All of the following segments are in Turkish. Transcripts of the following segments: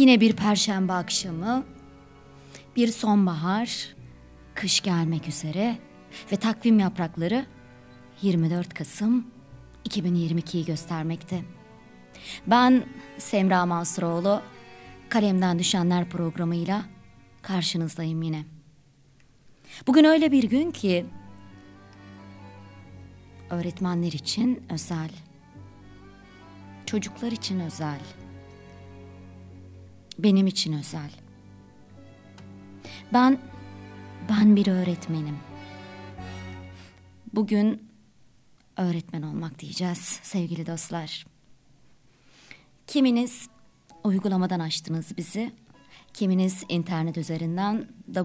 Yine bir perşembe akşamı, bir sonbahar, kış gelmek üzere ve takvim yaprakları 24 Kasım 2022'yi göstermekte. Ben Semra Mansuroğlu, Kalemden Düşenler programıyla karşınızdayım yine. Bugün öyle bir gün ki öğretmenler için özel, çocuklar için özel, benim için özel. Ben bir öğretmenim. Bugün öğretmen olmak diyeceğiz sevgili dostlar. Kiminiz uygulamadan açtınız bizi, kiminiz internet üzerinden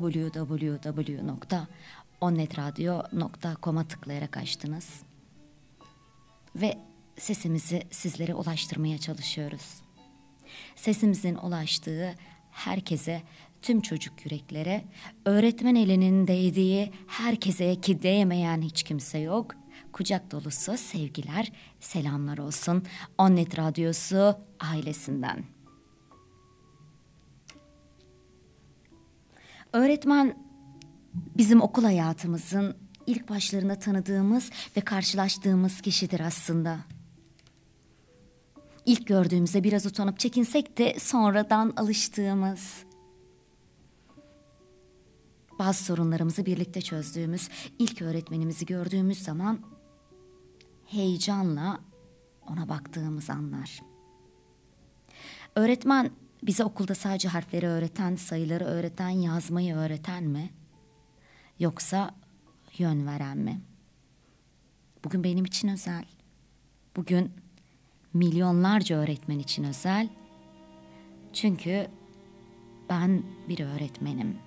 www.onnetradio.com'a tıklayarak açtınız. Ve sesimizi sizlere ulaştırmaya çalışıyoruz. Sesimizin ulaştığı herkese, tüm çocuk yüreklere, öğretmen elinin değdiği herkese ki değmeyen hiç kimse yok. Kucak dolusu sevgiler, selamlar olsun Onnet Radyosu ailesinden. Öğretmen bizim okul hayatımızın ilk başlarında tanıdığımız ve karşılaştığımız kişidir aslında. İlk gördüğümüzde biraz utanıp çekinsek de sonradan alıştığımız, bazı sorunlarımızı birlikte çözdüğümüz, ilk öğretmenimizi gördüğümüz zaman heyecanla ona baktığımız anlar. Öğretmen bize okulda sadece harfleri öğreten, sayıları öğreten, yazmayı öğreten mi? Yoksa yön veren mi? Bugün benim için özel. Bugün milyonlarca öğretmen için özel. Çünkü ben bir öğretmenim.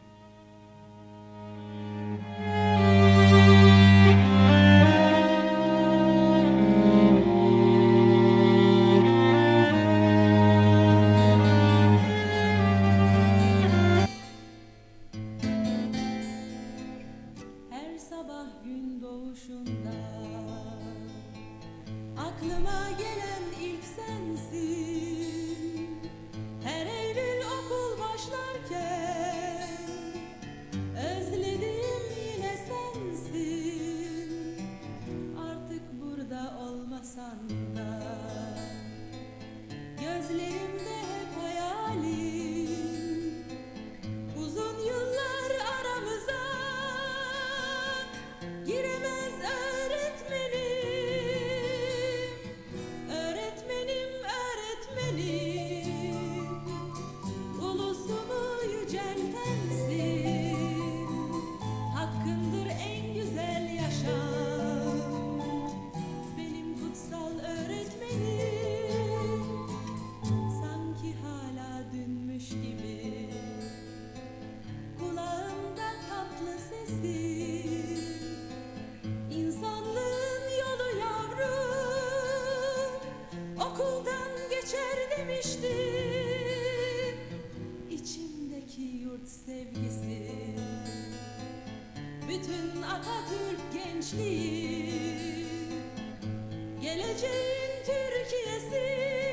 Bütün Atatürk gençliği, geleceğin Türkiye'si,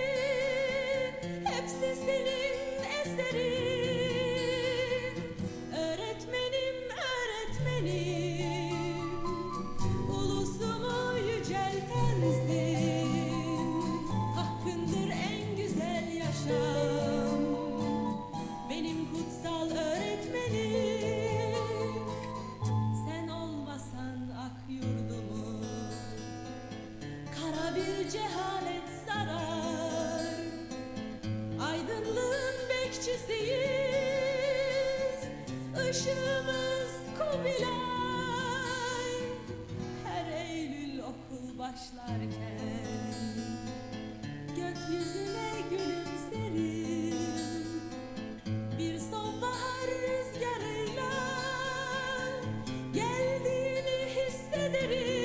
hepsi senin eserin. Öğretmenim, öğretmenim, ulusumu yüceltensin. Hakkındır en güzel yaşam, benim kutsal öğretmenim. Cehalet sarar, aydınlığın bekçisiyiz, ışığımız Kubilay. Her Eylül okul başlarken gökyüzüne gülümserim, bir sonbahar rüzgarıyla geldiğini hissederim.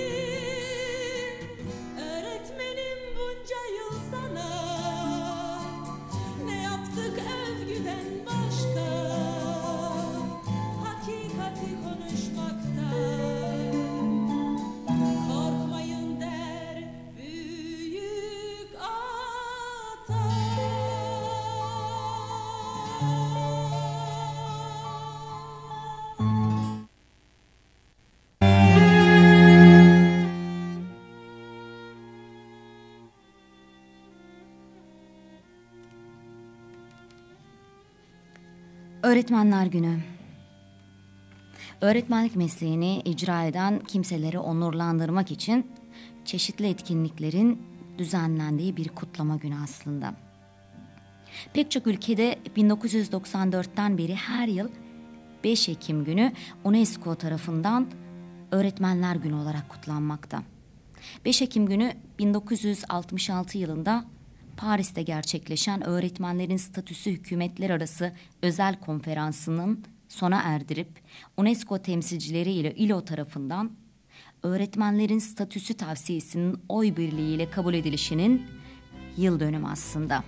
Öğretmenler Günü. Öğretmenlik mesleğini icra eden kimseleri onurlandırmak için çeşitli etkinliklerin düzenlendiği bir kutlama günü aslında. Pek çok ülkede 1994'ten beri her yıl 5 Ekim günü UNESCO tarafından Öğretmenler Günü olarak kutlanmakta. 5 Ekim günü 1966 yılında Paris'te gerçekleşen Öğretmenlerin Statüsü Hükümetler Arası Özel Konferansı'nın sona erdirip UNESCO temsilcileri ile ILO tarafından öğretmenlerin statüsü tavsiyesinin oy birliğiyle kabul edilişinin yıl dönümü aslında.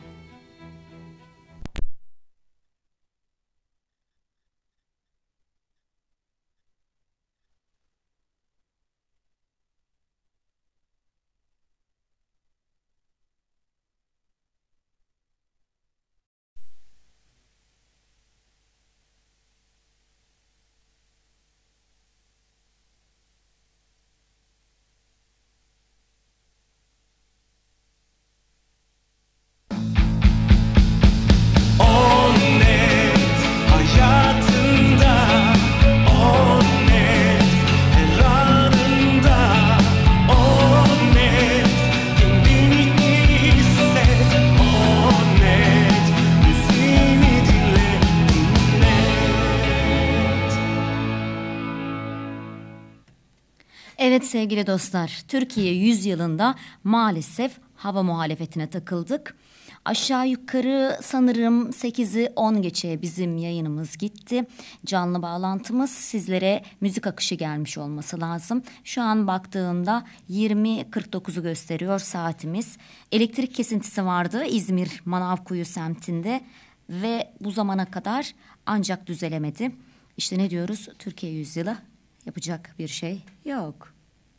Evet sevgili dostlar, Türkiye 100 yılında maalesef hava muhalefetine takıldık. Aşağı yukarı sanırım 8'i 10 geçe bizim yayınımız gitti. Canlı bağlantımız sizlere müzik akışı gelmiş olması lazım. Şu an baktığımda 20.49'u gösteriyor saatimiz. Elektrik kesintisi vardı İzmir Manavkuyu semtinde ve bu zamana kadar ancak düzelemedi. İşte ne diyoruz? Türkiye 100 yılı. Yapacak bir şey yok.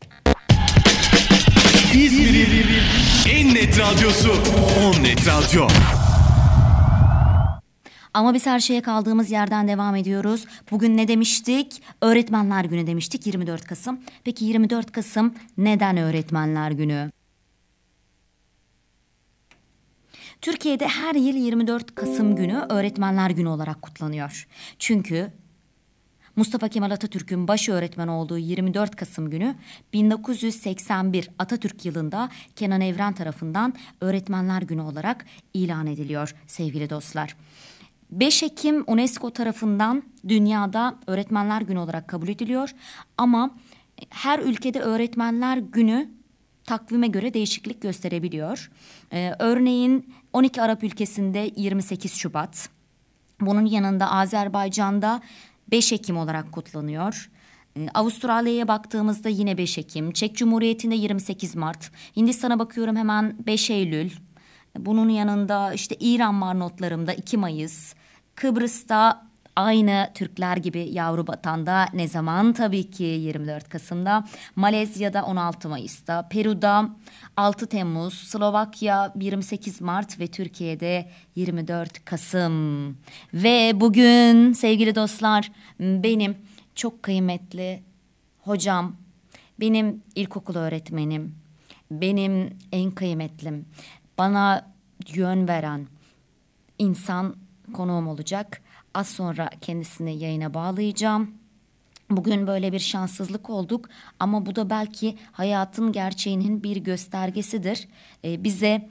İzmir'in en net radyosu 10 Net Radyo. Ama biz her şeye kaldığımız yerden devam ediyoruz. Bugün ne demiştik? Öğretmenler Günü demiştik 24 Kasım. Peki 24 Kasım neden Öğretmenler Günü? Türkiye'de her yıl 24 Kasım günü Öğretmenler Günü olarak kutlanıyor. Çünkü Mustafa Kemal Atatürk'ün baş öğretmen olduğu 24 Kasım günü 1981 Atatürk yılında Kenan Evren tarafından Öğretmenler Günü olarak ilan ediliyor sevgili dostlar. 5 Ekim UNESCO tarafından dünyada Öğretmenler Günü olarak kabul ediliyor ama her ülkede Öğretmenler Günü takvime göre değişiklik gösterebiliyor. Örneğin 12 Arap ülkesinde 28 Şubat, bunun yanında Azerbaycan'da 5 Ekim olarak kutlanıyor. Avustralya'ya baktığımızda yine 5 Ekim. Çek Cumhuriyeti'nde 28 Mart. Hindistan'a bakıyorum hemen 5 Eylül. Bunun yanında işte İran var notlarımda 2 Mayıs. Kıbrıs'ta aynı Türkler gibi yavru vatanda ne zaman? Tabii ki 24 Kasım'da. Malezya'da 16 Mayıs'ta. Peru'da 6 Temmuz. Slovakya 28 Mart ve Türkiye'de 24 Kasım. Ve bugün sevgili dostlar benim çok kıymetli hocam, benim ilkokul öğretmenim, benim en kıymetlim, bana yön veren insan konuğum olacak. Az sonra kendisini yayına bağlayacağım. Bugün böyle bir şanssızlık olduk ama bu da belki hayatın gerçeğinin bir göstergesidir. Bize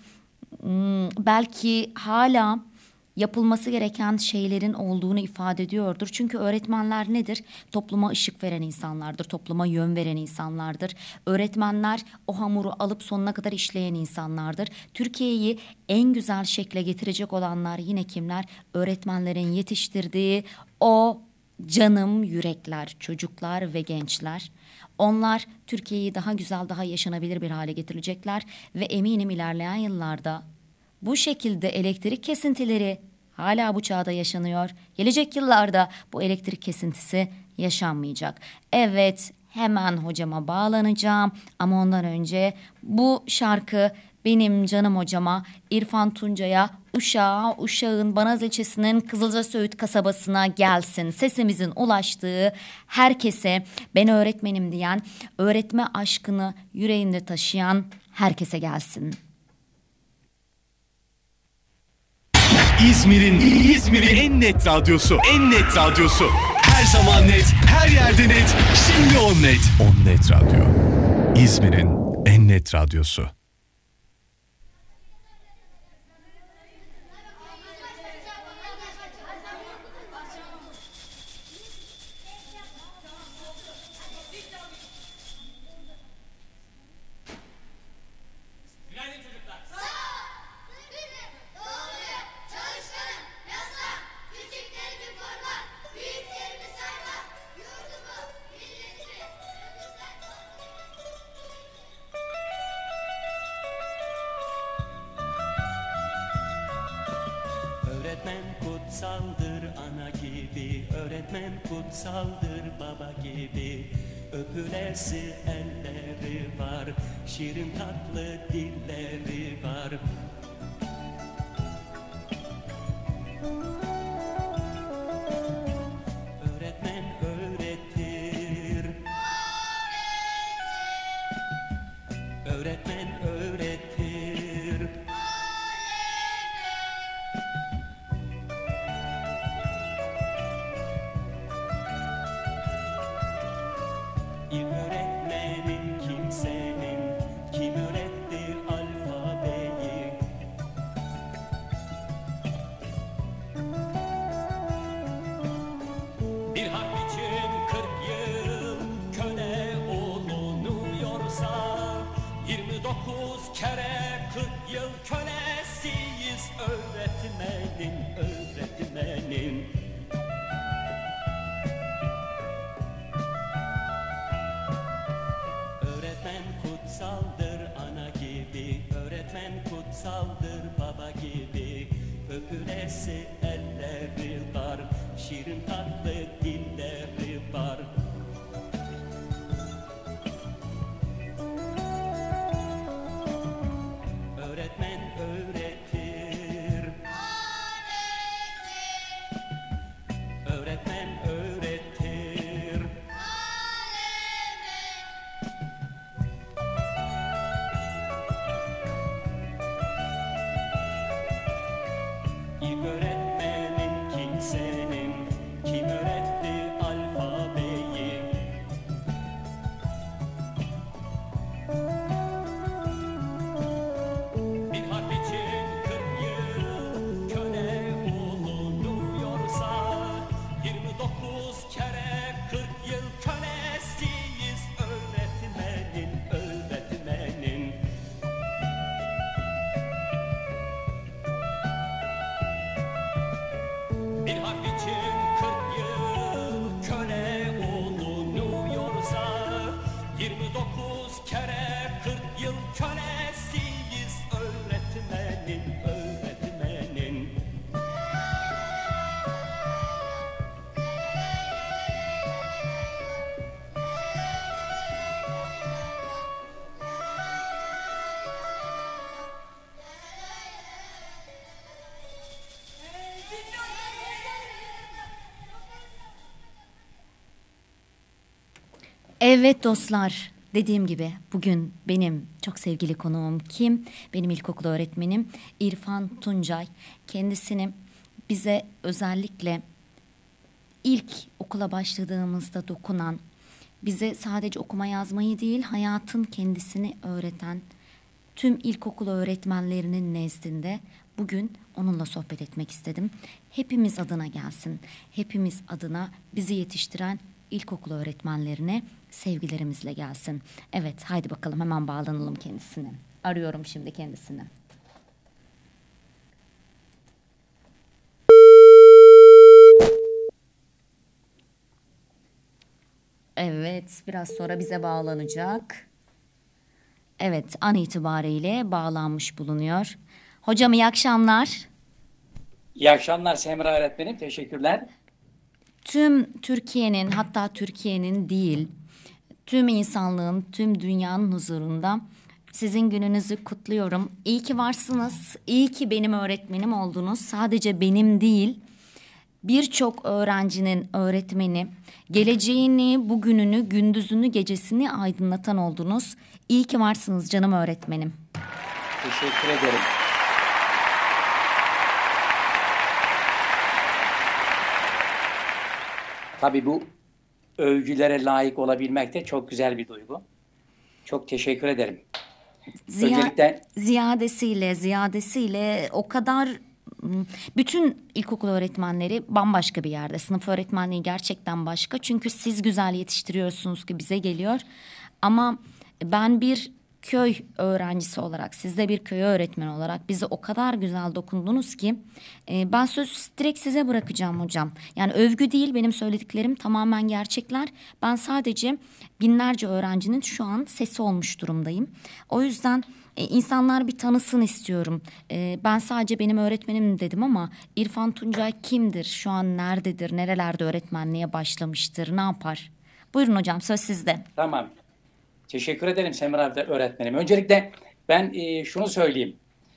belki hala yapılması gereken şeylerin olduğunu ifade ediyordur. Çünkü öğretmenler nedir? Topluma ışık veren insanlardır, topluma yön veren insanlardır. Öğretmenler o hamuru alıp sonuna kadar işleyen insanlardır. Türkiye'yi en güzel şekle getirecek olanlar yine kimler? Öğretmenlerin yetiştirdiği o canım yürekler, çocuklar ve gençler. Onlar Türkiye'yi daha güzel, daha yaşanabilir bir hale getirecekler ve eminim ilerleyen yıllarda bu şekilde elektrik kesintileri hala bu çağda yaşanıyor. Gelecek yıllarda bu elektrik kesintisi yaşanmayacak. Evet, hemen hocama bağlanacağım ama ondan önce bu şarkı benim canım hocama İrfan Tuncay'a Uşak'ın Banaz ilçesinin Kızılcasöğüt kasabasına gelsin. Sesimizin ulaştığı herkese, ben öğretmenim diyen, öğretme aşkını yüreğinde taşıyan herkese gelsin. İzmir'in en net radyosu. En net radyosu. Her zaman net, her yerde net. Şimdi On Net. On Net Radyo. İzmir'in en net radyosu. Öğretmen kutsaldır ana gibi, öğretmen kutsaldır baba gibi. Öpülesi elleri var, şirin tatlı dilleri var. Öğretmen öğretir, öğretmen öğretir. İlk öğretmenin kimsenin, kim öğretti alfabeyi? Bir harf için 40 yıl köle olunuyorsa, 29 kere 40 yıl kölesiyiz öğretmenin, öğretmenin. Öğretmen kutsaldır ana gibi, öğretmen kutsaldır baba gibi. Öpülesi elleri var, şirin tatlı dilleri var. Öğretmen öğretir, öğretmen öğretir. İlk öğretmenin kimsenin, kim öğretti alfabeyi? Bir harf için 40 yıl köle olunuyorsa, 29 kere 40 yıl kölesiyiz öğretmenin, öğretmenin. Bir harf için 40 yıl köle olunuyorsa, 29 kere 40 yıl kölesiyiz öğretmenin, öğretmenin. Evet dostlar, dediğim gibi bugün benim çok sevgili konuğum kim? Benim ilkokul öğretmenim İrfan Tuncay. Kendisini bize özellikle ilk okula başladığımızda dokunan, bize sadece okuma yazmayı değil hayatın kendisini öğreten tüm ilkokul öğretmenlerinin nezdinde bugün onunla sohbet etmek istedim. Hepimiz adına gelsin, hepimiz adına bizi yetiştiren ilkokul öğretmenlerine sevgilerimizle gelsin. Evet, haydi bakalım hemen bağlanalım kendisine. Arıyorum şimdi kendisini. Evet, biraz sonra bize bağlanacak. Evet, an itibariyle bağlanmış bulunuyor. Hocam iyi akşamlar. İyi akşamlar Semra öğretmenim. Teşekkürler. Tüm Türkiye'nin, hatta Türkiye'nin değil, tüm insanlığın, tüm dünyanın huzurunda sizin gününüzü kutluyorum. İyi ki varsınız, iyi ki benim öğretmenim oldunuz. Sadece benim değil, birçok öğrencinin öğretmeni, geleceğini, bugününü, gündüzünü, gecesini aydınlatan oldunuz. İyi ki varsınız canım öğretmenim. Teşekkür ederim. Tabii bu övgülere layık olabilmek de çok güzel bir duygu. Çok teşekkür ederim. Öncelikle Ziyadesiyle o kadar bütün ilkokul öğretmenleri bambaşka bir yerde. Sınıf öğretmenliği gerçekten başka. Çünkü siz güzel yetiştiriyorsunuz ki bize geliyor. Ama ben bir köy öğrencisi olarak, siz de bir köy öğretmeni olarak bize o kadar güzel dokundunuz ki ben sözü direkt size bırakacağım hocam. Yani övgü değil, benim söylediklerim tamamen gerçekler. Ben sadece binlerce öğrencinin şu an sesi olmuş durumdayım. O yüzden insanlar bir tanısın istiyorum. Ben sadece benim öğretmenim dedim ama İrfan Tuncay kimdir? Şu an nerededir? Nerelerde öğretmenliğe başlamıştır? Ne yapar? Buyurun hocam, söz sizde. tamam. Teşekkür ederim Semra öğretmenim. Öncelikle ben şunu söyleyeyim.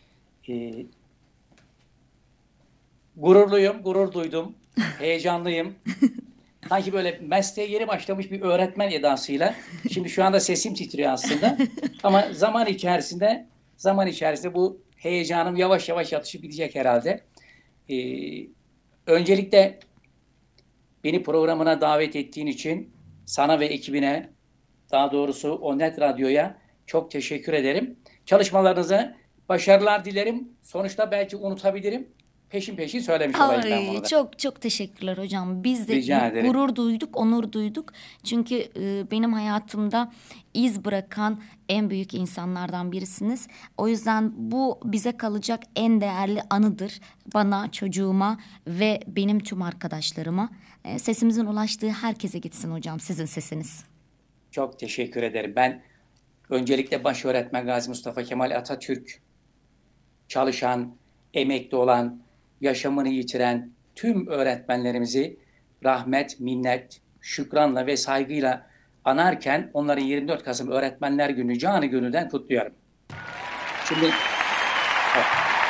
Gururluyum, gurur duydum, heyecanlıyım. Sanki böyle mesleğe yeni başlamış bir öğretmen edasıyla. Şimdi şu anda sesim titriyor aslında. Ama zaman içerisinde bu heyecanım yavaş yavaş yatışıp gidecek herhalde. Öncelikle beni programına davet ettiğin için sana ve ekibine, daha doğrusu Onnet Radyo'ya çok teşekkür ederim. Çalışmalarınıza başarılar dilerim. Sonuçta belki unutabilirim. Peşin peşin söylemiş olayım ben bunu da. Çok çok teşekkürler hocam. Biz de Rica ederim. gurur duyduk, onur duyduk. Çünkü benim hayatımda iz bırakan en büyük insanlardan birisiniz. O yüzden bu bize kalacak en değerli anıdır. Bana, çocuğuma ve benim tüm arkadaşlarıma. Sesimizin ulaştığı herkese gitsin hocam, sizin sesiniz. Çok teşekkür ederim. Ben öncelikle baş öğretmen Gazi Mustafa Kemal Atatürk, çalışan, emekli olan, yaşamını yitiren tüm öğretmenlerimizi rahmet, minnet, şükranla ve saygıyla anarken onların 24 Kasım Öğretmenler Günü canı gönülden kutluyorum. Şimdi evet.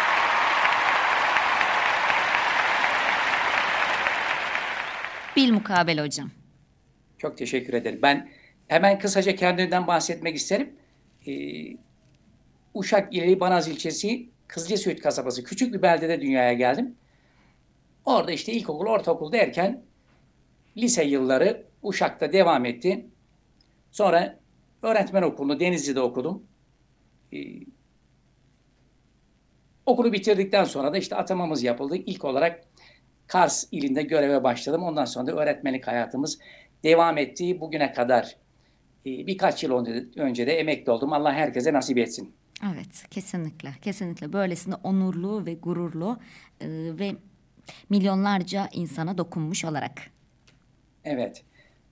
Bilmukabele hocam. Çok teşekkür ederim. Ben hemen kısaca kendimden bahsetmek isterim. Uşak ili Banaz ilçesi Kızılcasüit kasabası küçük bir beldede dünyaya geldim. Orada işte ilkokul, ortaokul derken lise yılları Uşak'ta devam etti. Sonra öğretmen okulunu Denizli'de okudum. Okulu bitirdikten sonra da işte atamamız yapıldı. İlk olarak Kars ilinde göreve başladım. Ondan sonra da öğretmenlik hayatımız devam etti bugüne kadar. Birkaç yıl önce de emekli oldum. Allah herkese nasip etsin. Evet, kesinlikle, kesinlikle böylesine onurlu ve gururlu ve milyonlarca insana dokunmuş olarak. Evet.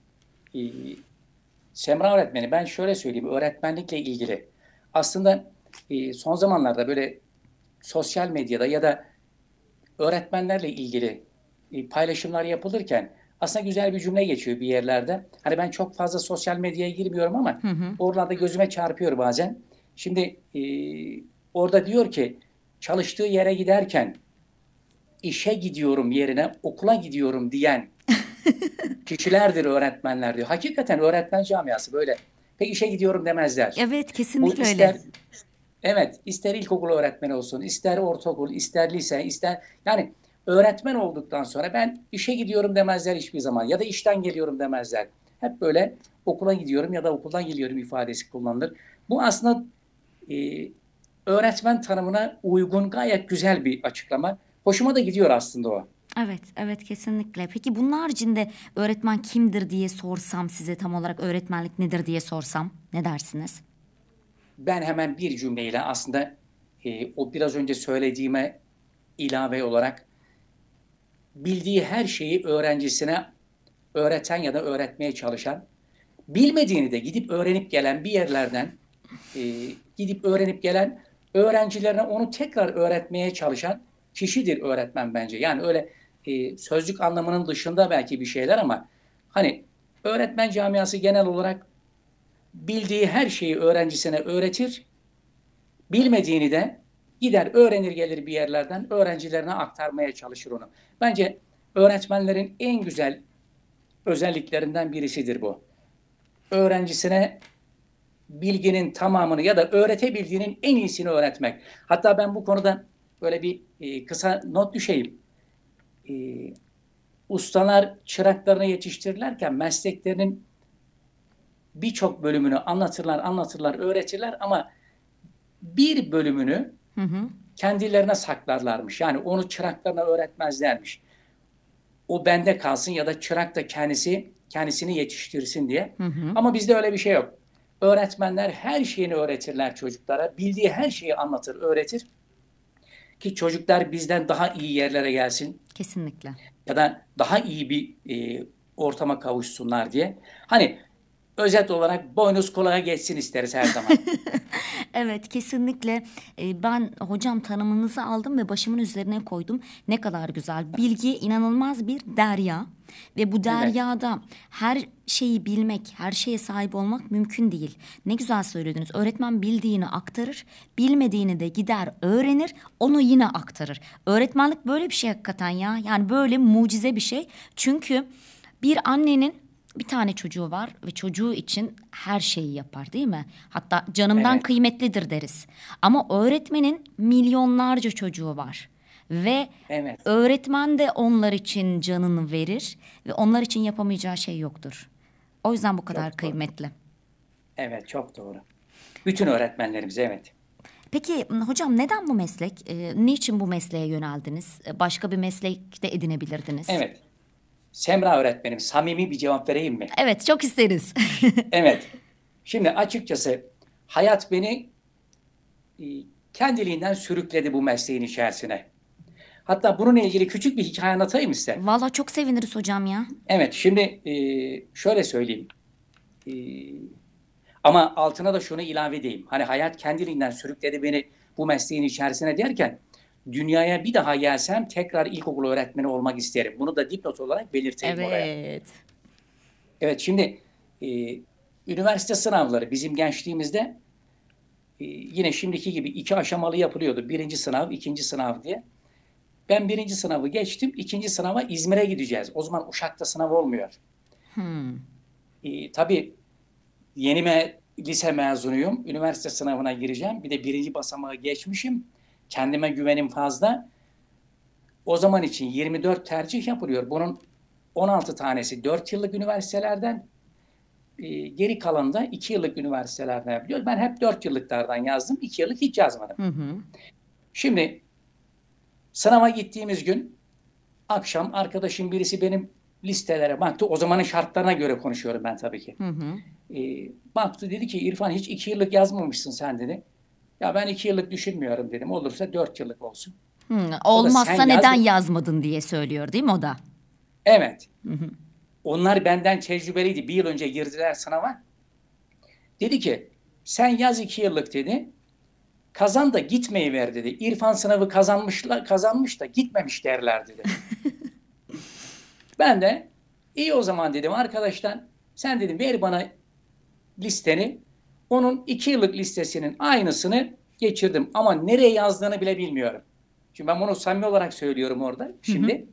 Semra öğretmeni, ben şöyle söyleyeyim, öğretmenlikle ilgili. Aslında son zamanlarda böyle sosyal medyada ya da öğretmenlerle ilgili paylaşımlar yapılırken aslında güzel bir cümle geçiyor bir yerlerde. Hani ben çok fazla sosyal medyaya girmiyorum ama oralarda gözüme çarpıyor bazen. Şimdi orada diyor ki çalıştığı yere giderken işe gidiyorum yerine okula gidiyorum diyen kişilerdir öğretmenler diyor. Hakikaten öğretmen camiası böyle. Pek işe gidiyorum demezler. Evet, kesinlikle ister, öyle. Evet, ister ilkokul öğretmeni olsun, ister ortaokul, ister lise, ister yani öğretmen olduktan sonra ben işe gidiyorum demezler hiçbir zaman ya da işten geliyorum demezler. Hep böyle okula gidiyorum ya da okuldan geliyorum ifadesi kullanılır. Bu aslında öğretmen tanımına uygun gayet güzel bir açıklama. Hoşuma da gidiyor aslında o. Evet, evet kesinlikle. Peki bunun haricinde öğretmen kimdir diye sorsam size, tam olarak öğretmenlik nedir diye sorsam ne dersiniz? Ben hemen bir cümleyle aslında o biraz önce söylediğime ilave olarak bildiği her şeyi öğrencisine öğreten ya da öğretmeye çalışan, bilmediğini de gidip öğrenip gelen bir yerlerden gidip öğrenip gelen öğrencilerine onu tekrar öğretmeye çalışan kişidir öğretmen bence. Yani öyle sözcük anlamının dışında belki bir şeyler ama hani öğretmen camiası genel olarak bildiği her şeyi öğrencisine öğretir, bilmediğini de gider öğrenir gelir bir yerlerden öğrencilerine aktarmaya çalışır onu. Bence öğretmenlerin en güzel özelliklerinden birisidir bu. Öğrencisine bilginin tamamını ya da öğretebildiğinin en iyisini öğretmek. Hatta ben bu konuda böyle bir kısa not düşeyim. ustalar çıraklarını yetiştirirlerken mesleklerinin birçok bölümünü anlatırlar, öğretirler ama bir bölümünü kendilerine saklarlarmış. Yani onu çıraklarına öğretmezlermiş. O bende kalsın ya da çırak da kendisini yetiştirsin diye. Ama bizde öyle bir şey yok. Öğretmenler her şeyini öğretirler çocuklara. Bildiği her şeyi anlatır, öğretir. Ki çocuklar bizden daha iyi yerlere gelsin. Kesinlikle. Ya da daha iyi bir ortama kavuşsunlar diye. Hani özet olarak boynuz kulağa geçsin isteriz her zaman. Evet, kesinlikle. Ben hocam tanımınızı aldım ve başımın üzerine koydum. Ne kadar güzel. Bilgi inanılmaz bir derya ve bu deryada her şeyi bilmek, her şeye sahip olmak mümkün değil. Ne güzel söylediniz. Öğretmen bildiğini aktarır, bilmediğini de gider öğrenir, onu yine aktarır. Öğretmenlik böyle bir şey hakikaten ya. Yani böyle mucize bir şey. Çünkü bir annenin bir tane çocuğu var ve çocuğu için her şeyi yapar, değil mi? Hatta canımdan kıymetlidir deriz. Ama öğretmenin milyonlarca çocuğu var. Ve öğretmen de onlar için canını verir ve onlar için yapamayacağı şey yoktur. O yüzden bu kadar kıymetli. Evet, çok doğru. Bütün öğretmenlerimiz, evet. Peki hocam neden bu meslek? Niçin bu mesleğe yöneldiniz? Başka bir meslek de edinebilirdiniz. Evet. Semra öğretmenim, samimi bir cevap vereyim mi? Evet, çok isteriz. Evet. Şimdi açıkçası hayat beni kendiliğinden sürükledi bu mesleğin içerisine. Hatta bununla ilgili küçük bir hikaye anlatayım size. Vallahi çok seviniriz hocam ya. Evet, şimdi şöyle söyleyeyim. Ama altına da şunu ilave edeyim. Hani hayat kendiliğinden sürükledi beni bu mesleğin içerisine derken dünyaya bir daha gelsem tekrar ilkokul öğretmeni olmak isterim. Bunu da dipnot olarak belirteyim oraya. Evet, şimdi üniversite sınavları bizim gençliğimizde yine şimdiki gibi 2 aşamalı yapılıyordu. 1. sınav, 2. sınav diye. Ben 1. sınavı geçtim. 2. sınava İzmir'e gideceğiz. O zaman Uşak'ta sınav olmuyor. Tabii yeni lise mezunuyum. Üniversite sınavına gireceğim. Bir de 1. basamağı geçmişim. Kendime güvenim fazla. O zaman için 24 tercih yapılıyor. Bunun 16 tanesi 4 yıllık üniversitelerden, geri kalanı da 2 yıllık üniversitelerden yapılıyor. Ben hep 4 yıllıklardan yazdım. 2 yıllık hiç yazmadım. Şimdi sınava gittiğimiz gün akşam arkadaşım birisi benim listelere baktı. O zamanın şartlarına göre konuşuyorum ben tabii ki. Baktı, dedi ki İrfan hiç 2 yıllık yazmamışsın sen, dedi. Ya ben 2 yıllık düşünmüyorum dedim. Olursa 4 yıllık olsun. Olmazsa neden yazmadın diye söylüyor, değil mi o da? Evet. Onlar benden tecrübeliydi. 1 yıl önce girdiler sınava. Dedi ki sen yaz 2 yıllık, dedi. Kazan da gitmeyi ver, dedi. İrfan sınavı kazanmış da gitmemiş derler, dedi. Ben de iyi o zaman dedim, arkadaşlar sen dedim ver bana listeni. Onun 2 yıllık listesinin aynısını geçirdim. Ama nereye yazdığını bile bilmiyorum. Şimdi ben bunu samimi olarak söylüyorum orada. Şimdi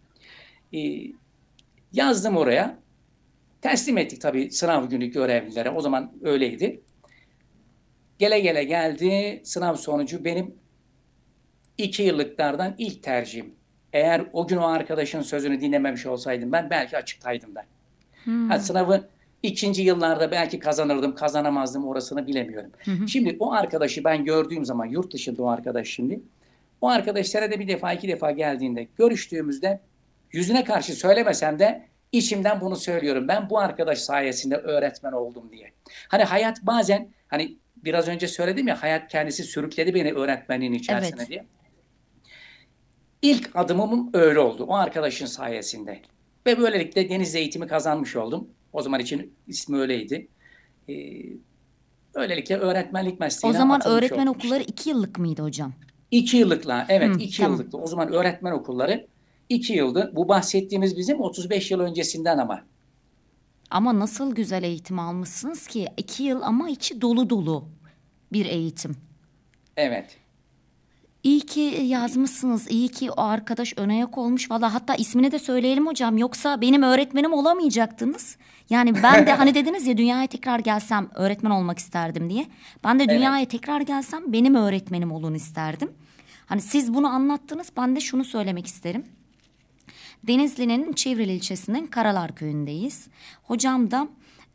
yazdım oraya. Teslim ettik tabii sınav günü görevlilere. O zaman öyleydi. Gele gele geldi sınav sonucu, benim 2 yıllıklardan ilk tercihim. Eğer o gün o arkadaşın sözünü dinlememiş olsaydım ben belki açıktaydım da. Sınavı 2. yıllarda belki kazanırdım, kazanamazdım, orasını bilemiyorum. Şimdi o arkadaşı ben gördüğüm zaman, yurt dışında o arkadaş şimdi, o arkadaş senede 1 defa 2 defa geldiğinde görüştüğümüzde yüzüne karşı söylemesem de içimden bunu söylüyorum. Ben bu arkadaş sayesinde öğretmen oldum diye. Hani hayat bazen, hani biraz önce söyledim ya, hayat kendisi sürükledi beni öğretmenliğin içerisine diye. İlk adımım öyle oldu. O arkadaşın sayesinde. Ve böylelikle deniz eğitimi kazanmış oldum. O zaman için ismi öyleydi. Böylelikle öğretmenlik mesleğine O zaman atılmış öğretmen oldum okulları işte. 2 yıllık mıydı hocam? 2 yıllıkla, evet 2 tamam. yıllıktı. O zaman öğretmen okulları 2 yıldı. Bu bahsettiğimiz bizim 35 yıl öncesinden ama. Ama nasıl güzel eğitim almışsınız ki 2 yıl ama içi dolu dolu bir eğitim. Evet. İyi ki yazmışsınız, iyi ki o arkadaş ön ayak olmuş. Valla hatta ismini de söyleyelim hocam, yoksa benim öğretmenim olamayacaktınız. Yani ben de hani dediniz ya dünyaya tekrar gelsem öğretmen olmak isterdim diye. Ben de dünyaya tekrar gelsem benim öğretmenim olun isterdim. Hani siz bunu anlattınız, ben de şunu söylemek isterim. Denizli'nin Çivril ilçesinin Karalar köyündeyiz. Hocam da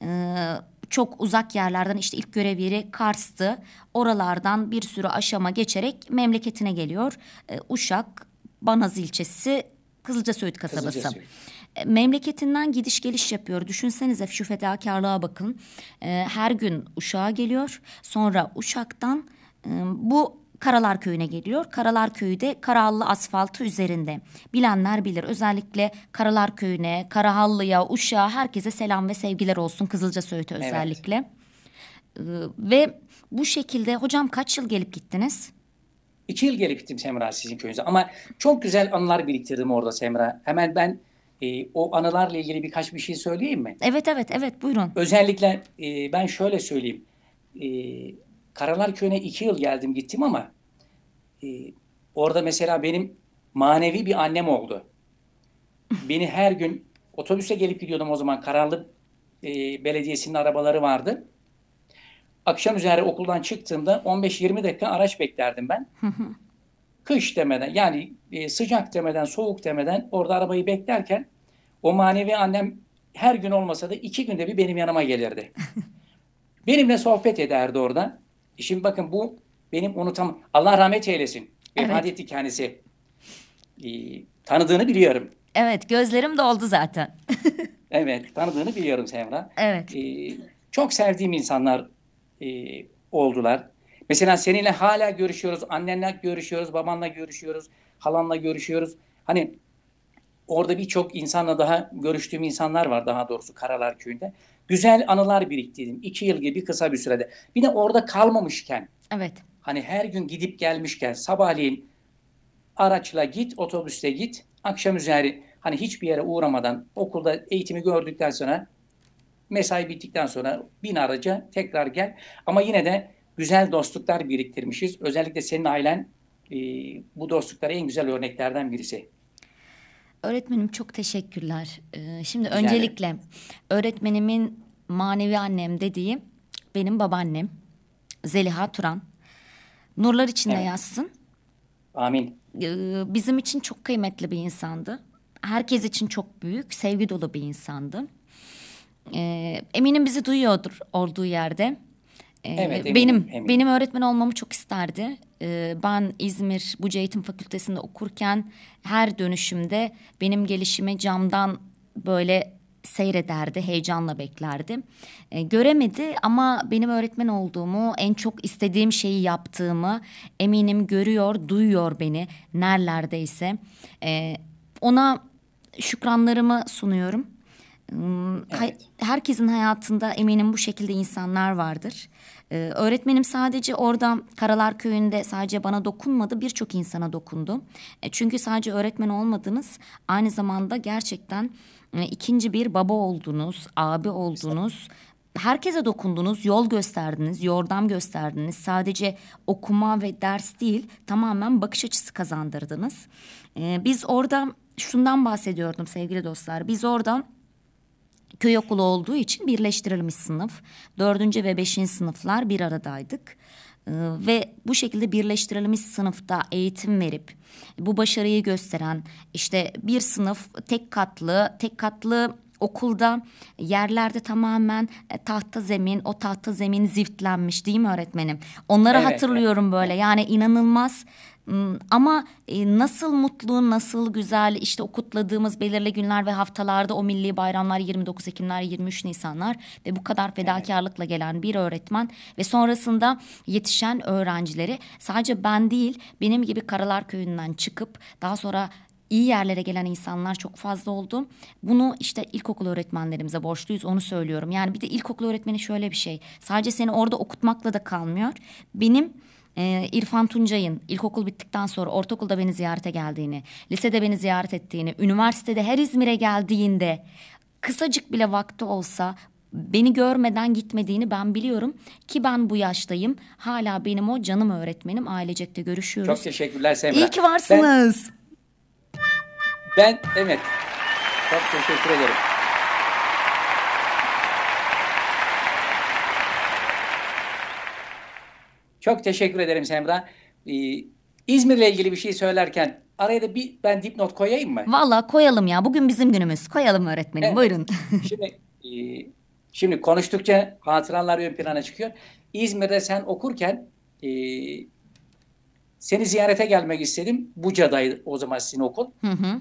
çok uzak yerlerden, işte ilk görev yeri Kars'tı. Oralardan bir sürü aşama geçerek memleketine geliyor. Uşak, Banaz ilçesi, Kızılcasöğüt kasabası. Kızılcasöğüt. Memleketinden gidiş geliş yapıyor. Düşünsenize şu fedakarlığa bakın. Her gün Uşak'a geliyor. Sonra Uşak'tan bu Karalar Köyü'ne geliyor. Karalar Köyü de Karahallı asfaltı üzerinde. Bilenler bilir. Özellikle Karalar Köyü'ne, Karahallı'ya, Uşak'a herkese selam ve sevgiler olsun. Kızılcasöğüt'e özellikle. Ve bu şekilde hocam kaç yıl gelip gittiniz? 2 yıl gelip gittim Semra sizin köyünüze. Ama çok güzel anılar biriktirdim orada Semra. Hemen ben o anılarla ilgili birkaç bir şey söyleyeyim mi? Evet buyurun. Özellikle ben şöyle söyleyeyim. Karalar Köyü'ne 2 yıl geldim gittim ama orada mesela benim manevi bir annem oldu. Beni her gün otobüse gelip gidiyordum o zaman. Kararlı Belediyesi'nin arabaları vardı. Akşam üzeri okuldan çıktığımda 15-20 dakika araç beklerdim ben. Kış demeden, yani sıcak demeden, soğuk demeden orada arabayı beklerken o manevi annem her gün olmasa da 2 günde bir benim yanıma gelirdi. Benimle sohbet ederdi orada. Şimdi bakın bu benim unutamam. Allah rahmet eylesin. Vefat etti kendisi. Tanıdığını biliyorum. Evet, gözlerim doldu zaten. Evet, tanıdığını biliyorum Semra. Evet. Çok sevdiğim insanlar oldular. Mesela seninle hala görüşüyoruz, annenle görüşüyoruz, babanla görüşüyoruz, halanla görüşüyoruz. Hani orada birçok insanla daha görüştüğüm insanlar var, daha doğrusu Karalar Köyü'nde. Güzel anılar biriktirdim. 2 yıl gibi kısa bir sürede. Bir de orada kalmamışken, Evet. hani her gün gidip gelmişken, sabahleyin araçla git, otobüste git, akşam üzeri hani hiçbir yere uğramadan okulda eğitimi gördükten sonra, mesai bittikten sonra bin araca tekrar gel. Ama yine de güzel dostluklar biriktirmişiz. Özellikle senin ailen bu dostluklara en güzel örneklerden birisi. Öğretmenim çok teşekkürler. Şimdi Rica öncelikle öğretmenimin manevi annem dediği benim babaannem Zeliha Turan. Nurlar içinde Evet. yatsın. Amin. Bizim için çok kıymetli bir insandı. Herkes için çok büyük, sevgi dolu bir insandı. Eminim bizi duyuyordur olduğu yerde. Evet, eminim. Benim öğretmen olmamı çok isterdi. Ben İzmir Buca Eğitim Fakültesi'nde okurken her dönüşümde benim gelişimi camdan böyle seyrederdi, heyecanla beklerdi. Göremedi ama benim öğretmen olduğumu, en çok istediğim şeyi yaptığımı eminim görüyor, duyuyor beni nerelerdeyse. Ona şükranlarımı sunuyorum. Evet. Herkesin hayatında eminim bu şekilde insanlar vardır. Öğretmenim sadece orada Karalar Köyü'nde sadece bana dokunmadı, birçok insana dokundu. Çünkü sadece öğretmen olmadınız, aynı zamanda gerçekten ikinci bir baba oldunuz, abi oldunuz. Herkese dokundunuz, yol gösterdiniz, yordam gösterdiniz. Sadece okuma ve ders değil, tamamen bakış açısı kazandırdınız. Biz orada şundan bahsediyordum sevgili dostlar. Biz orada köy okulu olduğu için birleştirilmiş sınıf, 4. ve 5. sınıflar bir aradaydık. Ve bu şekilde birleştirilmiş sınıfta eğitim verip bu başarıyı gösteren, işte bir sınıf tek katlı okulda yerlerde tamamen tahta zemin, o tahta zemin ziftlenmiş, değil mi öğretmenim? Onları Evet, hatırlıyorum böyle, yani inanılmaz. Ama nasıl mutlu, nasıl güzel, işte o kutladığımız belirli günler ve haftalarda o milli bayramlar, 29 Ekimler, 23 Nisanlar ve bu kadar fedakarlıkla gelen bir öğretmen ve sonrasında yetişen öğrencileri, sadece ben değil, benim gibi Karalar Köyü'nden çıkıp daha sonra iyi yerlere gelen insanlar çok fazla oldu. Bunu işte ilkokul öğretmenlerimize borçluyuz, onu söylüyorum. Yani bir de ilkokul öğretmeni şöyle bir şey, sadece seni orada okutmakla da kalmıyor. Benim İrfan Tuncay'ın ilkokul bittikten sonra ortaokulda beni ziyarete geldiğini, lisede beni ziyaret ettiğini, üniversitede her İzmir'e geldiğinde kısacık bile vakti olsa beni görmeden gitmediğini ben biliyorum ki ben bu yaştayım. Hala benim o canım öğretmenim, ailecek de görüşüyoruz. Çok teşekkürler Semra. İyi ki varsınız. Evet. Çok teşekkür ederim. Çok teşekkür ederim Semra. İzmir'le ilgili bir şey söylerken araya da ben dipnot koyayım mı? Vallahi koyalım ya. Bugün bizim günümüz. Koyalım öğretmenim. Evet. Buyurun. Şimdi şimdi konuştukça hatıralar ön plana çıkıyor. İzmir'de sen okurken seni ziyarete gelmek istedim. Buca'daydı o zaman sizin okul. Hı hı.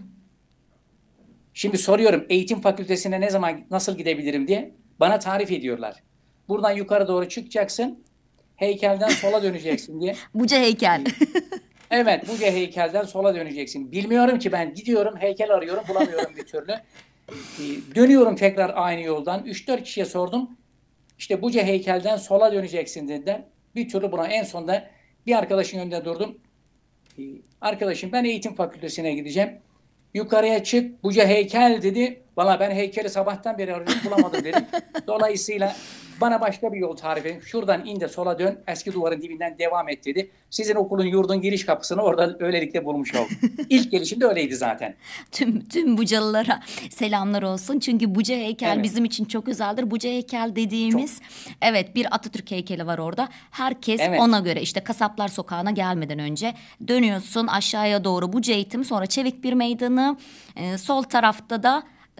Şimdi soruyorum eğitim fakültesine ne zaman nasıl gidebilirim diye. Bana tarif ediyorlar. Buradan yukarı doğru çıkacaksın. Heykelden sola döneceksin diye. Buca heykel. Evet, Buca heykelden sola döneceksin. Bilmiyorum ki, ben gidiyorum heykel arıyorum, bulamıyorum bir türlü. Dönüyorum tekrar aynı yoldan. 3-4 kişiye sordum. İşte Buca heykelden sola döneceksin dediler. Bir türlü buna en sonunda bir arkadaşın önünde durdum. Arkadaşım, ben eğitim fakültesine gideceğim. Yukarıya çık, Buca heykel dedi. Valla ben heykeli sabahtan beri arıyorum, bulamadım dedim. Dolayısıyla bana başka bir yol tarif edin. Şuradan in de sola dön, eski duvarın dibinden devam et dedi. Sizin okulun, yurdun giriş kapısını orada öylelikle bulmuş oldum. İlk gelişim de öyleydi zaten. Tüm Bucalılara selamlar olsun. Çünkü Buca heykel Evet. bizim için çok özeldir. Buca heykel dediğimiz, evet, bir Atatürk heykeli var orada. Herkes Evet. ona göre işte Kasaplar Sokağı'na gelmeden önce dönüyorsun aşağıya doğru Buca Eğitim, sonra Çevikbir Meydanı, sol tarafta da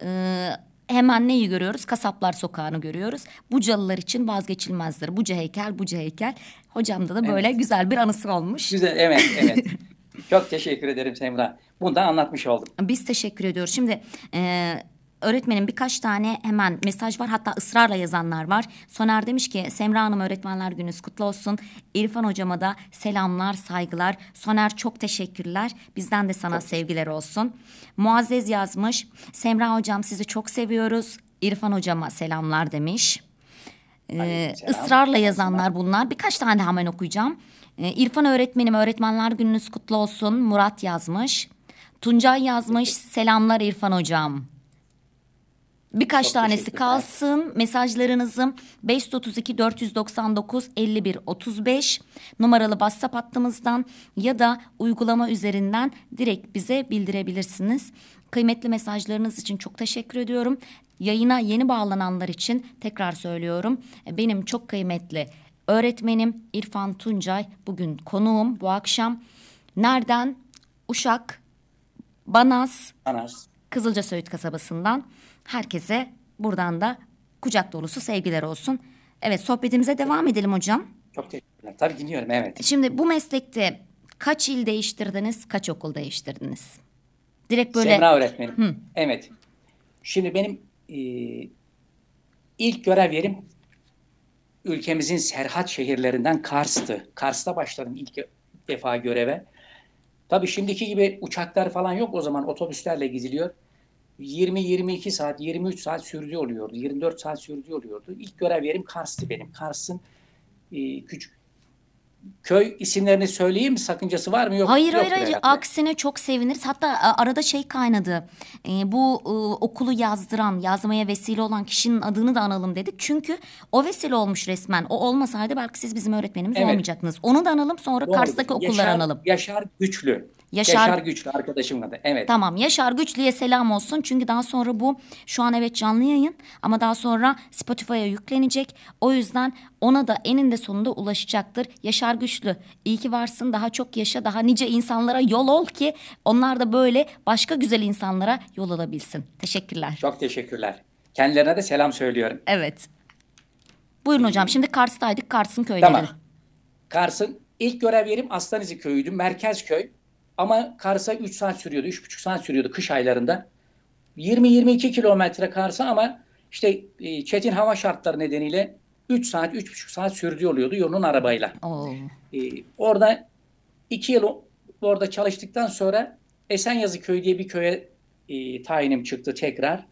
hemen neyi görüyoruz? Kasaplar Sokağı'nı görüyoruz. Bucalılar için vazgeçilmezdir. Buca heykel, Buca heykel. Hocamda da böyle güzel bir anısı olmuş. Güzel, evet, evet. Çok teşekkür ederim Semra. Bunu da anlatmış oldum. Biz teşekkür ediyoruz. Şimdi öğretmenim birkaç tane hemen mesaj var. Hatta ısrarla yazanlar var. Soner demiş ki Semra Hanım, öğretmenler gününüz kutlu olsun. İrfan hocama da selamlar, saygılar. Soner, çok teşekkürler. Bizden de sana sevgiler olsun. Muazzez yazmış. Semra hocam, sizi çok seviyoruz. İrfan hocama selamlar demiş. Aleykümselam. Israrla yazanlar bunlar. Birkaç tane de hemen okuyacağım. İrfan öğretmenim, öğretmenler gününüz kutlu olsun. Murat yazmış. Tuncay yazmış. Selamlar İrfan hocam. Birkaç Çok tanesi teşekkürler. kalsın. Mesajlarınızı 532 499 51 35 numaralı WhatsApp hattımızdan ya da uygulama üzerinden direkt bize bildirebilirsiniz. Kıymetli mesajlarınız için çok teşekkür ediyorum. Yayına yeni bağlananlar için tekrar söylüyorum. Benim çok kıymetli öğretmenim İrfan Tuncay bugün konuğum bu akşam. Nereden? Uşak, Banaz, Anas. Kızılcasöğüt kasabasından. Herkese buradan da kucak dolusu sevgiler olsun. Evet, sohbetimize devam edelim hocam. Çok teşekkürler. Tabii dinliyorum, evet. Şimdi bu meslekte kaç il değiştirdiniz, kaç okul değiştirdiniz? Direkt böyle Semra öğretmenim. Evet. Şimdi benim ilk görev yerim ülkemizin Serhat şehirlerinden Kars'tı. Kars'ta başladım ilk defa göreve. Tabii şimdiki gibi uçaklar falan yok, o zaman otobüslerle gidiliyor. 20-22 saat, 23 saat sürdüğü oluyordu. 24 saat sürdüğü oluyordu. İlk görev yerim Kars'tı benim. Kars'ın küçük köy isimlerini söyleyeyim mi? Sakıncası var mı? Yok. hayır yoktur hayır herhalde. aksine çok seviniriz. Hatta arada şey kaynadı. Bu okulu yazmaya vesile olan kişinin adını da analım dedik. Çünkü o vesile olmuş resmen. O olmasaydı belki siz bizim öğretmenimiz Evet. olmayacaktınız. Onu da analım, sonra Doğrudur. Kars'taki okulları analım. Yaşar Güçlü. Yaşar Güçlü arkadaşımın adı. Evet. Tamam, Yaşar Güçlü'ye selam olsun. Çünkü daha sonra bu şu an evet canlı yayın ama daha sonra Spotify'a yüklenecek. O yüzden ona da eninde sonunda ulaşacaktır. Yaşar Güçlü, iyi ki varsın, daha çok yaşa, daha nice insanlara yol ol ki onlar da böyle başka güzel insanlara yol alabilsin. Teşekkürler. Çok teşekkürler. Kendilerine de selam söylüyorum. Evet. Buyurun hocam, şimdi Kars'taydık, Kars'ın köyleri. Tamam. Kars'ın ilk görev yerim Aslanizli köyüydü. Merkez köy. Ama Kars'a 3 saat sürüyordu. 3,5 saat sürüyordu kış aylarında. 20-22 kilometre Kars'a ama işte çetin hava şartları nedeniyle 3 saat, 3,5 saat sürdüğü oluyordu yolun arabayla. Oo. Orada 2 yıl orada çalıştıktan sonra Esenyazı Köyü diye bir köye tayinim çıktı tekrar.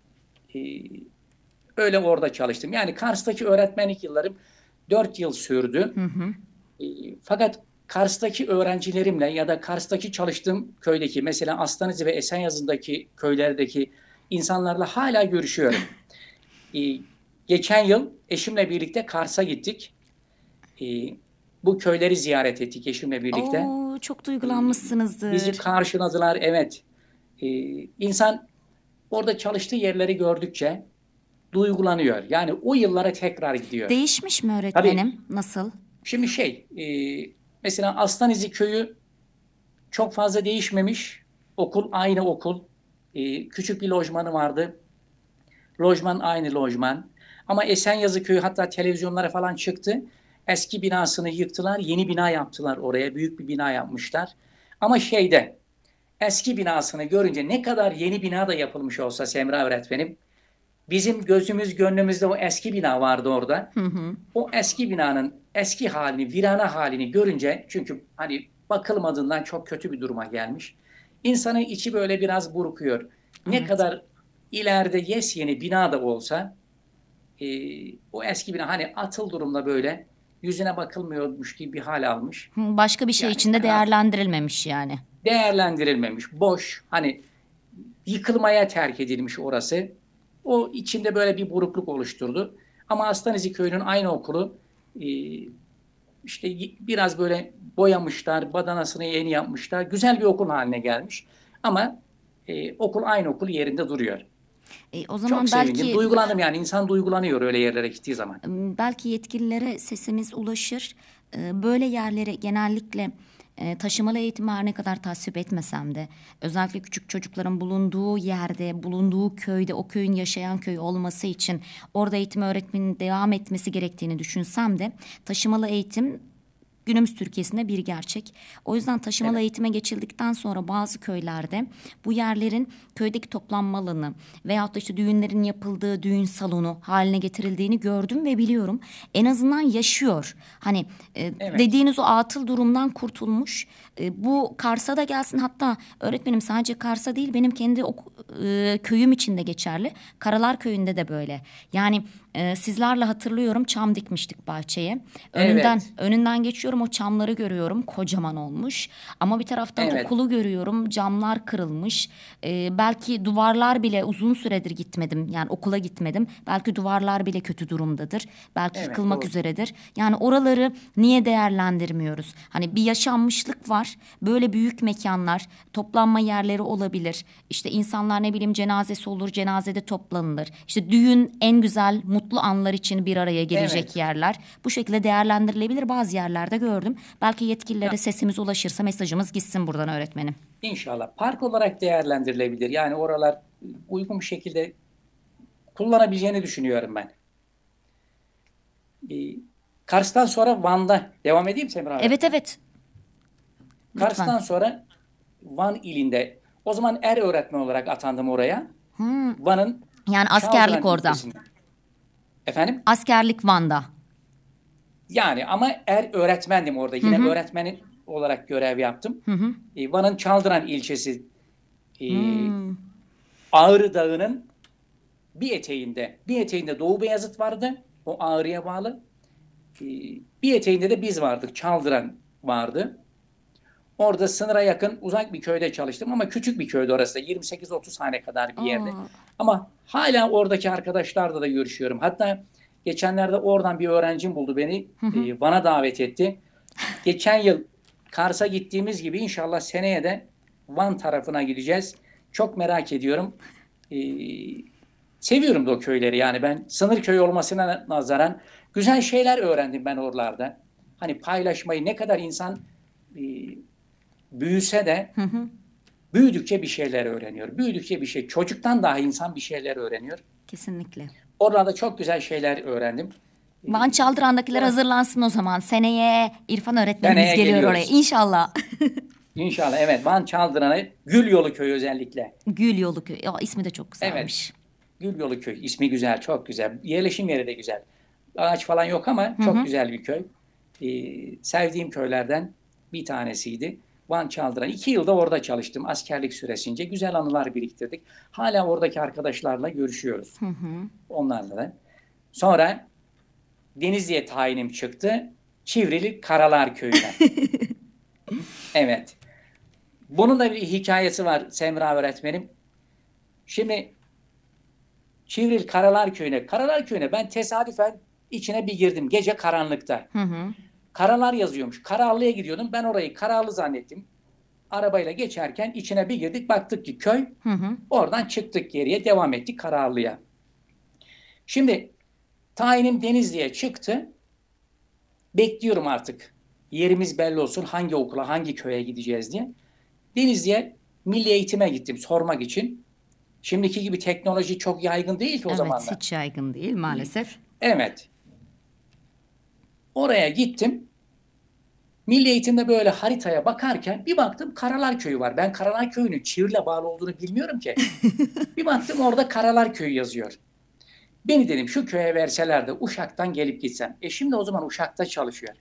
Öyle orada çalıştım. Yani Kars'taki öğretmenlik yıllarım 4 yıl sürdü. Fakat Kars'taki öğrencilerimle ya da Kars'taki çalıştığım köydeki, mesela Aslanizli ve Esenyazı'ndaki köylerdeki insanlarla hala görüşüyorum. Geçen yıl eşimle birlikte Kars'a gittik. Bu köyleri ziyaret ettik eşimle birlikte. Oo, çok duygulanmışsınızdır. Bizi karşıladılar, evet. İnsan orada çalıştığı yerleri gördükçe duygulanıyor. Yani o yıllara tekrar gidiyor. Değişmiş mi öğretmenim? Nasıl? Şimdi mesela Aslanizli köyü çok fazla değişmemiş. Okul aynı okul. Küçük bir lojmanı vardı. Lojman aynı lojman. Ama Esenyazı köyü hatta televizyonlara falan çıktı. Eski binasını yıktılar, yeni bina yaptılar oraya. Büyük bir bina yapmışlar. Ama eski binasını görünce ne kadar yeni bina da yapılmış olsa Semra öğretmenim, bizim gözümüz gönlümüzde o eski bina vardı orada. O eski binanın eski halini, virana halini görünce, çünkü hani bakılmadığından çok kötü bir duruma gelmiş. İnsanın içi böyle biraz burkuyor. Ne Evet. kadar ileride yeni bina da olsa o eski bina hani atıl durumda böyle yüzüne bakılmıyormuş gibi bir hal almış. Başka bir şey Yani içinde değerlendirilmemiş yani. değerlendirilmemiş, boş, hani yıkılmaya terk edilmiş orası. O içinde böyle bir burukluk oluşturdu. Ama Aslanizli Köyü'nün aynı okulu işte biraz böyle boyamışlar, badanasını yeni yapmışlar. Güzel bir okul haline gelmiş. Ama okul aynı okul yerinde duruyor. O zaman Çok sevindim. belki Duygulandım yani. İnsan duygulanıyor öyle yerlere gittiği zaman. belki yetkililere sesimiz ulaşır. Böyle yerlere genellikle taşımalı eğitimi her ne kadar tasvip etmesem de özellikle küçük çocukların bulunduğu yerde, bulunduğu köyde, o köyün yaşayan köy olması için orada eğitim öğretmenin devam etmesi gerektiğini düşünsem de taşımalı eğitim günümüz Türkiye'sinde bir gerçek. O yüzden taşımalı eğitime geçildikten sonra bazı köylerde bu yerlerin köydeki toplanma alanı veyahut da işte düğünlerin yapıldığı düğün salonu haline getirildiğini gördüm ve biliyorum. En azından yaşıyor. Hani dediğiniz o atıl durumdan kurtulmuş. Bu Kars'a da gelsin, hatta öğretmenim sadece Kars'a değil, benim kendi köyüm için de geçerli. Karalar Köyü'nde de böyle. Yani sizlerle hatırlıyorum, çam dikmiştik bahçeye. Önünden geçiyorum, o çamları görüyorum, kocaman olmuş. Ama bir taraftan okulu görüyorum, camlar kırılmış. Belki duvarlar bile, uzun süredir gitmedim. Yani okula gitmedim. Belki duvarlar bile kötü durumdadır. Belki yıkılmak üzeredir. Yani oraları niye değerlendirmiyoruz? Hani bir yaşanmışlık var. Böyle büyük mekanlar, toplanma yerleri olabilir. İşte insanlar ne bileyim cenazesi olur, cenazede toplanılır. İşte düğün, en güzel mutlu anlar için bir araya gelecek yerler. Bu şekilde değerlendirilebilir. Bazı yerlerde gördüm. Belki yetkililere sesimiz ulaşırsa mesajımız gitsin buradan öğretmenim. İnşallah. Park olarak değerlendirilebilir. Yani oralar uygun bir şekilde kullanabileceğini düşünüyorum ben. Kars'tan sonra Van'da devam edeyim Semra abi. Evet. Kars'tan sonra Van ilinde, o zaman öğretmen olarak atandım oraya. Van'ın yani askerlik Çaldıran orada. ilçesinde. Efendim? Askerlik Van'da. Yani ama öğretmendim orada. Yine öğretmen olarak görev yaptım. Van'ın Çaldıran ilçesi, Ağrı Dağı'nın bir eteğinde Doğu Beyazıt vardı. O Ağrı'ya bağlı. Bir eteğinde de biz vardık. Çaldıran vardı. Orada sınıra yakın uzak bir köyde çalıştım ama küçük bir köydü orası da. 28-30 hane kadar bir yerde. Ama hala oradaki arkadaşlarla da görüşüyorum. Hatta geçenlerde oradan bir öğrencim buldu beni. Van'a davet etti. Geçen yıl Kars'a gittiğimiz gibi inşallah seneye de Van tarafına gideceğiz. Çok merak ediyorum. Seviyorum da o köyleri. Yani ben sınır köyü olmasına nazaran güzel şeyler öğrendim ben oralarda. Hani paylaşmayı, ne kadar insan büyüse de büyüdükçe bir şeyler öğreniyor. Büyüdükçe bir şey. Çocuktan daha insan bir şeyler öğreniyor. Kesinlikle. Oralarda çok güzel şeyler öğrendim. Van Çaldıran'dakiler hazırlansın o zaman. Seneye İrfan öğretmenimiz Seneye geliyor geliyoruz. oraya. İnşallah. İnşallah evet. Van Çaldıran'ı, Gül Yolu Köyü özellikle. Gül Yolu Köyü. Ya, ismi de çok güzelmiş. Gül Yolu Köyü. İsmi güzel, çok güzel. Yerleşim yeri de güzel. Ağaç falan yok ama çok güzel bir köy. Sevdiğim köylerden bir tanesiydi. Van Çaldıran. 2 yılda orada çalıştım askerlik süresince. Güzel anılar biriktirdik. Hala oradaki arkadaşlarla görüşüyoruz. Onlarla da. Sonra Denizli'ye tayinim çıktı. Çivrili Karalar Köyü'ne. Evet. Bunun da bir hikayesi var Semra öğretmenim. Şimdi Çivril Karalar Köyü'ne ben tesadüfen içine bir girdim. Gece karanlıkta. Karalar yazıyormuş. Kararlı'ya gidiyordum. Ben orayı Kararlı zannettim. Arabayla geçerken içine bir girdik. Baktık ki köy. Oradan çıktık geriye. Devam ettik Kararlı'ya. Şimdi tayinim Denizli'ye çıktı. Bekliyorum artık. Yerimiz belli olsun. Hangi okula, hangi köye gideceğiz diye. Denizli'ye Milli Eğitim'e gittim sormak için. Şimdiki gibi teknoloji çok yaygın değil ki o Evet, zamanlar. hiç yaygın değil maalesef. Evet. Oraya gittim. Milli Eğitim'de böyle haritaya bakarken bir baktım Karalar Köyü var. Ben Karalar Köyü'nün Çivril'e bağlı olduğunu bilmiyorum ki. Bir baktım orada Karalar Köyü yazıyor. Beni dedim şu köye verseler de Uşak'tan gelip gitsem. Şimdi o zaman Uşak'ta çalışıyor.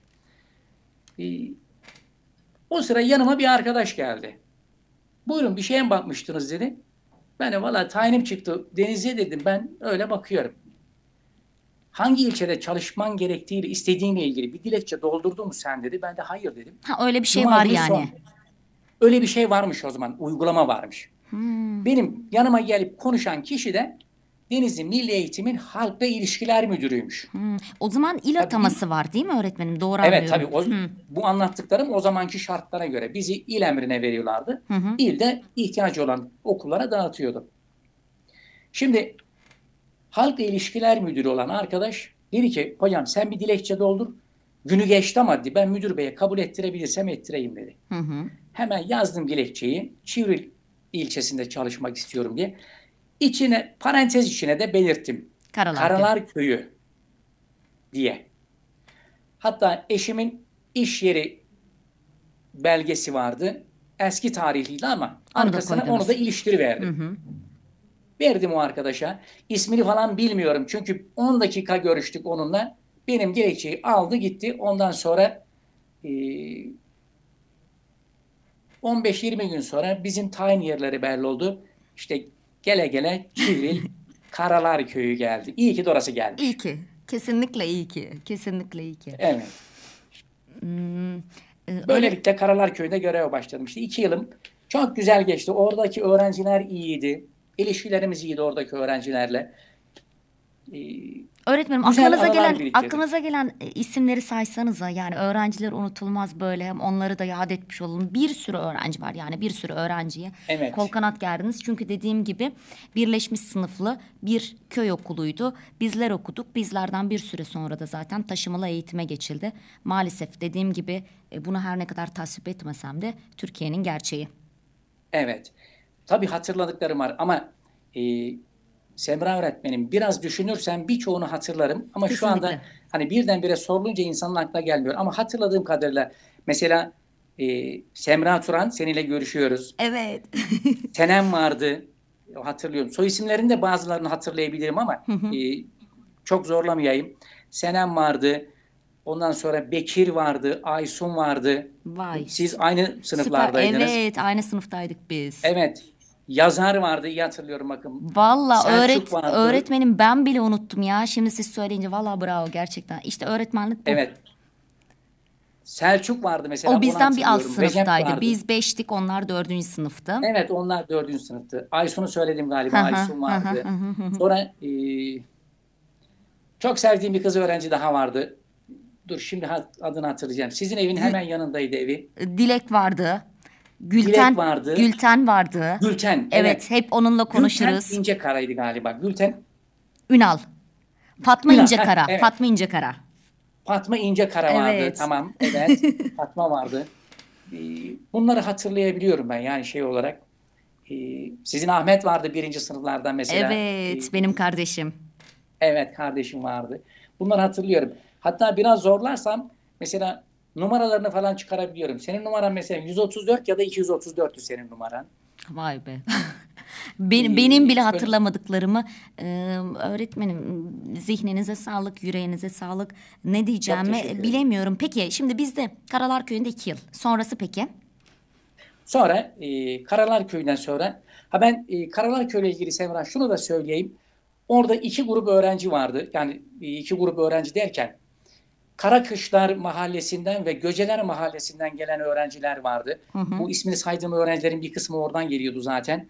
O sıra yanıma bir arkadaş geldi. Buyurun bir şeye mi bakmıştınız dedi. Ben de valla tayinim çıktı. Denizli'ye dedim ben öyle bakıyorum. Hangi ilçede çalışman gerektiğiyle istediğinle ilgili bir dilekçe doldurdun mu sen dedi. Ben de hayır dedim. Ha, öyle bir şey Cuma var günü yani. son. Öyle bir şey varmış o zaman. Uygulama varmış. Benim yanıma gelip konuşan kişi de Denizli Milli Eğitim'in Halkla İlişkiler Müdürüymüş. O zaman il ataması var değil mi öğretmenim? Doğru Evet tabii anlıyorum. bu anlattıklarım o zamanki şartlara göre bizi il emrine veriyorlardı. İl de ihtiyacı olan okullara dağıtıyordu. Şimdi Halkla İlişkiler Müdürü olan arkadaş dedi ki hocam sen bir dilekçe doldur. Günü geçti ama ben müdür beye kabul ettirebilirsem ettireyim dedi. Hemen yazdım dilekçeyi. Çivril ilçesinde çalışmak istiyorum diye. İçine parantez içine de belirttim. Karalar Köyü diye. Hatta eşimin iş yeri belgesi vardı. Eski tarihliydi ama arkasına onu da iliştiriverdim. Verdim o arkadaşa. İsmini falan bilmiyorum. Çünkü 10 dakika görüştük onunla. Benim dilekçeyi aldı gitti. Ondan sonra 15-20 gün sonra bizim tayin yerleri belli oldu. İşte gele gele Çivril Karalar Köyü geldi. İyi ki de orası geldi. İyi ki. Kesinlikle iyi ki. Kesinlikle iyi ki. Evet. Böylelikle Karalar Köyü'nde göreve başladım. İşte 2 yılım çok güzel geçti. Oradaki öğrenciler iyiydi. İlişkilerimiz iyiydi oradaki öğrencilerle. Öğretmenim Güzel aklınıza gelen isimleri saysanıza, yani öğrenciler unutulmaz, böyle hem onları da yad etmiş olalım. Bir sürü öğrenci var, yani bir sürü öğrenciye kol kanat gerdiniz. Çünkü dediğim gibi birleşmiş sınıflı bir köy okuluydu. Bizler okuduk. Bizlerden bir süre sonra da zaten taşımalı eğitime geçildi. Maalesef dediğim gibi bunu her ne kadar tasvip etmesem de Türkiye'nin gerçeği. Evet. Tabii hatırladıklarım var ama Semra öğretmenim biraz düşünürsem birçoğunu hatırlarım ama Kesinlikle. şu anda hani birdenbire sorulunca insanın aklına gelmiyor. Ama hatırladığım kadarıyla mesela Semra Turan seninle görüşüyoruz. Evet. Senem vardı. Hatırlıyorum. Soy isimlerini de bazılarını hatırlayabilirim ama çok zorlamayayım. Senem vardı. Ondan sonra Bekir vardı. Aysun vardı. Vay. Siz aynı sınıflardaydınız. Evet, aynı sınıftaydık biz. Evet. Yazar vardı, iyi hatırlıyorum bakın. Valla Selçuk vardı. öğretmenim ben bile unuttum ya. Şimdi siz söyleyince valla bravo gerçekten. İşte öğretmenlik bu. Evet. Selçuk vardı mesela. O bizden bir alt hatırlıyorum. Recep sınıftaydı. vardı. Biz 5'tik, onlar 4. sınıftı. Evet, onlar 4. sınıftı. Aysun'u söyledim galiba. Aysun vardı. Sonra çok sevdiğim bir kız öğrenci daha vardı. Dur şimdi adını hatırlayacağım. Sizin evin hemen yanındaydı evi. Dilek vardı. Dilek vardı. Gülten vardı. Gülten. Evet, hep onunla konuşuruz. Gülten İncekara'ydı galiba. Gülten. Ünal. Fatma Ünal, İncekara. evet. Fatma İncekara. Fatma İncekara vardı. Evet. Tamam. Evet. Fatma vardı. Bunları hatırlayabiliyorum ben yani şey olarak. Sizin Ahmet vardı 1. sınıflardan mesela. Evet, benim kardeşim. Evet, kardeşim vardı. Bunları hatırlıyorum. Hatta biraz zorlarsam mesela numaralarını falan çıkarabiliyorum. Senin numaran mesela 134 ya da 234'tü senin numaran. Vay be. Benim bile hatırlamadıklarımı öğretmenim, zihninize sağlık, yüreğinize sağlık. Ne diyeceğimi bilemiyorum. Peki şimdi bizde Karalar Köyü'nde 2 yıl. Sonrası peki? Sonra Karalar Köyü'nden sonra ben Karalar Köyü'yle ilgili Semra şunu da söyleyeyim. Orada 2 grup öğrenci vardı. Yani 2 grup öğrenci derken Karakışlar Mahallesi'nden ve Göceler Mahallesi'nden gelen öğrenciler vardı. Bu ismini saydığım öğrencilerin bir kısmı oradan geliyordu zaten.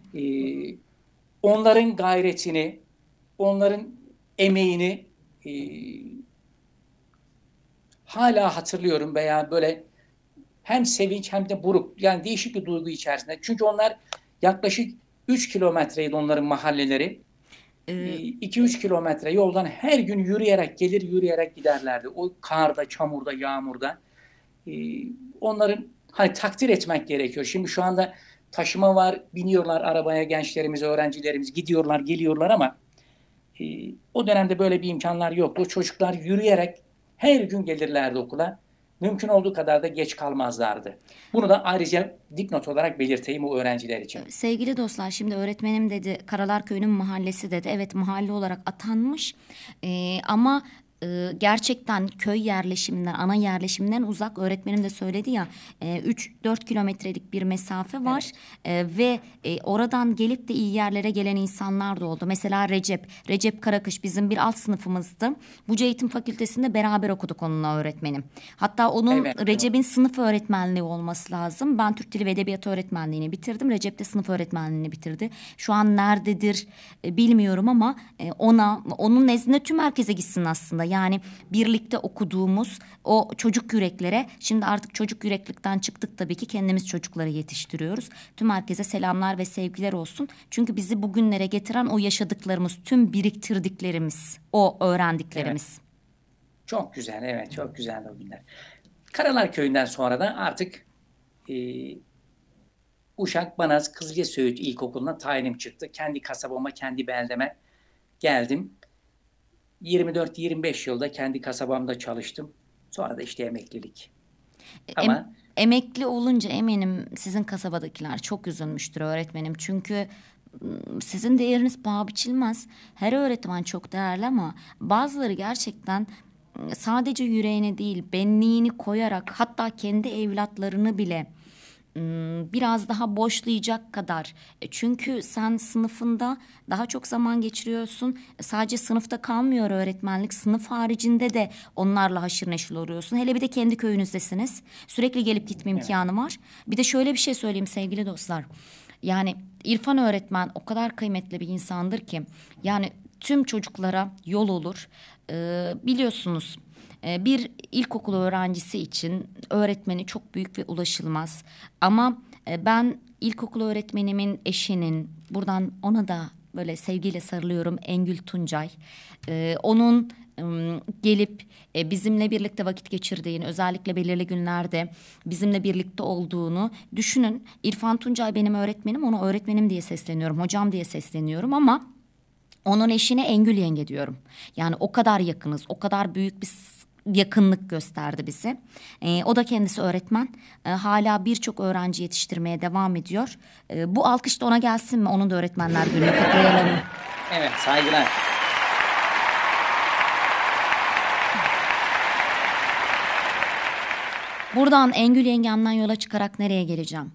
Onların gayretini, onların emeğini hala hatırlıyorum veya böyle hem sevinç hem de buruk, yani değişik bir duygu içerisinde. Çünkü onlar yaklaşık 3 kilometreydi onların mahalleleri. 2-3 kilometre yoldan her gün yürüyerek gelir, yürüyerek giderlerdi. O karda, çamurda, yağmurda. Onların hani takdir etmek gerekiyor. Şimdi şu anda taşıma var, biniyorlar arabaya gençlerimiz, öğrencilerimiz gidiyorlar, geliyorlar ama o dönemde böyle bir imkanlar yoktu. O çocuklar yürüyerek her gün gelirlerdi okula. Mümkün olduğu kadar da geç kalmazlardı. Bunu da ayrıca dipnot olarak belirteyim o öğrenciler için. Sevgili dostlar, şimdi öğretmenim dedi Karalar Köyü'nün mahallesi dedi. Evet, mahalle olarak atanmış ama gerçekten köy yerleşiminden, ana yerleşiminden uzak. Öğretmenim de söyledi ya, 3-4 kilometrelik bir mesafe var. Ve oradan gelip de iyi yerlere gelen insanlar da oldu. Mesela Recep Karakış bizim bir alt sınıfımızdı. Buca Eğitim Fakültesi'nde beraber okuduk onunla öğretmenim. Hatta onun Evet. Recep'in sınıf öğretmenliği olması lazım. Ben Türk Dili ve Edebiyatı öğretmenliğini bitirdim. Recep de sınıf öğretmenliğini bitirdi. Şu an nerededir bilmiyorum ama onun nezdinde tüm herkese gitsin aslında. Yani birlikte okuduğumuz o çocuk yüreklere, şimdi artık çocuk yüreklikten çıktık tabii ki, kendimiz çocukları yetiştiriyoruz. Tüm herkese selamlar ve sevgiler olsun. Çünkü bizi bugünlere getiren o yaşadıklarımız, tüm biriktirdiklerimiz, o öğrendiklerimiz. Çok güzel, evet, çok güzel o günler. Karalar Köyü'nden sonra da artık Uşak, Banaz, Kızılcasöğüt İlkokulu'na tayinim çıktı. Kendi kasabama, kendi beldeme geldim. 24-25 yılda kendi kasabamda çalıştım. Sonra da işte emeklilik. Ama Emekli olunca eminim sizin kasabadakiler çok üzülmüştür öğretmenim. Çünkü sizin değeriniz paha biçilmez. Her öğretmen çok değerli ama bazıları gerçekten sadece yüreğine değil, benliğini koyarak, hatta kendi evlatlarını bile biraz daha boşlayacak kadar. Çünkü sen sınıfında daha çok zaman geçiriyorsun. Sadece sınıfta kalmıyor öğretmenlik. Sınıf haricinde de onlarla haşır neşir oluyorsun. Hele bir de kendi köyünüzdesiniz. Sürekli gelip gitme imkanı var. Bir de şöyle bir şey söyleyeyim sevgili dostlar. Yani İrfan öğretmen o kadar kıymetli bir insandır ki. Yani tüm çocuklara yol olur. Biliyorsunuz, bir ilkokul öğrencisi için öğretmeni çok büyük ve ulaşılmaz. Ama ben ilkokul öğretmenimin eşinin, buradan ona da böyle sevgiyle sarılıyorum, Engül Tuncay. Onun gelip bizimle birlikte vakit geçirdiğini, özellikle belirli günlerde bizimle birlikte olduğunu düşünün. İrfan Tuncay benim öğretmenim, ona öğretmenim diye sesleniyorum, hocam diye sesleniyorum ama onun eşine Engül yenge diyorum. Yani o kadar yakınız, o kadar büyük bir yakınlık gösterdi bize. O da kendisi öğretmen. Hala birçok öğrenci yetiştirmeye devam ediyor. Bu alkış da ona gelsin mi? Onun da öğretmenler gününü kutlayalım. evet, saygılar. Buradan Engül yengemden yola çıkarak nereye geleceğim?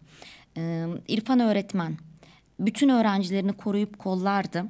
İrfan öğretmen bütün öğrencilerini koruyup kollardı.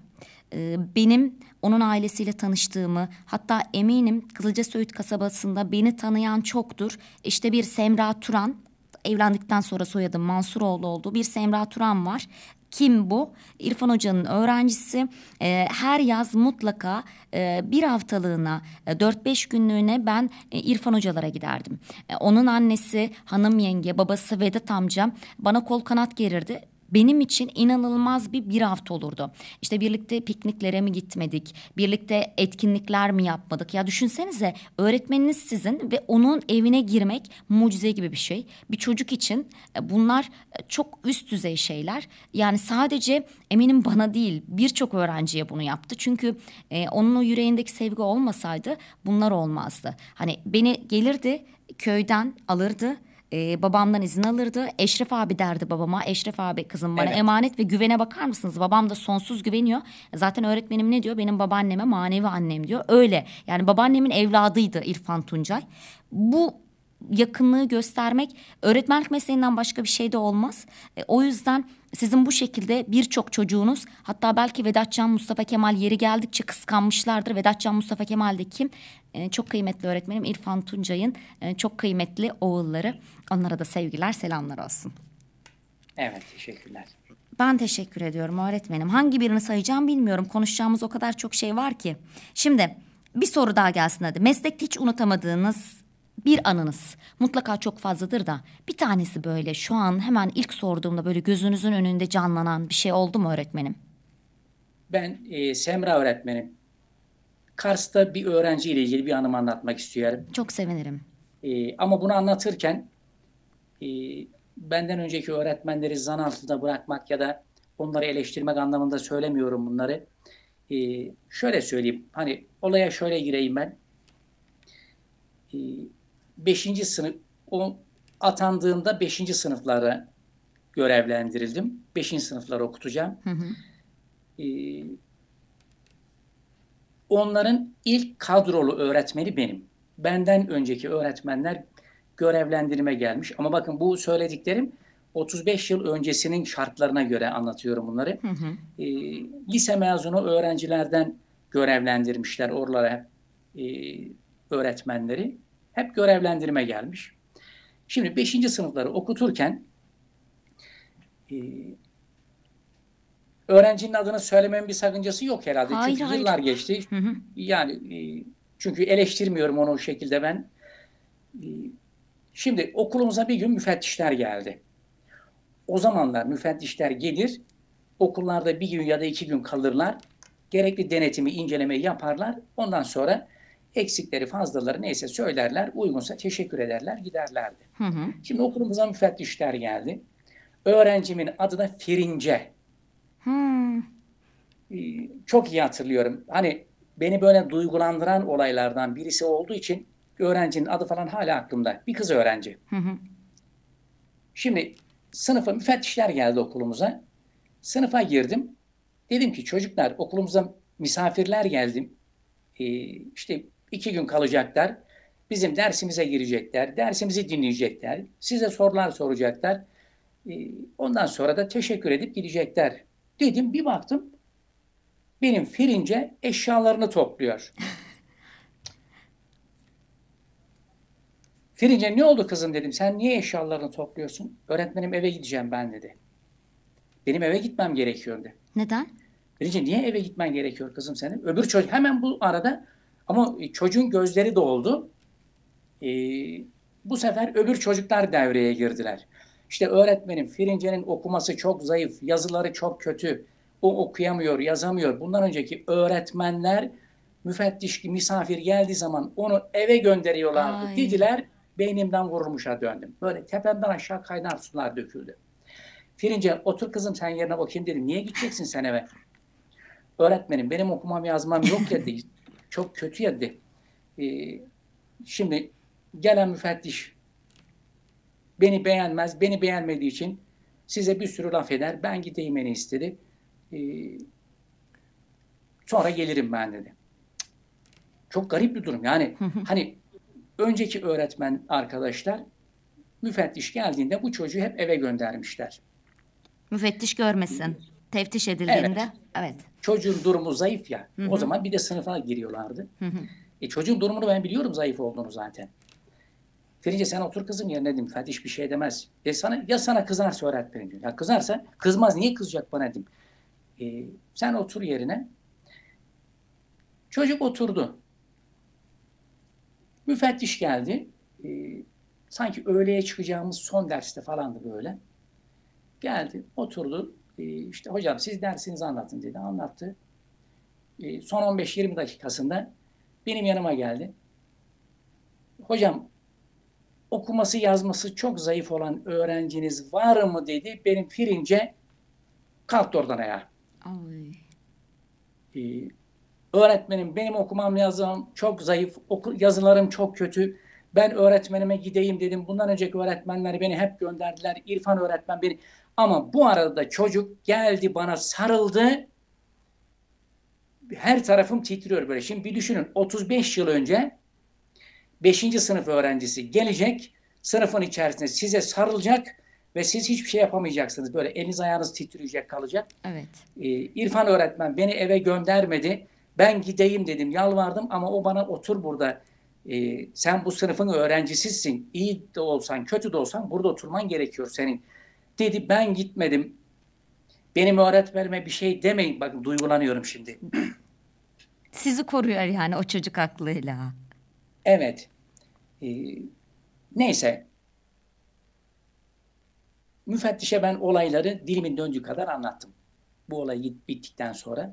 Benim onun ailesiyle tanıştığımı, hatta eminim Kızılcasöğüt kasabasında beni tanıyan çoktur. İşte bir Semra Turan, evlendikten sonra soyadı Mansuroğlu oldu. Bir Semra Turan var. Kim bu? İrfan Hoca'nın öğrencisi. Her yaz mutlaka bir haftalığına, 4-5 günlüğüne ben İrfan Hocalara giderdim. Onun annesi Hanım yenge, babası Vedat amcam bana kol kanat gerirdi. Benim için inanılmaz bir hafta olurdu. İşte birlikte pikniklere mi gitmedik? Birlikte etkinlikler mi yapmadık? Ya düşünsenize, öğretmeniniz sizin ve onun evine girmek mucize gibi bir şey. Bir çocuk için bunlar çok üst düzey şeyler. Yani sadece eminim bana değil, birçok öğrenciye bunu yaptı. Çünkü onun o yüreğindeki sevgi olmasaydı bunlar olmazdı. Hani beni gelirdi, köyden alırdı. Babamdan izin alırdı. Eşref abi derdi babama. Eşref abi, kızım bana Evet. emanet ve güvene bakar mısınız? Babam da sonsuz güveniyor. Zaten öğretmenim ne diyor? Benim babaanneme manevi annem diyor. Öyle. Yani babaannemin evladıydı İrfan Tuncay. Bu yakınlığı göstermek öğretmenlik mesleğinden başka bir şey de olmaz. O yüzden sizin bu şekilde birçok çocuğunuz, hatta belki Vedatcan, Mustafa Kemal yeri geldikçe kıskanmışlardır. Vedatcan, Mustafa Kemal de kim? Çok kıymetli öğretmenim İrfan Tuncay'ın çok kıymetli oğulları. Onlara da sevgiler, selamlar olsun. Evet, teşekkürler. Ben teşekkür ediyorum öğretmenim. Hangi birini sayacağım bilmiyorum. Konuşacağımız o kadar çok şey var ki. Şimdi bir soru daha gelsin hadi. Meslekte hiç unutamadığınız bir anınız mutlaka çok fazladır da bir tanesi böyle şu an hemen ilk sorduğumda böyle gözünüzün önünde canlanan bir şey oldu mu öğretmenim? Ben Semra öğretmenim. Kars'ta bir öğrenciyle ilgili bir anımı anlatmak istiyorum. Çok sevinirim. Ama bunu anlatırken benden önceki öğretmenleri zan altında bırakmak ya da onları eleştirmek anlamında söylemiyorum bunları. Şöyle söyleyeyim, hani olaya şöyle gireyim ben. 5. sınıf, o atandığımda 5. sınıflara görevlendirildim. 5. sınıfları okutacağım. Onların ilk kadrolu öğretmeni benim. Benden önceki öğretmenler görevlendirme gelmiş. Ama bakın bu söylediklerim 35 yıl öncesinin şartlarına göre anlatıyorum bunları. Lise mezunu öğrencilerden görevlendirmişler oralara öğretmenleri. Hep görevlendirme gelmiş. Şimdi 5. sınıfları okuturken öğrencinin adını söylememin bir sakıncası yok herhalde. Hayır, Çünkü hayır. yıllar geçti. Yani çünkü eleştirmiyorum onu o şekilde ben. Şimdi okulumuza bir gün müfettişler geldi. O zamanlar müfettişler gelir, okullarda bir gün ya da 2 gün kalırlar. Gerekli denetimi, incelemeyi yaparlar. Ondan sonra eksikleri, fazlaları neyse söylerler. Uygunsa teşekkür ederler, giderlerdi. Şimdi okulumuza müfettişler geldi. Öğrencimin adı da Firince. Çok iyi hatırlıyorum. Hani beni böyle duygulandıran olaylardan birisi olduğu için öğrencinin adı falan hala aklımda. Bir kız öğrenci. Şimdi sınıfa müfettişler geldi okulumuza. Sınıfa girdim. Dedim ki çocuklar okulumuza misafirler geldi. İşte 2 gün kalacaklar. Bizim dersimize girecekler. Dersimizi dinleyecekler. Size sorular soracaklar. Ondan sonra da teşekkür edip gidecekler. Dedim bir baktım. Benim Firince eşyalarını topluyor. Firince ne oldu kızım dedim. Sen niye eşyalarını topluyorsun? Öğretmenim eve gideceğim ben dedi. Benim eve gitmem gerekiyor dedi. Neden? Firince niye eve gitmen gerekiyor kızım senin? Öbür çocuk hemen bu arada ama çocuğun gözleri doldu. Bu sefer öbür çocuklar devreye girdiler. İşte öğretmenim Firince'nin okuması çok zayıf, yazıları çok kötü. O okuyamıyor, yazamıyor. Bundan önceki öğretmenler müfettiş misafir geldiği zaman onu eve gönderiyorlardı dediler. Beynimden vurulmuşa döndüm. Böyle tepemden aşağı kaynar sular döküldü. Firince otur kızım sen yerine bakayım dedim. Niye gideceksin sen eve? Öğretmenim benim okumam yazmam yok dedi. Çok kötü dedi. Şimdi gelen müfettiş beni beğenmez. Beni beğenmediği için size bir sürü laf eder. Ben gideyim en istedi. Sonra gelirim ben dedi. Çok garip bir durum. Yani hani önceki öğretmen arkadaşlar müfettiş geldiğinde bu çocuğu hep eve göndermişler. Müfettiş görmesin. Teftiş edildiğinde. Evet. Çocuğun durumu zayıf ya. O zaman bir de sınıfa giriyorlardı. Çocuğun durumunu ben biliyorum zayıf olduğunu zaten. Firince sen otur kızım yerine dedim. Müfettiş bir şey demez. Sana kızarsa öğretmenim diyor. Ya kızarsa kızmaz. Niye kızacak bana dedim. Sen otur yerine. Çocuk oturdu. Müfettiş geldi. Sanki öğleye çıkacağımız son derste falandı böyle. Geldi, oturdu. İşte hocam siz dersinizi anlatın dedi. Anlattı. Son 15-20 dakikasında benim yanıma geldi. Hocam okuması yazması çok zayıf olan öğrenciniz var mı dedi. Benim Firince kalktı oradan ayağa. Öğretmenim benim okumam yazmam çok zayıf. Yazılarım çok kötü. Ben öğretmenime gideyim dedim. Bundan önceki öğretmenler beni hep gönderdiler. İrfan öğretmen beni. Ama bu arada çocuk geldi bana sarıldı. Her tarafım titriyor böyle. Şimdi bir düşünün 35 yıl önce 5. sınıf öğrencisi gelecek. Sınıfın içerisinde size sarılacak ve siz hiçbir şey yapamayacaksınız. Böyle eliniz ayağınız titreyecek kalacak. Evet. İrfan öğretmen beni eve göndermedi. Ben gideyim dedim. Yalvardım ama o bana otur burada. Sen bu sınıfın öğrencisisin. İyi de olsan kötü de olsan burada oturman gerekiyor senin. Dedi ben gitmedim. Benim öğretmenime bir şey demeyin. Bakın duygulanıyorum şimdi. Sizi koruyor yani o çocuk aklıyla. Evet. Neyse. Müfettişe ben olayları dilimin döndüğü kadar anlattım. Bu olay bittikten sonra.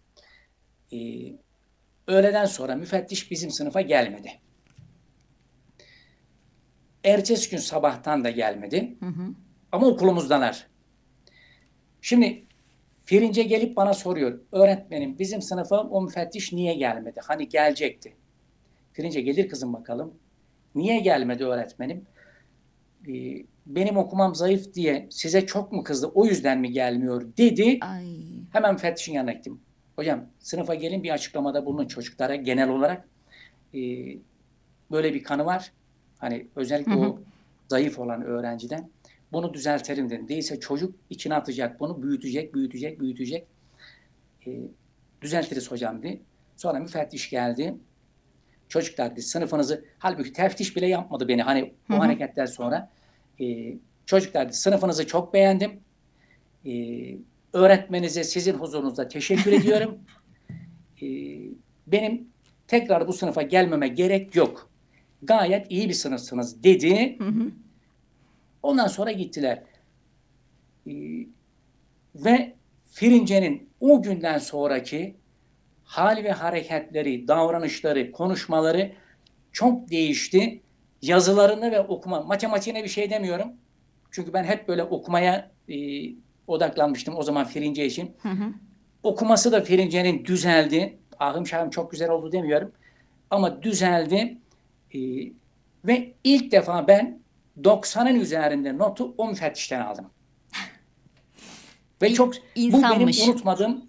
Öğleden sonra müfettiş bizim sınıfa gelmedi. Ertesi gün sabahtan da gelmedi. Ama okulumuzdalar. Şimdi Firince gelip bana soruyor. Öğretmenim bizim sınıfa o müfettiş niye gelmedi? Hani gelecekti. Firince gelir kızım bakalım. Niye gelmedi öğretmenim? Benim okumam zayıf diye size çok mu kızdı? O yüzden mi gelmiyor dedi. Ay. Hemen müfettişin yanına gittim. Hocam sınıfa gelin bir açıklamada bulunun çocuklara genel olarak. Böyle bir kanı var. Hani özellikle o zayıf olan öğrenciden. Bunu düzeltelim dedim. Değilse çocuk içine atacak bunu. Büyütecek. Düzeltiriz hocam dedi. Sonra müfettiş geldi. Çocuklar dedi sınıfınızı, halbuki teftiş bile yapmadı beni. Hani bu hareketler sonra. Çocuklar dedi sınıfınızı çok beğendim. Öğretmenize sizin huzurunuzda teşekkür ediyorum. Benim tekrar bu sınıfa gelmeme gerek yok. Gayet iyi bir sınıfsınız dedi. Ondan sonra gittiler. Ve Firince'nin o günden sonraki hal ve hareketleri, davranışları, konuşmaları çok değişti. Yazılarını ve okuma, matematiğine bir şey demiyorum. Çünkü ben hep böyle okumaya odaklanmıştım o zaman Firince için. Okuması da Firince'nin düzeldi. Ahım şahım çok güzel oldu demiyorum. Ama düzeldi. Ve ilk defa ben 90'ın üzerinde notu o müfettişten aldım. Ve çok İnsanmış. bu benim unutmadığım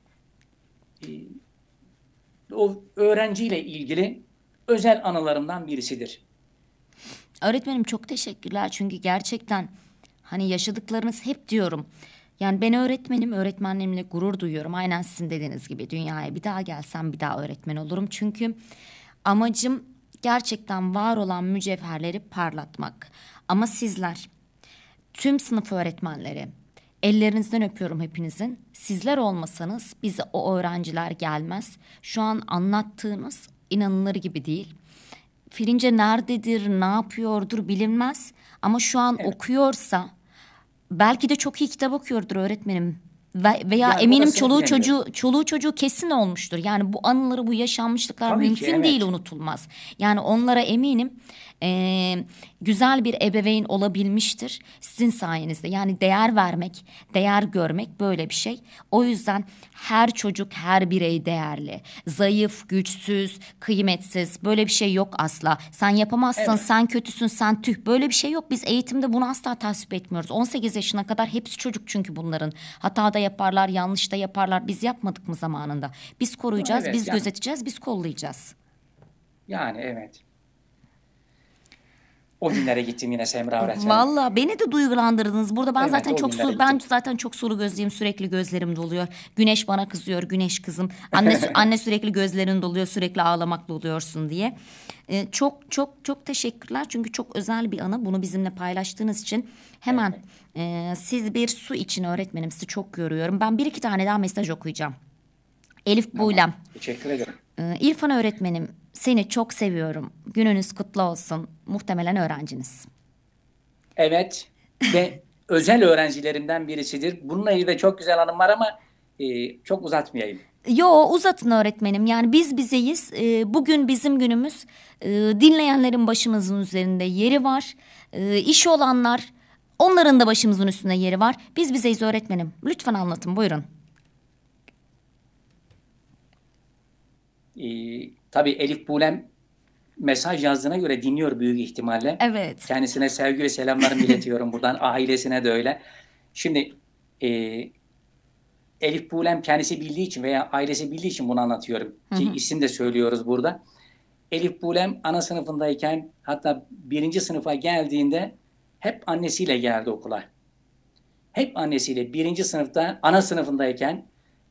o öğrenciyle ilgili özel anılarımdan birisidir. Öğretmenim çok teşekkürler çünkü gerçekten hani yaşadıklarınız hep diyorum. Yani ben öğretmenim, öğretmenliğimle gurur duyuyorum. Aynen sizin dediğiniz gibi dünyaya bir daha gelsem bir daha öğretmen olurum. Çünkü amacım gerçekten var olan mücevherleri parlatmak. Ama sizler, tüm sınıf öğretmenleri, ellerinizden öpüyorum hepinizin. Sizler olmasanız bize o öğrenciler gelmez. Şu an anlattığınız inanılır gibi değil. Firince nerededir, ne yapıyordur bilinmez. Ama şu an okuyorsa belki de çok iyi kitap okuyordur öğretmenim. Veya Yani eminim orasını çoluğu çocuğu kesin olmuştur. Yani bu anıları, bu yaşanmışlıklar Tabii ki, mümkün evet. değil, unutulmaz. Yani onlara eminim güzel bir ebeveyn olabilmiştir sizin sayenizde. Yani değer vermek, değer görmek böyle bir şey. O yüzden her çocuk, her birey değerli. Zayıf, güçsüz, kıymetsiz böyle bir şey yok asla. Sen yapamazsın, Evet. sen kötüsün, sen tüh, böyle bir şey yok. Biz eğitimde bunu asla tasvip etmiyoruz. 18 yaşına kadar hepsi çocuk çünkü bunların. Hata da yaparlar, yanlış da yaparlar. Biz yapmadık mı zamanında? Biz koruyacağız, Evet, biz yani. gözeteceğiz, biz kollayacağız. Yani evet. O günlere gittim yine Semra öğretmenim. Vallahi beni de duygulandırdınız. Burada ben Evet, zaten o çok günlere ben gittim. zaten çok sulu gözlüyüm. Sürekli gözlerim doluyor. Güneş bana kızıyor. Güneş kızım. Anne sürekli gözlerin doluyor. Sürekli ağlamakla oluyorsun diye. Çok çok çok teşekkürler. Çünkü çok özel bir anı. Bunu bizimle paylaştığınız için hemen siz bir su için öğretmenim. Sizi çok görüyorum. Ben bir iki tane daha mesaj okuyacağım. Elif Buylem. Teşekkür ederim. İrfan öğretmenim, seni çok seviyorum. Gününüz kutlu olsun. Muhtemelen öğrenciniz. Evet ve özel öğrencilerimden birisidir. Bununla ilgili de çok güzel anım var ama çok uzatmayayım. Yo, uzatın öğretmenim. Yani biz bizeyiz. Bugün bizim günümüz. Dinleyenlerin başımızın üzerinde yeri var. İşi olanlar, onların da başımızın üstünde yeri var. Biz bizeyiz öğretmenim. Lütfen anlatın, buyurun. Tabii Elif Bulem mesaj yazdığına göre dinliyor büyük ihtimalle. Evet. Kendisine sevgi ve selamlarımı iletiyorum buradan. Ailesine de öyle. Şimdi Elif Bulem kendisi bildiği için veya ailesi bildiği için bunu anlatıyorum. Ki isim de söylüyoruz burada. Elif Bulem ana sınıfındayken, hatta 1. sınıfa geldiğinde hep annesiyle geldi okula. Hep annesiyle 1. sınıfta, ana sınıfındayken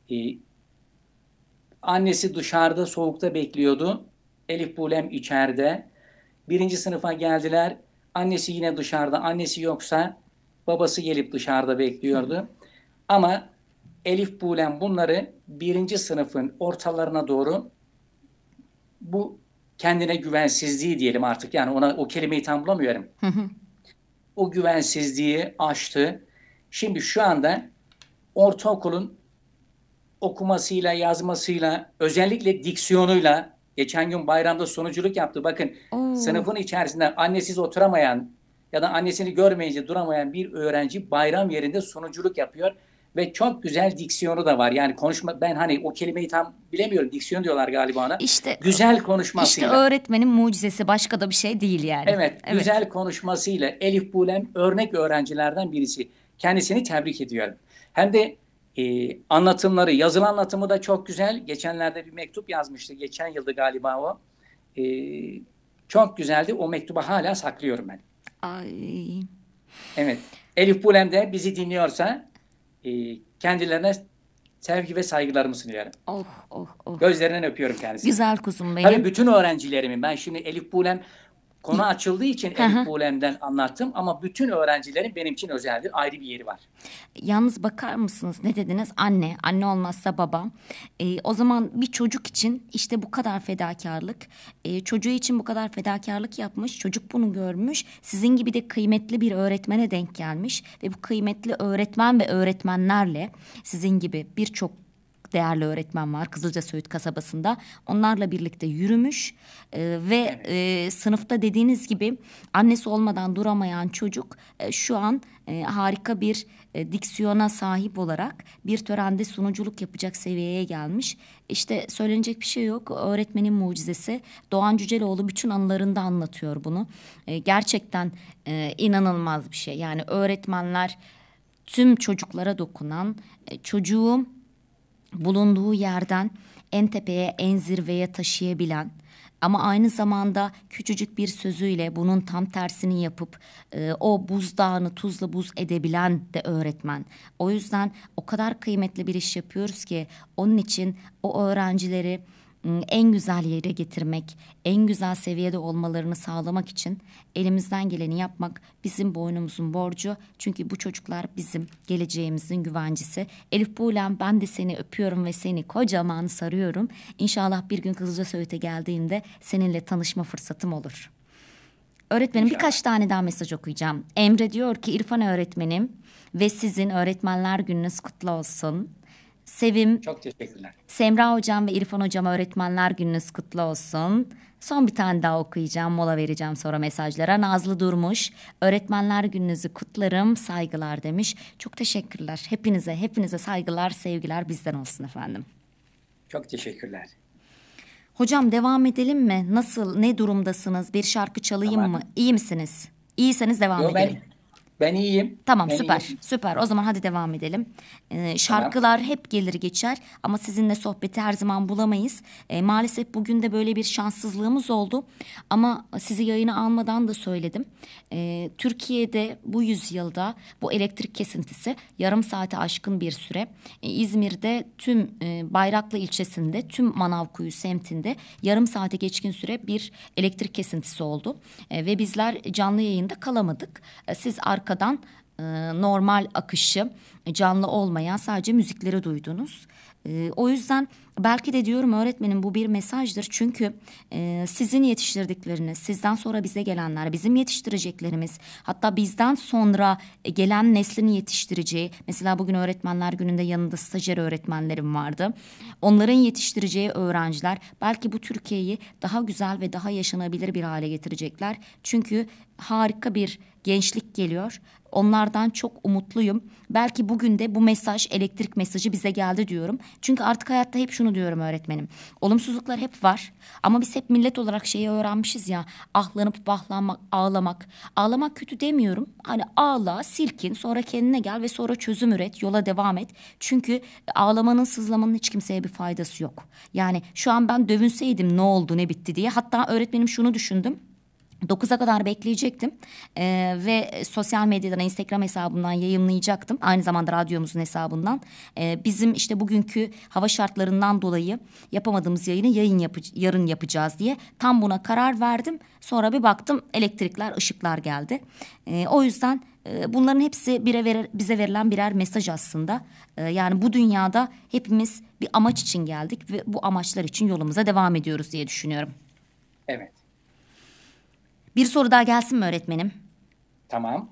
annesi dışarıda soğukta bekliyordu. Elif Bulem içeride. 1. sınıfa geldiler. Annesi yine dışarıda. Annesi yoksa babası gelip dışarıda bekliyordu. Ama Elif Bulem bunları 1. sınıfın ortalarına doğru, bu kendine güvensizliği diyelim artık. Yani ona o kelimeyi tam bulamıyorum. O güvensizliği aştı. Şimdi şu anda ortaokulun okumasıyla, yazmasıyla, özellikle diksiyonuyla, geçen gün bayramda sunuculuk yaptı. Bakın, sınıfın içerisinde annesiz oturamayan ya da annesini görmeyince duramayan bir öğrenci bayram yerinde sunuculuk yapıyor ve çok güzel diksiyonu da var. Yani konuşma, ben hani o kelimeyi tam bilemiyorum. Diksiyon diyorlar galiba ona. İşte Güzel konuşmasıyla. İşte öğretmenin mucizesi, başka da bir şey değil yani. Evet, güzel konuşmasıyla Elif Bulem örnek öğrencilerden birisi. Kendisini tebrik ediyorum. Hem de anlatımları, yazılı anlatımı da çok güzel. Geçenlerde bir mektup yazmıştı. Geçen yılda galiba o. E, Çok güzeldi. O mektubu hala saklıyorum ben. Ay. Evet. Elif Bulem de bizi dinliyorsa kendilerine sevgi ve saygılarımı sunuyorum. Oh oh oh. Gözlerinden öpüyorum kendisini. Güzel kuzum Tabii benim. bütün öğrencilerimin, ben şimdi Elif Bulem konu açıldığı için Elif Bulem'den anlattım ama bütün öğrencilerin benim için özeldir, ayrı bir yeri var. Yalnız bakar mısınız, ne dediniz? Anne, anne olmazsa baba. O zaman bir çocuk için işte bu kadar fedakarlık, çocuğu için bu kadar fedakarlık yapmış, çocuk bunu görmüş, sizin gibi de kıymetli bir öğretmene denk gelmiş ve bu kıymetli öğretmen ve öğretmenlerle sizin gibi birçok değerli öğretmen var Kızılcasöğüt kasabasında. Onlarla birlikte yürümüş ve sınıfta dediğiniz gibi annesi olmadan duramayan çocuk şu an harika bir diksiyona sahip olarak bir törende sunuculuk yapacak seviyeye gelmiş. İşte söylenecek bir şey yok. Öğretmenin mucizesi. Doğan Cüceloğlu bütün anılarında anlatıyor bunu. Gerçekten inanılmaz bir şey. Yani öğretmenler tüm çocuklara dokunan, çocuğu bulunduğu yerden en tepeye, en zirveye taşıyabilen ama aynı zamanda küçücük bir sözüyle bunun tam tersini yapıp o buzdağını tuzla buz edebilen de öğretmen. O yüzden o kadar kıymetli bir iş yapıyoruz ki onun için o öğrencileri en güzel yere getirmek, en güzel seviyede olmalarını sağlamak için elimizden geleni yapmak bizim boynumuzun borcu. Çünkü bu çocuklar bizim geleceğimizin güvencesi. Elif Bulem, ben de seni öpüyorum ve seni kocaman sarıyorum. İnşallah bir gün Kızılcasöğüt'e geldiğimde seninle tanışma fırsatım olur. Öğretmenim, birkaç tane daha mesaj okuyacağım. Emre diyor ki, İrfan öğretmenim ve sizin öğretmenler gününüz kutlu olsun. Sevim, Çok teşekkürler. Semra hocam ve İrfan hocam öğretmenler gününüz kutlu olsun. Son bir tane daha okuyacağım, mola vereceğim sonra mesajlara. Nazlı Durmuş, öğretmenler gününüzü kutlarım, saygılar demiş. Çok teşekkürler. Hepinize saygılar, sevgiler bizden olsun efendim. Çok teşekkürler. Hocam devam edelim mi? Nasıl, ne durumdasınız? Bir şarkı çalayım Tamam. mı? İyi misiniz? İyiyseniz devam Yo, edelim. ben iyiyim. Tamam, Ben süper iyiyim. süper, o zaman hadi devam edelim. Şarkılar hep gelir geçer ama sizinle sohbeti her zaman bulamayız. Maalesef bugün de böyle bir şanssızlığımız oldu ama sizi yayına almadan da söyledim. Türkiye'de bu yüzyılda bu elektrik kesintisi yarım saate aşkın bir süre. İzmir'de tüm Bayraklı ilçesinde, tüm Manavkuyu semtinde yarım saate geçkin süre bir elektrik kesintisi oldu. Ve bizler canlı yayında kalamadık. Siz arkadan normal akışı, canlı olmayan sadece müzikleri duydunuz. O yüzden belki de diyorum öğretmenim, bu bir mesajdır. Çünkü sizin yetiştirdikleriniz, sizden sonra bize gelenler, bizim yetiştireceklerimiz, hatta bizden sonra gelen neslin yetiştireceği, mesela bugün öğretmenler gününde yanında stajyer öğretmenlerim vardı. Onların yetiştireceği öğrenciler belki bu Türkiye'yi daha güzel ve daha yaşanabilir bir hale getirecekler. Çünkü harika bir gençlik geliyor. Onlardan çok umutluyum. Belki bugün de bu mesaj, elektrik mesajı bize geldi diyorum. Çünkü artık hayatta hep şunu diyorum öğretmenim. Olumsuzluklar hep var ama biz hep millet olarak şeyi öğrenmişiz ya. Ahlanıp vahlanmak, ağlamak. Ağlamak kötü demiyorum. Hani ağla, silkin, sonra kendine gel ve sonra çözüm üret, yola devam et. Çünkü ağlamanın, sızlamanın hiç kimseye bir faydası yok. Yani şu an ben dövünseydim ne oldu, ne bitti diye. Hatta öğretmenim şunu düşündüm. 9'a kadar bekleyecektim ve sosyal medyadan, Instagram hesabından yayımlayacaktım. Aynı zamanda radyomuzun hesabından. Bizim işte bugünkü hava şartlarından dolayı yapamadığımız yayını yarın yapacağız diye tam buna karar verdim. Sonra bir baktım elektrikler, ışıklar geldi. O yüzden bunların hepsi bize verilen birer mesaj aslında. Yani bu dünyada hepimiz bir amaç için geldik ve bu amaçlar için yolumuza devam ediyoruz diye düşünüyorum. Evet. Bir soru daha gelsin mi öğretmenim? Tamam.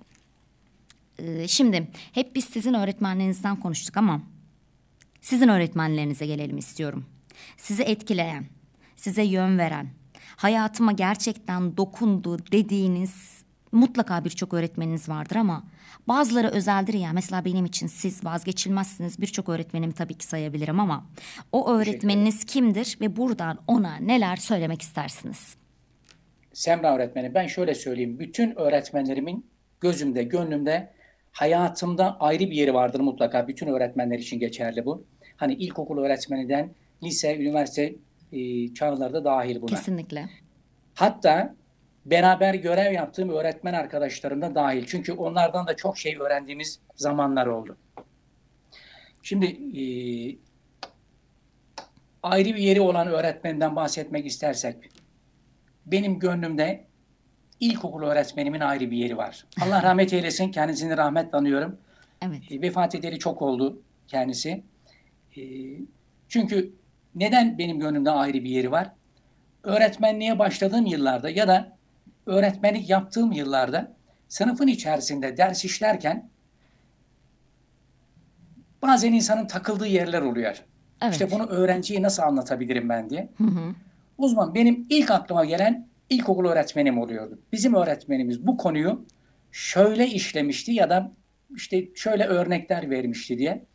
Şimdi hep biz sizin öğretmenlerinizden konuştuk ama sizin öğretmenlerinize gelelim istiyorum. Sizi etkileyen, size yön veren, hayatıma gerçekten dokundu dediğiniz mutlaka birçok öğretmeniniz vardır ama bazıları özeldir ya. Mesela benim için siz vazgeçilmezsiniz. Birçok öğretmenimi tabii ki sayabilirim ama o öğretmeniniz kimdir ve buradan ona neler söylemek istersiniz? Semra öğretmeni, ben şöyle söyleyeyim. Bütün öğretmenlerimin gözümde, gönlümde, hayatımda ayrı bir yeri vardır mutlaka. Bütün öğretmenler için geçerli bu. Hani ilkokul öğretmeninden lise, üniversite çağları da dahil buna. Kesinlikle. Hatta beraber görev yaptığım öğretmen arkadaşlarım da dahil. Çünkü onlardan da çok şey öğrendiğimiz zamanlar oldu. Şimdi ayrı bir yeri olan öğretmeninden bahsetmek istersek, benim gönlümde ilkokul öğretmenimin ayrı bir yeri var. Allah rahmet eylesin, kendisini rahmetle anıyorum. Evet. Vefat edeli çok oldu kendisi. Çünkü neden benim gönlümde ayrı bir yeri var? Öğretmenliğe başladığım yıllarda ya da öğretmenlik yaptığım yıllarda sınıfın içerisinde ders işlerken bazen insanın takıldığı yerler oluyor. Evet. İşte bunu öğrenciye nasıl anlatabilirim ben diye. Hı hı. O zaman benim ilk aklıma gelen ilkokul öğretmenim oluyordu. Bizim öğretmenimiz bu konuyu şöyle işlemişti ya da işte şöyle örnekler vermişti diye.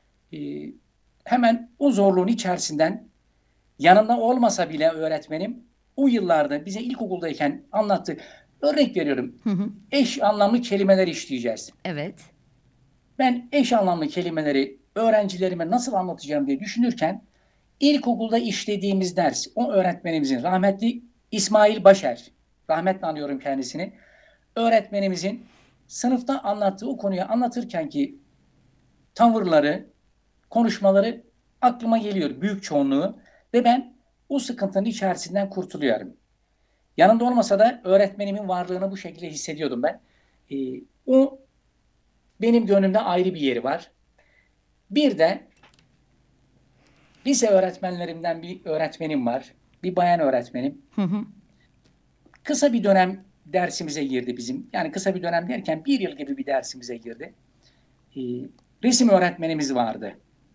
Hemen o zorluğun içerisinden yanında olmasa bile öğretmenim o yıllarda bize ilkokuldayken anlattığı, örnek veriyorum. Hı hı. Eş anlamlı kelimeler işleyeceğiz. Evet. Ben eş anlamlı kelimeleri öğrencilerime nasıl anlatacağım diye düşünürken ilkokulda işlediğimiz ders, o öğretmenimizin rahmetli İsmail Başer, rahmetle anıyorum kendisini, öğretmenimizin sınıfta anlattığı o konuyu anlatırken ki tavırları, konuşmaları aklıma geliyor büyük çoğunluğu ve ben o sıkıntının içerisinden kurtuluyorum. Yanında olmasa da öğretmenimin varlığını bu şekilde hissediyordum ben. O benim gönlümde ayrı bir yeri var. Bir de lise öğretmenlerimden bir öğretmenim var. Bir bayan öğretmenim. Hı hı. Kısa bir dönem dersimize girdi bizim. Yani kısa bir dönem derken 1 yıl gibi bir dersimize girdi. Resim öğretmenimiz vardı.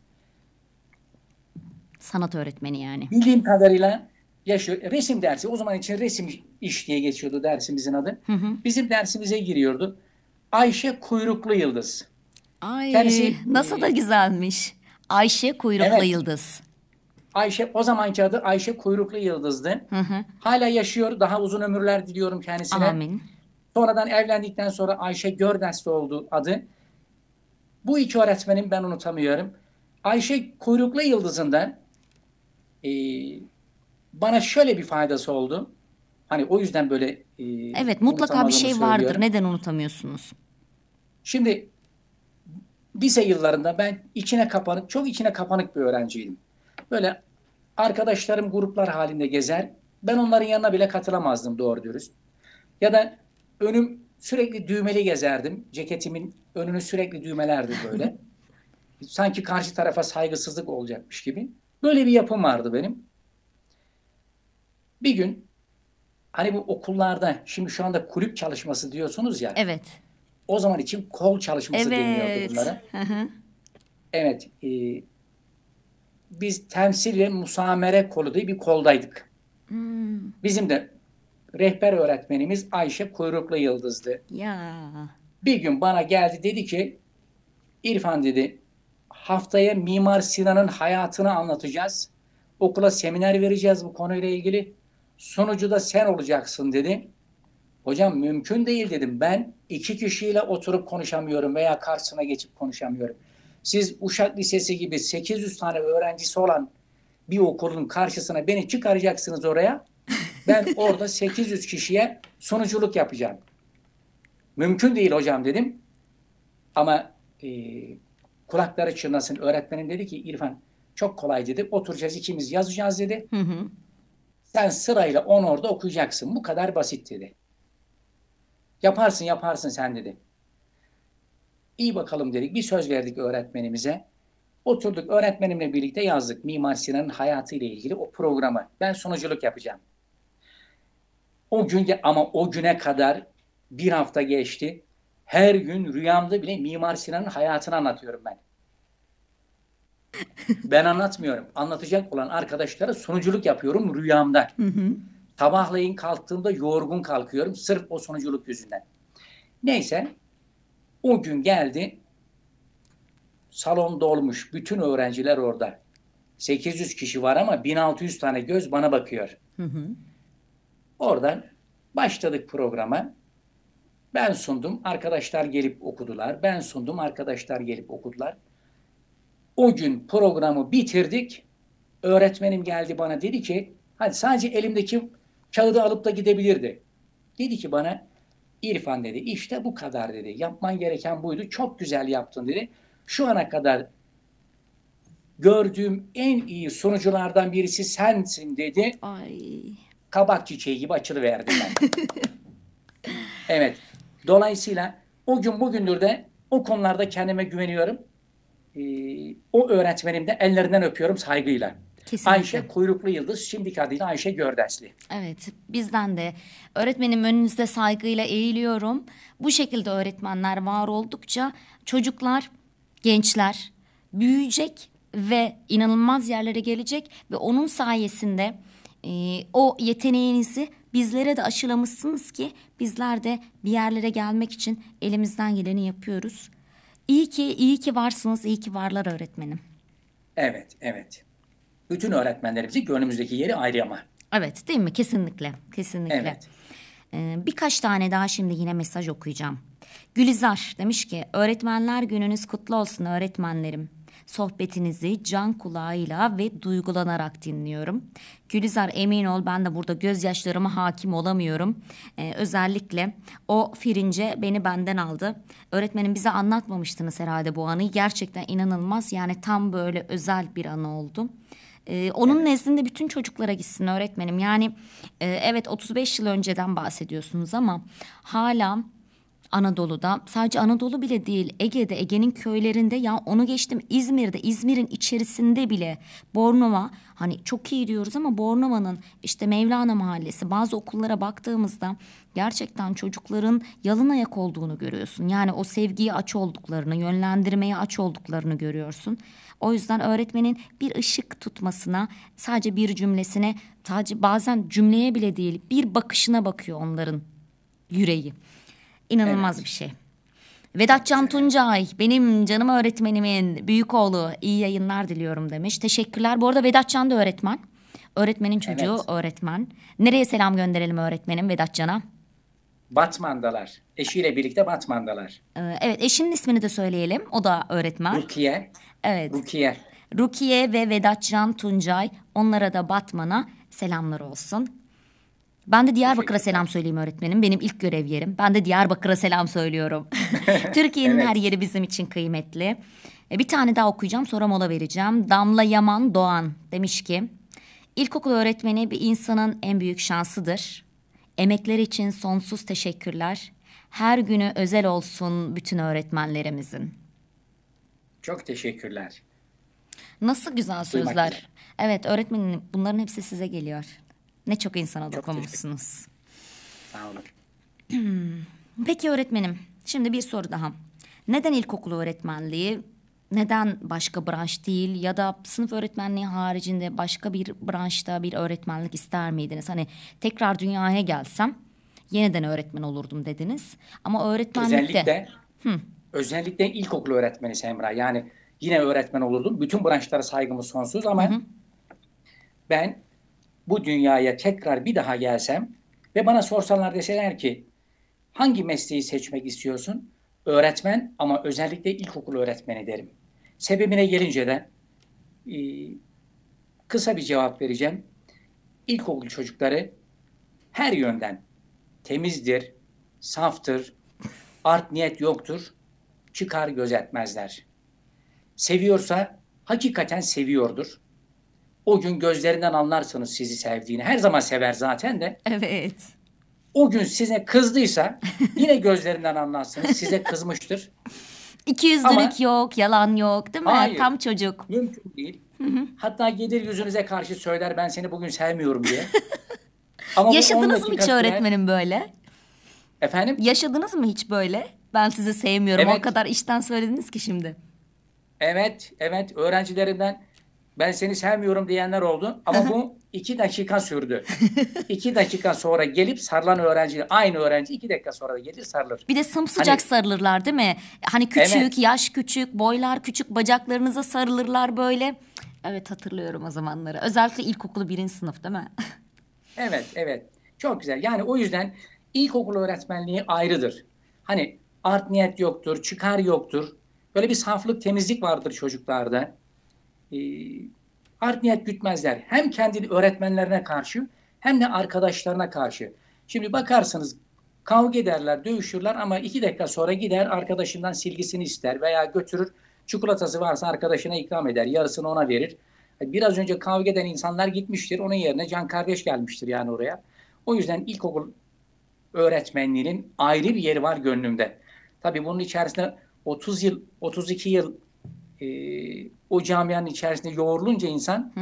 Sanat öğretmeni yani. Bildiğim kadarıyla resim dersi. O zaman için resim iş diye geçiyordu dersimizin adı. Hı hı. Bizim dersimize giriyordu. Ayşe Kuyruklu Yıldız. Ay Kendisi- nasıl da güzelmiş. Ayşe Kuyruklu Evet. Yıldız. Ayşe, o zamanki adı Ayşe Kuyruklu Yıldız'dı. Hı hı. Hala yaşıyor. Daha uzun ömürler diliyorum kendisine. Amin. Sonradan evlendikten sonra Ayşe Gördes'te oldu adı. Bu iki öğretmenim ben unutamıyorum. Ayşe Kuyruklu Yıldız'ın da bana şöyle bir faydası oldu. Hani o yüzden böyle Evet, mutlaka bir unutamadığımı şey vardır. söylüyorum. Neden unutamıyorsunuz? Şimdi lise yıllarında ben çok içine kapanık bir öğrenciydim. Böyle arkadaşlarım gruplar halinde gezer. Ben onların yanına bile katılamazdım doğru dürüst. Ya da önüm sürekli düğmeli gezerdim. Ceketimin önünü sürekli düğmelerdi böyle. Sanki karşı tarafa saygısızlık olacakmış gibi. Böyle bir yapım vardı benim. Bir gün hani bu okullarda şimdi şu anda kulüp çalışması diyorsunuz ya. Evet. O zaman için kol çalışması deniyordu Evet. bunlara. Hı hı. Evet. Biz temsil ve musamere kolu diye bir koldaydık. Hmm. Bizim de rehber öğretmenimiz Ayşe Kuyruklu Yıldız'dı. Ya. Bir gün bana geldi dedi ki İrfan dedi haftaya Mimar Sinan'ın hayatını anlatacağız. Okula seminer vereceğiz bu konuyla ilgili. Sunucu da sen olacaksın dedi. Hocam mümkün değil dedim. Ben 2 kişiyle oturup konuşamıyorum veya karşısına geçip konuşamıyorum. Siz Uşak Lisesi gibi 800 tane öğrencisi olan bir okulun karşısına beni çıkaracaksınız oraya. Ben orada 800 kişiye sunuculuk yapacağım. Mümkün değil hocam dedim. Ama kulakları çınlasın. Öğretmenim dedi ki İrfan çok kolay dedi. Oturacağız ikimiz yazacağız dedi. Hı hı. Sen sırayla onu orada okuyacaksın. Bu kadar basit dedi. Yaparsın sen dedi. İyi bakalım dedik. Bir söz verdik öğretmenimize. Oturduk öğretmenimle birlikte yazdık. Mimar Sinan'ın hayatıyla ilgili o programı. Ben sunuculuk yapacağım. Ama o güne kadar bir hafta geçti. Her gün rüyamda bile Mimar Sinan'ın hayatını anlatıyorum ben. Ben anlatmıyorum. Anlatacak olan arkadaşlara sunuculuk yapıyorum rüyamda. Hı hı. Sabahleyin kalktığımda yorgun kalkıyorum. Sırf o sunuculuk yüzünden. Neyse o gün geldi. Salon dolmuş. Bütün öğrenciler orada. 800 kişi var ama 1600 tane göz bana bakıyor. Oradan başladık programa. Ben sundum. Arkadaşlar gelip okudular. Ben sundum. Arkadaşlar gelip okudular. O gün programı bitirdik. Öğretmenim geldi bana dedi ki hadi sadece elimdeki kağıdı alıp da gidebilirdi. Dedi ki bana İrfan dedi işte bu kadar dedi. Yapman gereken buydu. Çok güzel yaptın dedi. Şu ana kadar gördüğüm en iyi sunuculardan birisi sensin dedi. Ay. Kabak çiçeği gibi açılıverdim ben. Evet. Dolayısıyla o gün bugündür de o konularda kendime güveniyorum. O öğretmenim de ellerinden öpüyorum saygıyla. Kesinlikle. Ayşe Kuyruklu Yıldız, şimdiki adıyla Ayşe Gördesli. Evet, bizden de öğretmenim önünüzde saygıyla eğiliyorum. Bu şekilde öğretmenler var oldukça çocuklar, gençler büyüyecek ve inanılmaz yerlere gelecek ve onun sayesinde o yeteneğinizi bizlere de aşılamışsınız ki bizler de bir yerlere gelmek için elimizden geleni yapıyoruz. İyi ki varsınız, iyi ki varlar öğretmenim. Evet, evet. Bütün öğretmenlerimizin gönlümüzdeki yeri ayrı ama. Evet, değil mi? Kesinlikle, kesinlikle. Evet. Birkaç tane daha şimdi yine mesaj okuyacağım. Gülizar demiş ki öğretmenler gününüz kutlu olsun öğretmenlerim. Sohbetinizi can kulağıyla ve duygulanarak dinliyorum. Gülizar emin ol ben de burada gözyaşlarıma hakim olamıyorum. Özellikle o Firince beni benden aldı. Öğretmenim bize anlatmamıştınız herhalde bu anıyı. Gerçekten inanılmaz yani tam böyle özel bir anı oldu. Onun nezdinde bütün çocuklara gitsin öğretmenim. Yani evet 35 yıl önceden bahsediyorsunuz ama hala Anadolu'da sadece Anadolu bile değil Ege'de Ege'nin köylerinde ya onu geçtim İzmir'de İzmir'in içerisinde bile Bornova hani çok iyi diyoruz ama Bornova'nın işte Mevlana Mahallesi bazı okullara baktığımızda gerçekten çocukların yalın ayak olduğunu görüyorsun. Yani o sevgiye aç olduklarını yönlendirmeye aç olduklarını görüyorsun. O yüzden öğretmenin bir ışık tutmasına sadece bir cümlesine sadece bazen cümleye bile değil bir bakışına bakıyor onların yüreği. İnanılmaz Evet. bir şey. Vedatcan Tuncay benim canım öğretmenimin büyük oğlu iyi yayınlar diliyorum demiş. Teşekkürler. Bu arada Vedatcan da öğretmen. Öğretmenin çocuğu Evet. öğretmen. Nereye selam gönderelim öğretmenim Vedatcan'a? Batman'dalar. Eşiyle birlikte Batman'dalar. Evet eşinin ismini de söyleyelim. O da öğretmen. Rukiye. Evet. Rukiye. Rukiye ve Vedatcan Tuncay onlara da Batman'a selamlar olsun. Ben de Diyarbakır'a selam söyleyeyim öğretmenim. Benim ilk görev yerim. Ben de Diyarbakır'a selam söylüyorum. Türkiye'nin Evet. her yeri bizim için kıymetli. Bir tane daha okuyacağım sonra mola vereceğim. Damla Yaman Doğan demiş ki İlkokul öğretmeni bir insanın en büyük şansıdır. Emekler için sonsuz teşekkürler. Her günü özel olsun bütün öğretmenlerimizin. Çok teşekkürler. Nasıl güzel Duymak sözler. güzel. Evet öğretmenim bunların hepsi size geliyor. Ne çok insana Çok dokunmuşsunuz. Sağ olun. Peki öğretmenim, şimdi bir soru daha. Neden ilkokul öğretmenliği, neden başka branş değil ya da sınıf öğretmenliği haricinde başka bir branşta bir öğretmenlik ister miydiniz? Hani tekrar dünyaya gelsem yeniden öğretmen olurdum dediniz. Ama öğretmenlikte Özellikle ilkokul öğretmeni Semra. Yani yine öğretmen olurdum. Bütün branşlara saygımız sonsuz ama ben bu dünyaya tekrar bir daha gelsem ve bana sorsalar deseler ki hangi mesleği seçmek istiyorsun? Öğretmen ama özellikle ilkokul öğretmeni derim. Sebebine gelince de kısa bir cevap vereceğim. İlkokul çocukları her yönden temizdir, saftır, art niyet yoktur, çıkar gözetmezler. Seviyorsa hakikaten seviyordur. O gün gözlerinden anlarsınız sizi sevdiğini. Her zaman sever zaten de. evet. O gün size kızdıysa yine gözlerinden anlarsınız. Size kızmıştır. İkiyüzlülük yok, yalan yok değil mi? Hayır. Tam çocuk. Mümkün değil. Hatta gelir yüzünüze karşı söyler ben seni bugün sevmiyorum diye. Ama bu 10 Yaşadınız mı hiç dakika sürer. öğretmenim böyle? Efendim? Yaşadınız mı hiç böyle? Ben sizi sevmiyorum. O Evet. kadar işten söylediniz ki şimdi. Evet, evet. Öğrencilerimden ben seni sevmiyorum diyenler oldu. Ama bu 2 dakika sürdü. 2 dakika sonra gelip sarılan öğrenci, aynı öğrenci 2 dakika sonra da gelir sarılır. Bir de sımsıcak Hani- sarılırlar değil mi? Hani küçük, Evet. yaş küçük, boylar küçük, bacaklarınıza sarılırlar böyle. Evet, hatırlıyorum o zamanları. Özellikle ilkokulu 1. sınıf değil mi? Evet, evet. Çok güzel. Yani o yüzden ilkokul öğretmenliği ayrıdır. Hani art niyet yoktur, çıkar yoktur. Böyle bir saflık, temizlik vardır çocuklarda. Ee, art niyet gütmezler. Hem kendi öğretmenlerine karşı hem de arkadaşlarına karşı. Şimdi bakarsınız kavga ederler, dövüşürler ama 2 dakika sonra gider arkadaşından silgisini ister veya götürür çikolatası varsa arkadaşına ikram eder. Yarısını ona verir. Biraz önce kavga eden insanlar gitmiştir. Onun yerine can kardeş gelmiştir yani oraya. O yüzden ilkokul öğretmenliğinin ayrı bir yeri var gönlümde. Tabii bunun içerisinde 30 yıl, 32 yıl o camianın içerisinde yoğrulunca insan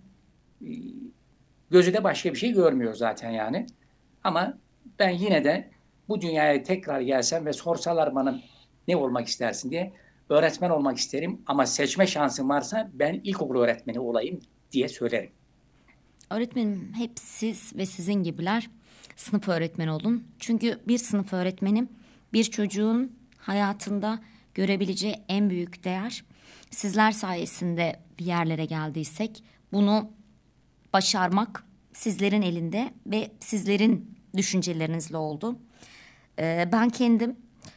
gözü de başka bir şey görmüyor zaten yani. Ama ben yine de bu dünyaya tekrar gelsem ve sorsalar bana ne olmak istersin diye öğretmen olmak isterim. Ama seçme şansım varsa ben ilkokul öğretmeni olayım diye söylerim. Öğretmenim, hep siz ve sizin gibiler sınıf öğretmeni olun. Çünkü bir sınıf öğretmenim bir çocuğun hayatında görebileceği en büyük değer. Sizler sayesinde bir yerlere geldiysek bunu başarmak sizlerin elinde ve sizlerin düşüncelerinizle oldu. Ben kendim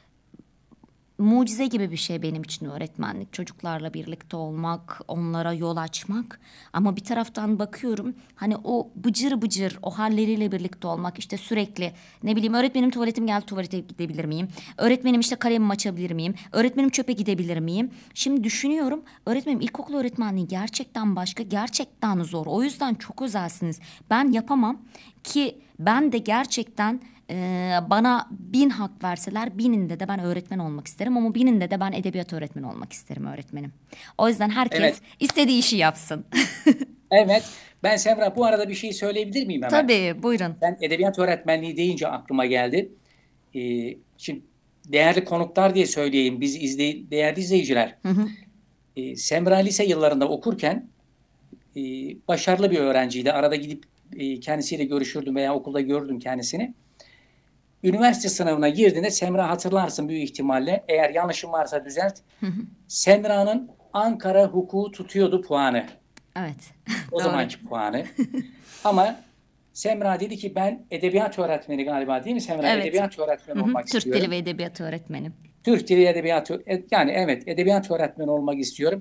mucize gibi bir şey benim için öğretmenlik. Çocuklarla birlikte olmak, onlara yol açmak. Ama bir taraftan bakıyorum hani o bıcır bıcır o halleriyle birlikte olmak, işte sürekli ne bileyim öğretmenim tuvaletim geldi, tuvalete gidebilir miyim? Öğretmenim işte kalemimi açabilir miyim? Öğretmenim çöpe gidebilir miyim? Şimdi düşünüyorum, öğretmenim ilkokul öğretmenliği gerçekten başka, gerçekten zor. O yüzden çok özelsiniz. Ben yapamam ki, ben de gerçekten bana 1000 hak verseler 1000'inde de ben öğretmen olmak isterim ama 1000'inde de ben edebiyat öğretmeni olmak isterim öğretmenim. O yüzden herkes Evet. istediği işi yapsın. Evet. Ben Semra bu arada bir şey söyleyebilir miyim hemen? Tabii, buyurun. Ben edebiyat öğretmenliği deyince aklıma geldi. Şimdi değerli konuklar diye söyleyeyim. Değerli izleyiciler. Semra lise yıllarında okurken başarılı bir öğrenciydi. Arada gidip kendisiyle görüşürdüm veya okulda görürdüm kendisini. Üniversite sınavına girdiğinde Semra hatırlarsın büyük ihtimalle. Eğer yanlışım varsa düzelt. Semra'nın Ankara hukuku tutuyordu puanı. Evet. O Doğru. zamanki puanı. Ama Semra dedi ki ben edebiyat öğretmeni galiba değil mi Semra? Evet. Edebiyat öğretmeni olmak Türk istiyorum. Dili ve Edebiyatı öğretmenim. Türk Dili Edebiyatı, yani evet edebiyat öğretmeni olmak istiyorum.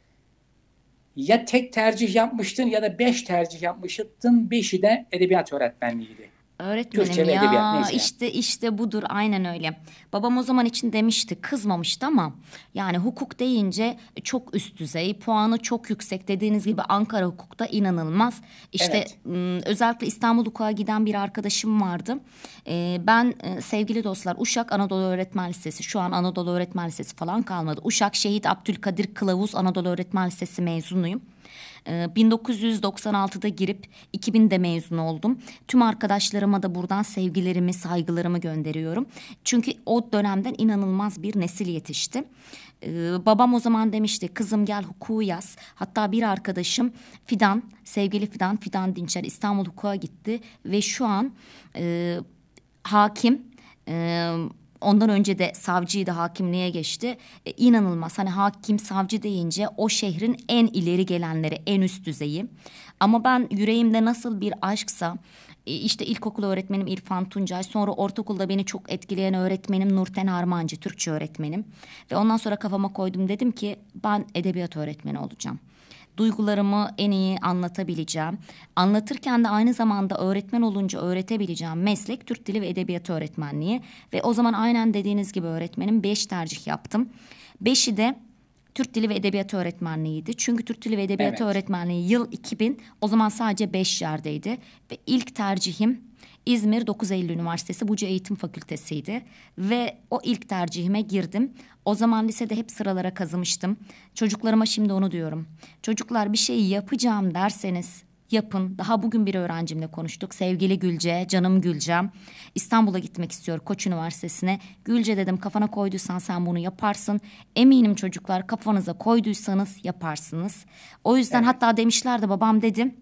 Ya tek tercih yapmıştın ya da 5 tercih yapmıştın. 5'i de edebiyat öğretmenliğiydi. Öğretmenim Türkçe ve ya, edebiyat, neyse. işte budur, aynen öyle. Babam o zaman için demişti, kızmamıştı ama yani hukuk deyince çok üst düzey, puanı çok yüksek, dediğiniz gibi Ankara hukukta inanılmaz. İşte Evet. özellikle İstanbul Hukuk'a giden bir arkadaşım vardı. Ben sevgili dostlar, Uşak Anadolu Öğretmen Lisesi, şu an Anadolu Öğretmen Lisesi falan kalmadı. Uşak Şehit Abdülkadir Kılavuz Anadolu Öğretmen Lisesi mezunuyum. 1996'da girip 2000'de mezun oldum. Tüm arkadaşlarıma da buradan sevgilerimi, saygılarımı gönderiyorum. Çünkü o dönemden inanılmaz bir nesil yetişti. Babam o zaman demişti, kızım gel hukuku yaz. Hatta bir arkadaşım Fidan, sevgili Fidan Dinçer İstanbul Hukuk'a gitti ve şu an hakim. Ondan önce de savcıydı, hakimliğe geçti. İnanılmaz, hani hakim savcı deyince o şehrin en ileri gelenleri, en üst düzeyi. Ama ben yüreğimde nasıl bir aşksa, işte ilkokul öğretmenim İrfan Tuncay, sonra ortaokulda beni çok etkileyen öğretmenim Nurten Harmancı, Türkçe öğretmenim. Ve ondan sonra kafama koydum, dedim ki ben edebiyat öğretmeni olacağım. Duygularımı en iyi anlatabileceğim. Anlatırken de aynı zamanda öğretmen olunca öğretebileceğim meslek Türk Dili ve Edebiyatı öğretmenliği. Ve o zaman aynen dediğiniz gibi öğretmenim 5 tercih yaptım. 5'i de Türk Dili ve Edebiyatı öğretmenliğiydi. Çünkü Türk Dili ve Edebiyatı Evet. öğretmenliği yıl 2000, o zaman sadece 5 yerdeydi. Ve ilk tercihim İzmir 9 Eylül Üniversitesi Buca Eğitim Fakültesiydi ve o ilk tercihime girdim. O zaman lisede hep sıralara kazımıştım. Çocuklarıma şimdi onu diyorum. Çocuklar, bir şeyi yapacağım derseniz yapın. Daha bugün bir öğrencimle konuştuk. Sevgili Gülce, canım Gülcem. İstanbul'a gitmek istiyor, Koç Üniversitesi'ne. Gülce dedim, kafana koyduysan sen bunu yaparsın. Eminim çocuklar, kafanıza koyduysanız yaparsınız. O yüzden Evet. hatta demişlerdi, babam dedi,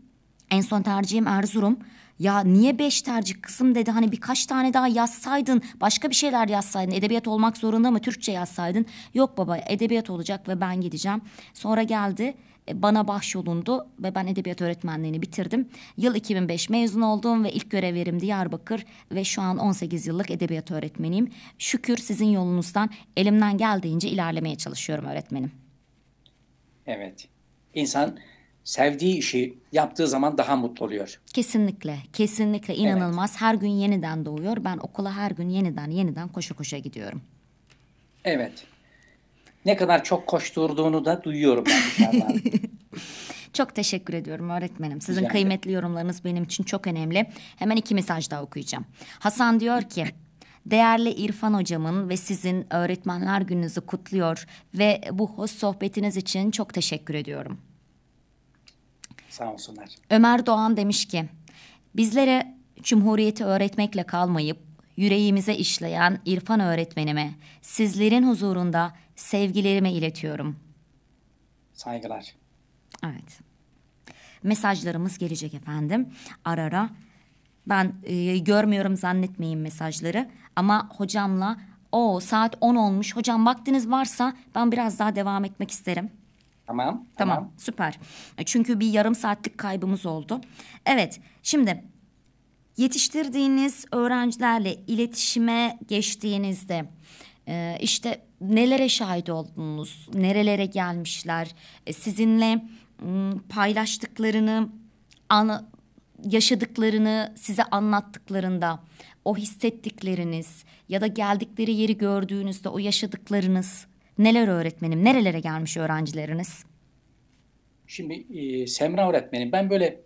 En son tercihim Erzurum. Ya niye 5 tercih kızım dedi. Hani birkaç tane daha yazsaydın, başka bir şeyler yazsaydın. Edebiyat olmak zorunda mı? Türkçe yazsaydın. Yok baba, edebiyat olacak ve ben gideceğim. Sonra geldi, bana bahşolundu ve ben edebiyat öğretmenliğini bitirdim. Yıl 2005 mezun oldum ve ilk görev yerim Diyarbakır ve şu an 18 yıllık edebiyat öğretmeniyim. Şükür sizin yolunuzdan elimden geldiğince ilerlemeye çalışıyorum öğretmenim. Evet. İnsan sevdiği işi yaptığı zaman daha mutlu oluyor. Kesinlikle, kesinlikle inanılmaz. Her gün yeniden doğuyor. Ben okula her gün yeniden koşa koşa gidiyorum. Evet. Ne kadar çok koşturduğunu da duyuyorum ben dışarıdan. Çok teşekkür ediyorum öğretmenim. Sizin Rica ederim. kıymetli yorumlarınız benim için çok önemli. Hemen 2 mesaj daha okuyacağım. Hasan diyor ki, değerli İrfan hocamın ve sizin öğretmenler gününüzü kutluyor ve bu hoş sohbetiniz için çok teşekkür ediyorum. Sağ olsunlar. Ömer Doğan demiş ki, bizlere Cumhuriyeti öğretmekle kalmayıp yüreğimize işleyen İrfan öğretmenime sizlerin huzurunda sevgilerimi iletiyorum. Saygılar. Evet. Mesajlarımız gelecek efendim. Ara ara. Ben görmüyorum zannetmeyin mesajları. Ama hocamla saat 10 olmuş. Hocam vaktiniz varsa ben biraz daha devam etmek isterim. Tamam. Süper. Çünkü bir yarım saatlik kaybımız oldu. Evet, şimdi yetiştirdiğiniz öğrencilerle iletişime geçtiğinizde işte nelere şahit oldunuz, nerelere gelmişler, sizinle paylaştıklarını, yaşadıklarını size anlattıklarında o hissettikleriniz ya da geldikleri yeri gördüğünüzde o yaşadıklarınız neler öğretmenim, nerelere gelmiş öğrencileriniz? Şimdi Semra öğretmenim, ben böyle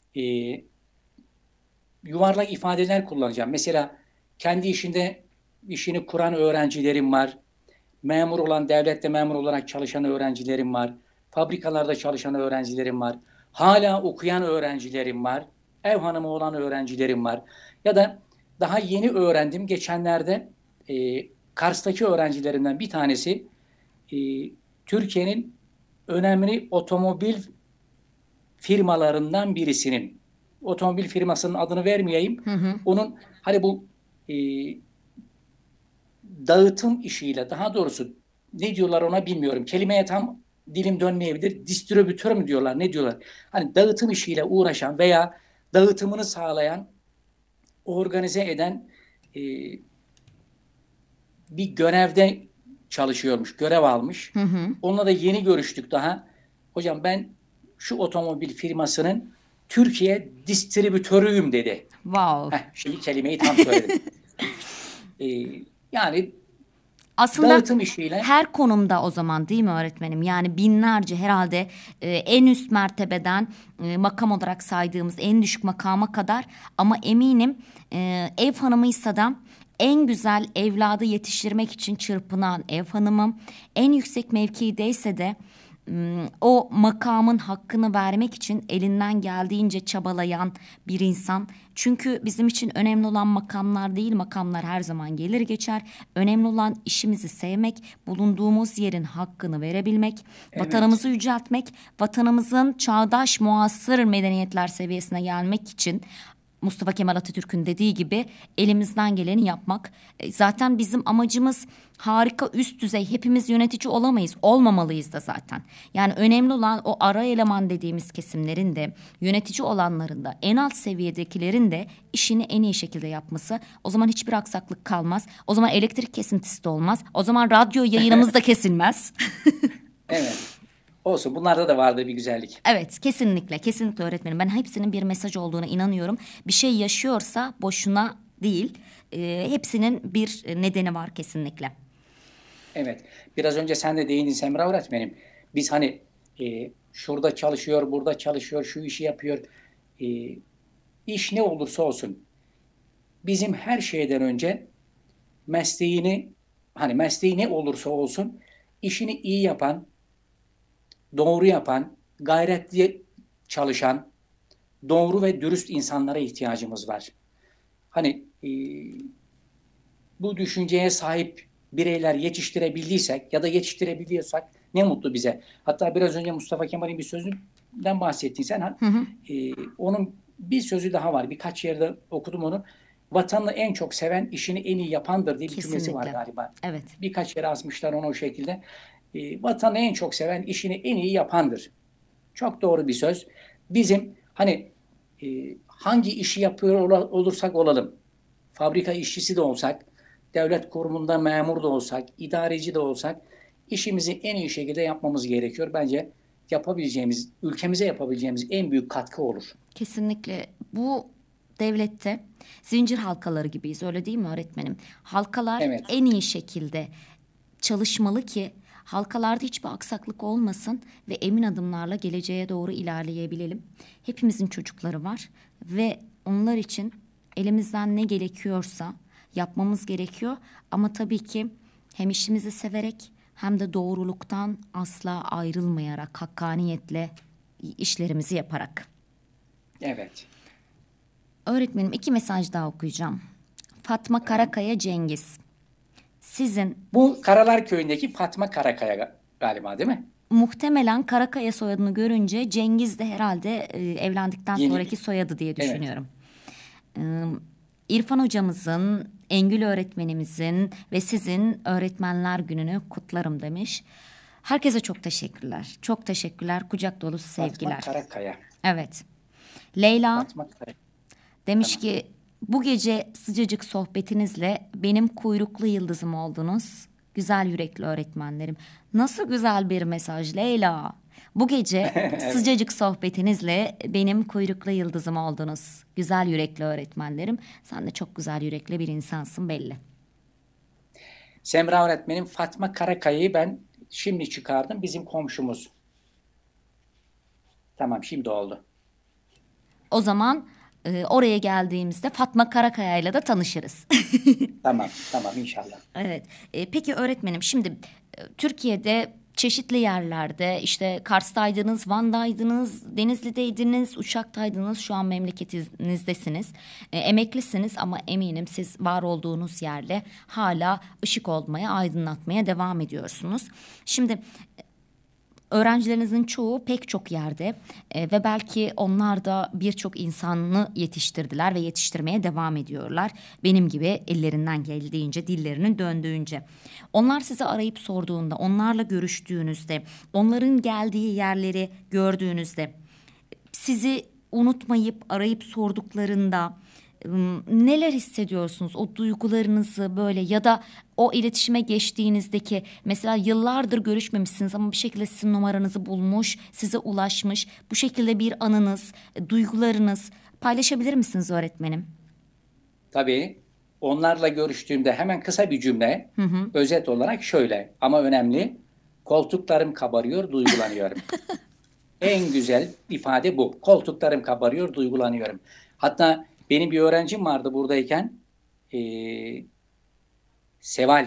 yuvarlak ifadeler kullanacağım. Mesela kendi işini kuran öğrencilerim var. Memur olan, devlette memur olarak çalışan öğrencilerim var. Fabrikalarda çalışan öğrencilerim var. Hala okuyan öğrencilerim var. Ev hanımı olan öğrencilerim var. Ya da daha yeni öğrendim. Geçenlerde Kars'taki öğrencilerimden bir tanesi Türkiye'nin önemli otomobil firmalarından birisinin, otomobil firmasının adını vermeyeyim. Onun hani bu dağıtım işiyle, daha doğrusu ne diyorlar ona bilmiyorum. Kelimeye tam dilim dönmeyebilir. Distribütör mü diyorlar, ne diyorlar? Hani dağıtım işiyle uğraşan veya dağıtımını sağlayan, organize eden bir görevde çalışıyormuş, görev almış. Onunla da yeni görüştük daha. Hocam ben şu otomobil firmasının Türkiye distribütörüyüm dedi. Wow. Şimdi kelimeyi tam söyledim. Yani aslında dağıtım işiyle her konumda o zaman değil mi öğretmenim? Yani binlerce herhalde en üst mertebeden makam olarak saydığımız en düşük makama kadar, ama eminim ev hanımıysa da en güzel evladı yetiştirmek için çırpınan ev hanımı, en yüksek mevkideyse de o makamın hakkını vermek için elinden geldiğince çabalayan bir insan. Çünkü bizim için önemli olan makamlar değil, makamlar her zaman gelir geçer. Önemli olan işimizi sevmek, bulunduğumuz yerin hakkını verebilmek, vatanımızı yüceltmek, vatanımızın çağdaş muasır medeniyetler seviyesine gelmek için Mustafa Kemal Atatürk'ün dediği gibi elimizden geleni yapmak. Zaten bizim amacımız harika, üst düzey, hepimiz yönetici olamayız, olmamalıyız da zaten. Yani önemli olan o ara eleman dediğimiz kesimlerin de, yönetici olanların da, en alt seviyedekilerin de işini en iyi şekilde yapması. O zaman hiçbir aksaklık kalmaz. O zaman elektrik kesintisi de olmaz. O zaman radyo yayınımız da kesilmez. evet. Olsun. Bunlarda da vardı bir güzellik. Evet, kesinlikle. Kesinlikle öğretmenim. Ben hepsinin bir mesaj olduğuna inanıyorum. Bir şey yaşıyorsa boşuna değil. Hepsinin bir nedeni var kesinlikle. Evet. Biraz önce sen de değindin Semra öğretmenim. Biz hani şurada çalışıyor, burada çalışıyor, şu işi yapıyor. İş ne olursa olsun. Bizim her şeyden önce mesleği ne olursa olsun işini iyi yapan, doğru yapan, gayretli çalışan, doğru ve dürüst insanlara ihtiyacımız var. Hani bu düşünceye sahip bireyler yetiştirebildiysek ya da yetiştirebiliyorsak ne mutlu bize. Hatta biraz önce Mustafa Kemal'in bir sözünü Atatürk'ten bahsettin sen. Onun bir sözü daha var. Birkaç yerde okudum onu. Vatanını en çok seven işini en iyi yapandır diye bir cümlesi var Kesinlikle. galiba. Evet. Birkaç yere asmışlar onu o şekilde. Vatanını en çok seven işini en iyi yapandır. Çok doğru bir söz. Bizim hani hangi işi yapıyor olursak olalım, fabrika işçisi de olsak, devlet kurumunda memur da olsak, idareci de olsak, işimizi en iyi şekilde yapmamız gerekiyor. Bence yapabileceğimiz, ülkemize yapabileceğimiz en büyük katkı olur. Kesinlikle. Bu devlette zincir halkaları gibiyiz, öyle değil mi öğretmenim? Halkalar Evet. en iyi şekilde çalışmalı ki halkalarda hiçbir aksaklık olmasın ve emin adımlarla geleceğe doğru ilerleyebilelim. Hepimizin çocukları var ve onlar için elimizden ne gerekiyorsa yapmamız gerekiyor. Ama tabii ki hem işimizi severek hem de doğruluktan asla ayrılmayarak, hakkaniyetle işlerimizi yaparak. Evet. Öğretmenim 2 mesaj daha okuyacağım. Fatma Karakaya Cengiz. Sizin Bu Karalar Köyü'ndeki Fatma Karakaya galiba değil mi? muhtemelen Karakaya soyadını görünce Cengiz de herhalde evlendikten Yeni- sonraki soyadı diye Evet. düşünüyorum. İrfan hocamızın, Engül öğretmenimizin ve sizin öğretmenler gününü kutlarım demiş. Herkese çok teşekkürler. Çok teşekkürler. Kucak dolusu sevgiler. Fatma Karakaya. Evet. Leyla Fatma Karakaya. demiş ki bu gece sıcacık sohbetinizle benim kuyruklu yıldızım oldunuz. Güzel yürekli öğretmenlerim. Nasıl güzel bir mesaj Leyla. Bu gece sıcacık sohbetinizle benim kuyruklu yıldızım oldunuz. Güzel yürekli öğretmenlerim. Sen de çok güzel yürekli bir insansın belli. Semra öğretmenim Fatma Karakaya'yı ben şimdi çıkardım. Bizim komşumuz. Tamam şimdi oldu. O zaman oraya geldiğimizde Fatma Karakaya'yla da tanışırız. Tamam inşallah. Evet. Peki öğretmenim şimdi Türkiye'de çeşitli yerlerde işte Kars'taydınız, Van'daydınız, Denizli'deydiniz, Uşak'taydınız, şu an memleketinizdesiniz. Emeklisiniz ama eminim siz var olduğunuz yerle hala ışık olmaya, aydınlatmaya devam ediyorsunuz. Şimdi öğrencilerinizin çoğu pek çok yerde ve belki onlar da birçok insanı yetiştirdiler ve yetiştirmeye devam ediyorlar. Benim gibi ellerinden geldiğince, dillerinin döndüğünce. Onlar sizi arayıp sorduğunda, onlarla görüştüğünüzde, onların geldiği yerleri gördüğünüzde, sizi unutmayıp arayıp sorduklarında neler hissediyorsunuz? O duygularınızı böyle ya da o iletişime geçtiğinizdeki mesela yıllardır görüşmemişsiniz ama bir şekilde sizin numaranızı bulmuş, size ulaşmış. Bu şekilde bir anınız, duygularınız paylaşabilir misiniz öğretmenim? Tabii onlarla görüştüğümde hemen kısa bir cümle özet olarak şöyle ama önemli. Koltuklarım kabarıyor, duygulanıyorum. En güzel ifade bu. Koltuklarım kabarıyor, duygulanıyorum. Hatta benim bir öğrencim vardı buradayken. Seval.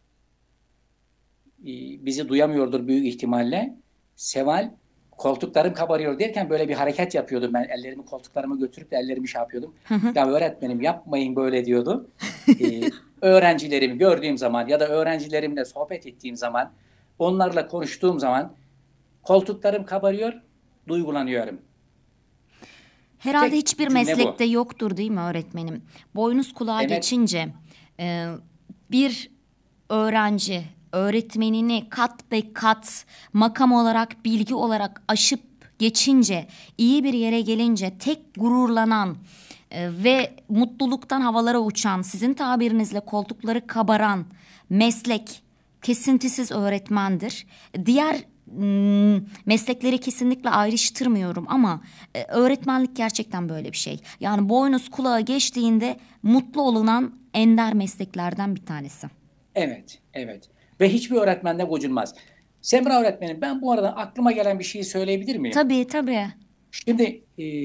Bizi duyamıyordur büyük ihtimalle. Seval koltuklarım kabarıyor derken böyle bir hareket yapıyordum ben. Ellerimi koltuklarıma götürüp de ellerimi şey yapıyordum. Ya öğretmenim yapmayın böyle diyordu. Öğrencilerimi gördüğüm zaman ya da öğrencilerimle sohbet ettiğim zaman, onlarla konuştuğum zaman koltuklarım kabarıyor, duygulanıyorum. Herhalde Tek hiçbir cümle bu. meslekte yoktur değil mi öğretmenim? Boynuz kulağa Evet. geçince bir öğrenci öğretmenini kat be kat makam olarak, bilgi olarak aşıp geçince, iyi bir yere gelince tek gururlanan ve mutluluktan havalara uçan, sizin tabirinizle koltukları kabaran meslek kesintisiz öğretmendir. Diğer meslekleri kesinlikle ayrıştırmıyorum ama öğretmenlik gerçekten böyle bir şey. Yani boynuz kulağa geçtiğinde mutlu olunan ender mesleklerden bir tanesi. Evet. Ve hiçbir öğretmen de gocunmaz. Semra öğretmenim ben bu arada aklıma gelen bir şeyi söyleyebilir miyim? Tabii. Şimdi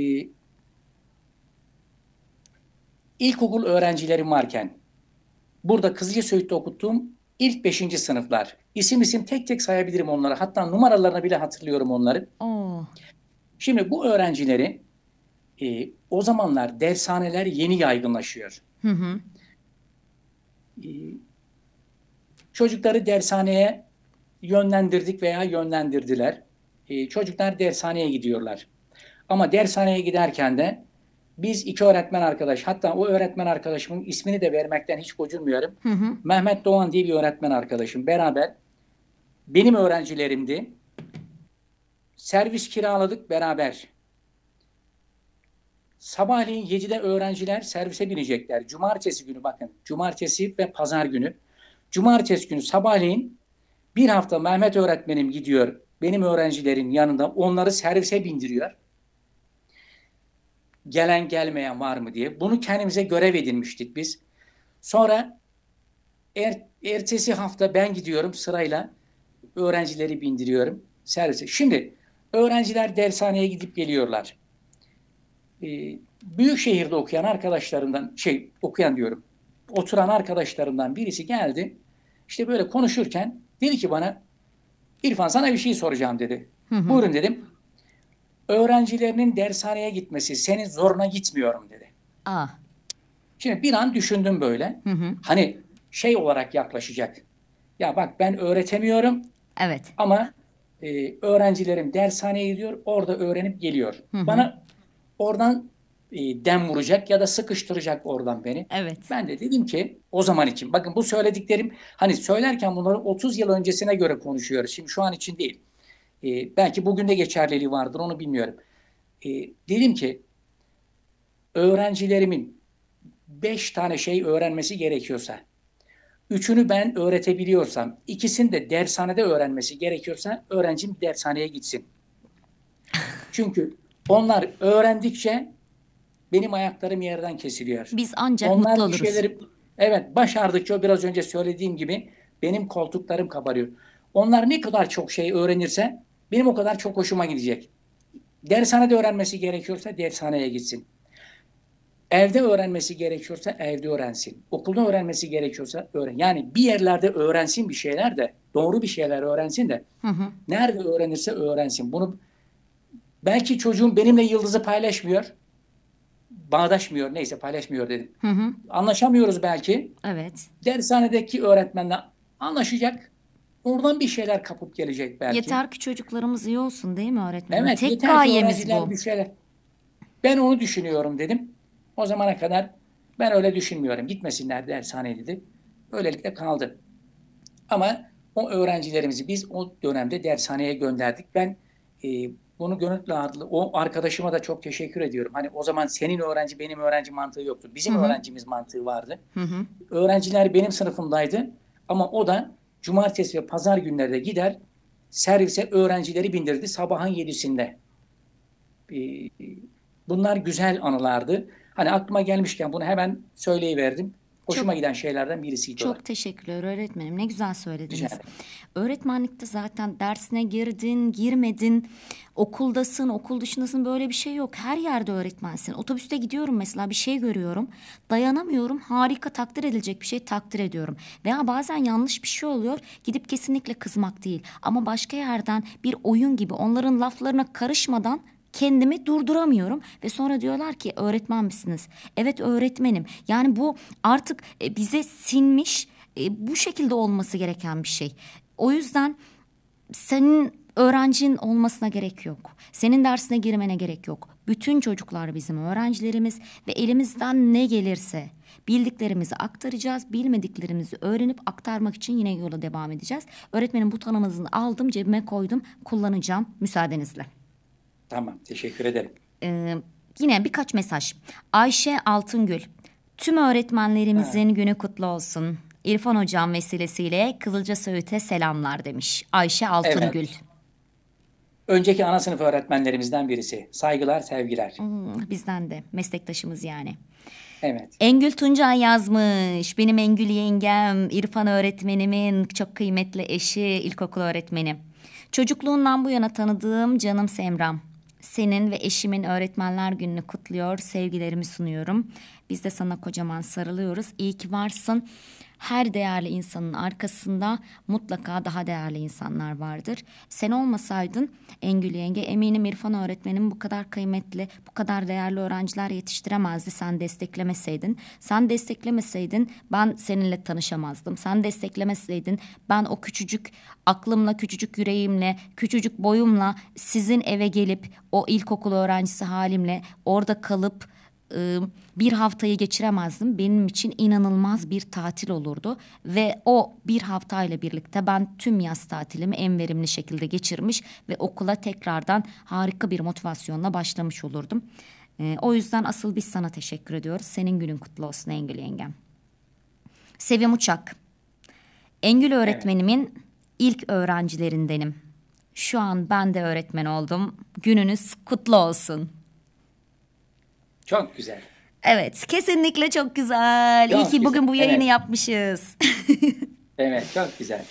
ilkokul öğrencilerim varken burada Kızılcık'ta okuttuğum ilk 5. sınıflar. İsim tek tek sayabilirim onları. Hatta numaralarını bile hatırlıyorum onları. Oo. Şimdi bu öğrencileri o zamanlar dershaneler yeni yaygınlaşıyor. Hı. Çocukları dershaneye yönlendirdik veya yönlendirdiler. Çocuklar dershaneye gidiyorlar. Ama dershaneye giderken de biz iki öğretmen arkadaş, hatta o öğretmen arkadaşımın ismini de vermekten hiç gocunmuyorum. Mehmet Doğan diye bir öğretmen arkadaşım. Beraber benim öğrencilerimdi. Servis kiraladık beraber. Sabahleyin 7'de öğrenciler servise binecekler. Cumartesi günü bakın. Cumartesi ve pazar günü. Cumartesi günü sabahleyin bir hafta Mehmet öğretmenim gidiyor. Benim öğrencilerin yanında onları servise bindiriyor. Gelen gelmeyen var mı diye. Bunu kendimize görev edinmiştik biz. Sonra ertesi hafta ben gidiyorum sırayla öğrencileri bindiriyorum servise. Şimdi öğrenciler dershaneye gidip geliyorlar. Büyük şehirde okuyan arkadaşlarımdan oturan arkadaşlarımdan birisi geldi. İşte böyle konuşurken dedi ki bana, İrfan sana bir şey soracağım dedi. Buyurun dedim. Öğrencilerinin dershaneye gitmesi senin zoruna gitmiyorum dedi. Şimdi bir an düşündüm böyle. Hani şey olarak yaklaşacak. Ya bak ben öğretemiyorum. Evet. Ama öğrencilerim dershaneye gidiyor. Orada öğrenip geliyor. Bana oradan dem vuracak ya da sıkıştıracak oradan beni. Evet. Ben de dedim ki o zaman için. Bakın bu söylediklerim hani söylerken bunları 30 yıl öncesine göre konuşuyoruz. Şimdi şu an için değil. Belki bugün de geçerliliği vardır onu bilmiyorum. Dedim ki öğrencilerimin 5 tane şey öğrenmesi gerekiyorsa, 3'ünü ben öğretebiliyorsam, ikisini de dershanede öğrenmesi gerekiyorsa öğrencim dershaneye gitsin. Çünkü onlar öğrendikçe benim ayaklarım yerden kesiliyor. Biz ancak onlar mutlu oluruz. Şeyleri, evet başardıkça biraz önce söylediğim gibi benim koltuklarım kabarıyor. Onlar ne kadar çok şey öğrenirse benim o kadar çok hoşuma gidecek. Dershanede öğrenmesi gerekiyorsa dershaneye gitsin. Evde öğrenmesi gerekiyorsa evde öğrensin. Okulda öğrenmesi gerekiyorsa öğren. Yani bir yerlerde öğrensin bir şeyler de doğru bir şeyler öğrensin de nerede öğrenirse öğrensin. Bunu belki çocuğum benimle yıldızı paylaşmıyor. Bağdaşmıyor. Neyse paylaşmıyor dedim. Anlaşamıyoruz belki. Evet. Dershanedeki öğretmenle anlaşacak. Oradan bir şeyler kapıp gelecek belki. Yeter ki çocuklarımız iyi olsun değil mi öğretmenim? Evet, Tek yeter ki gayemiz öğrenciler bu. bir şeyler. Ben onu düşünüyorum dedim. O zamana kadar ben öyle düşünmüyorum. Gitmesinler dershaneye dedi. Böylelikle kaldı. Ama o öğrencilerimizi biz o dönemde dershaneye gönderdik. Ben bunu gönül rahatlığı, o arkadaşıma da çok teşekkür ediyorum. Hani o zaman senin öğrenci benim öğrenci mantığı yoktu. Bizim öğrencimiz mantığı vardı. Öğrenciler benim sınıfımdaydı. Ama o da cumartesi ve pazar günlerde gider servise öğrencileri bindirdi sabahın 7'sinde. Bunlar güzel anılardı. Hani aklıma gelmişken bunu hemen söyleyiverdim. Hoşuma giden şeylerden birisiydi. Çok teşekkürler öğretmenim. Ne güzel söylediniz. Rica ederim. Öğretmenlikte zaten dersine girdin, girmedin, okuldasın, okul dışındasın böyle bir şey yok. Her yerde öğretmensin. Otobüste gidiyorum mesela bir şey görüyorum. Dayanamıyorum. Harika takdir edilecek bir şey takdir ediyorum. Veya bazen yanlış bir şey oluyor. Gidip kesinlikle kızmak değil. Ama başka yerden bir oyun gibi onların laflarına karışmadan kendimi durduramıyorum ve sonra diyorlar ki öğretmen misiniz? Evet öğretmenim. Yani bu artık bize sinmiş, bu şekilde olması gereken bir şey. O yüzden senin öğrencin olmasına gerek yok. Senin dersine girmene gerek yok. Bütün çocuklar bizim öğrencilerimiz ve elimizden ne gelirse bildiklerimizi aktaracağız. Bilmediklerimizi öğrenip aktarmak için yine yola devam edeceğiz. Öğretmenim bu tanımızı aldım, cebime koydum, kullanacağım müsaadenizle. Tamam, teşekkür ederim. Yine birkaç mesaj. Ayşe Altıngül. Tüm öğretmenlerimizin günü kutlu olsun. İrfan hocam vesilesiyle Kızılca Söğüt'e selamlar demiş. Ayşe Altıngül. Evet. Önceki ana sınıf öğretmenlerimizden birisi. Saygılar, sevgiler. Bizden de meslektaşımız yani. Evet. Engül Tuncay yazmış. Benim Engül yengem, İrfan öğretmenimin çok kıymetli eşi, ilkokul öğretmeni. Çocukluğundan bu yana tanıdığım canım Semram. Senin ve eşimin öğretmenler gününü kutluyor, sevgilerimi sunuyorum. Biz de sana kocaman sarılıyoruz. İyi ki varsın. her değerli insanın arkasında mutlaka daha değerli insanlar vardır. Sen olmasaydın Engül yenge, eminim İrfan öğretmenim bu kadar kıymetli, bu kadar değerli öğrenciler yetiştiremezdi sen desteklemeseydin. Sen desteklemeseydin ben seninle tanışamazdım. Sen desteklemeseydin ben o küçücük aklımla, küçücük yüreğimle, küçücük boyumla sizin eve gelip o ilkokul öğrencisi halimle orada kalıp bir haftayı geçiremezdim. Benim için inanılmaz bir tatil olurdu ve o bir haftayla birlikte ben tüm yaz tatilimi en verimli şekilde geçirmiş ve okula tekrardan harika bir motivasyonla başlamış olurdum. O yüzden asıl biz sana teşekkür ediyoruz. Senin günün kutlu olsun Engül yengem. Sevim Uçak. Engül öğretmenimin ilk öğrencilerindenim. Şu an ben de öğretmen oldum. Gününüz kutlu olsun. Çok güzel. Evet, kesinlikle çok güzel. Çok İyi ki bugün güzel, bu yayını evet. yapmışız. Evet, çok güzel.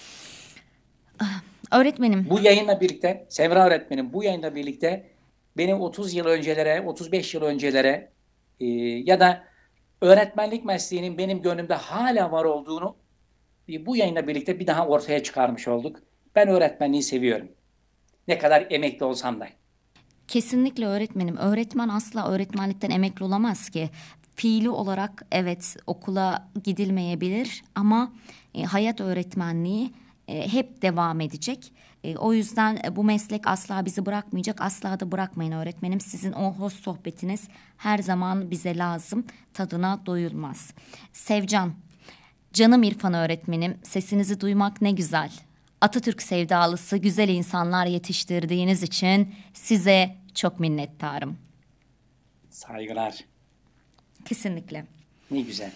Öğretmenim, Bu yayınla birlikte, Semra öğretmenim, bu yayınla birlikte benim 30 yıl öncelere, 35 yıl öncelere ya da öğretmenlik mesleğinin benim gönlümde hala var olduğunu bu yayınla birlikte bir daha ortaya çıkarmış olduk. Ben öğretmenliği seviyorum. Ne kadar emekli olsam da. kesinlikle öğretmenim. Öğretmen asla öğretmenlikten emekli olamaz ki. Fiili olarak evet okula gidilmeyebilir ama hayat öğretmenliği hep devam edecek. O yüzden bu meslek asla bizi bırakmayacak. Asla da bırakmayın öğretmenim. Sizin o hoş sohbetiniz her zaman bize lazım. Tadına doyulmaz. Sevcan, canım İrfan öğretmenim, sesinizi duymak ne güzel. Atatürk sevdalısı güzel insanlar yetiştirdiğiniz için size çok minnettarım. Saygılar. Kesinlikle. Ne güzel.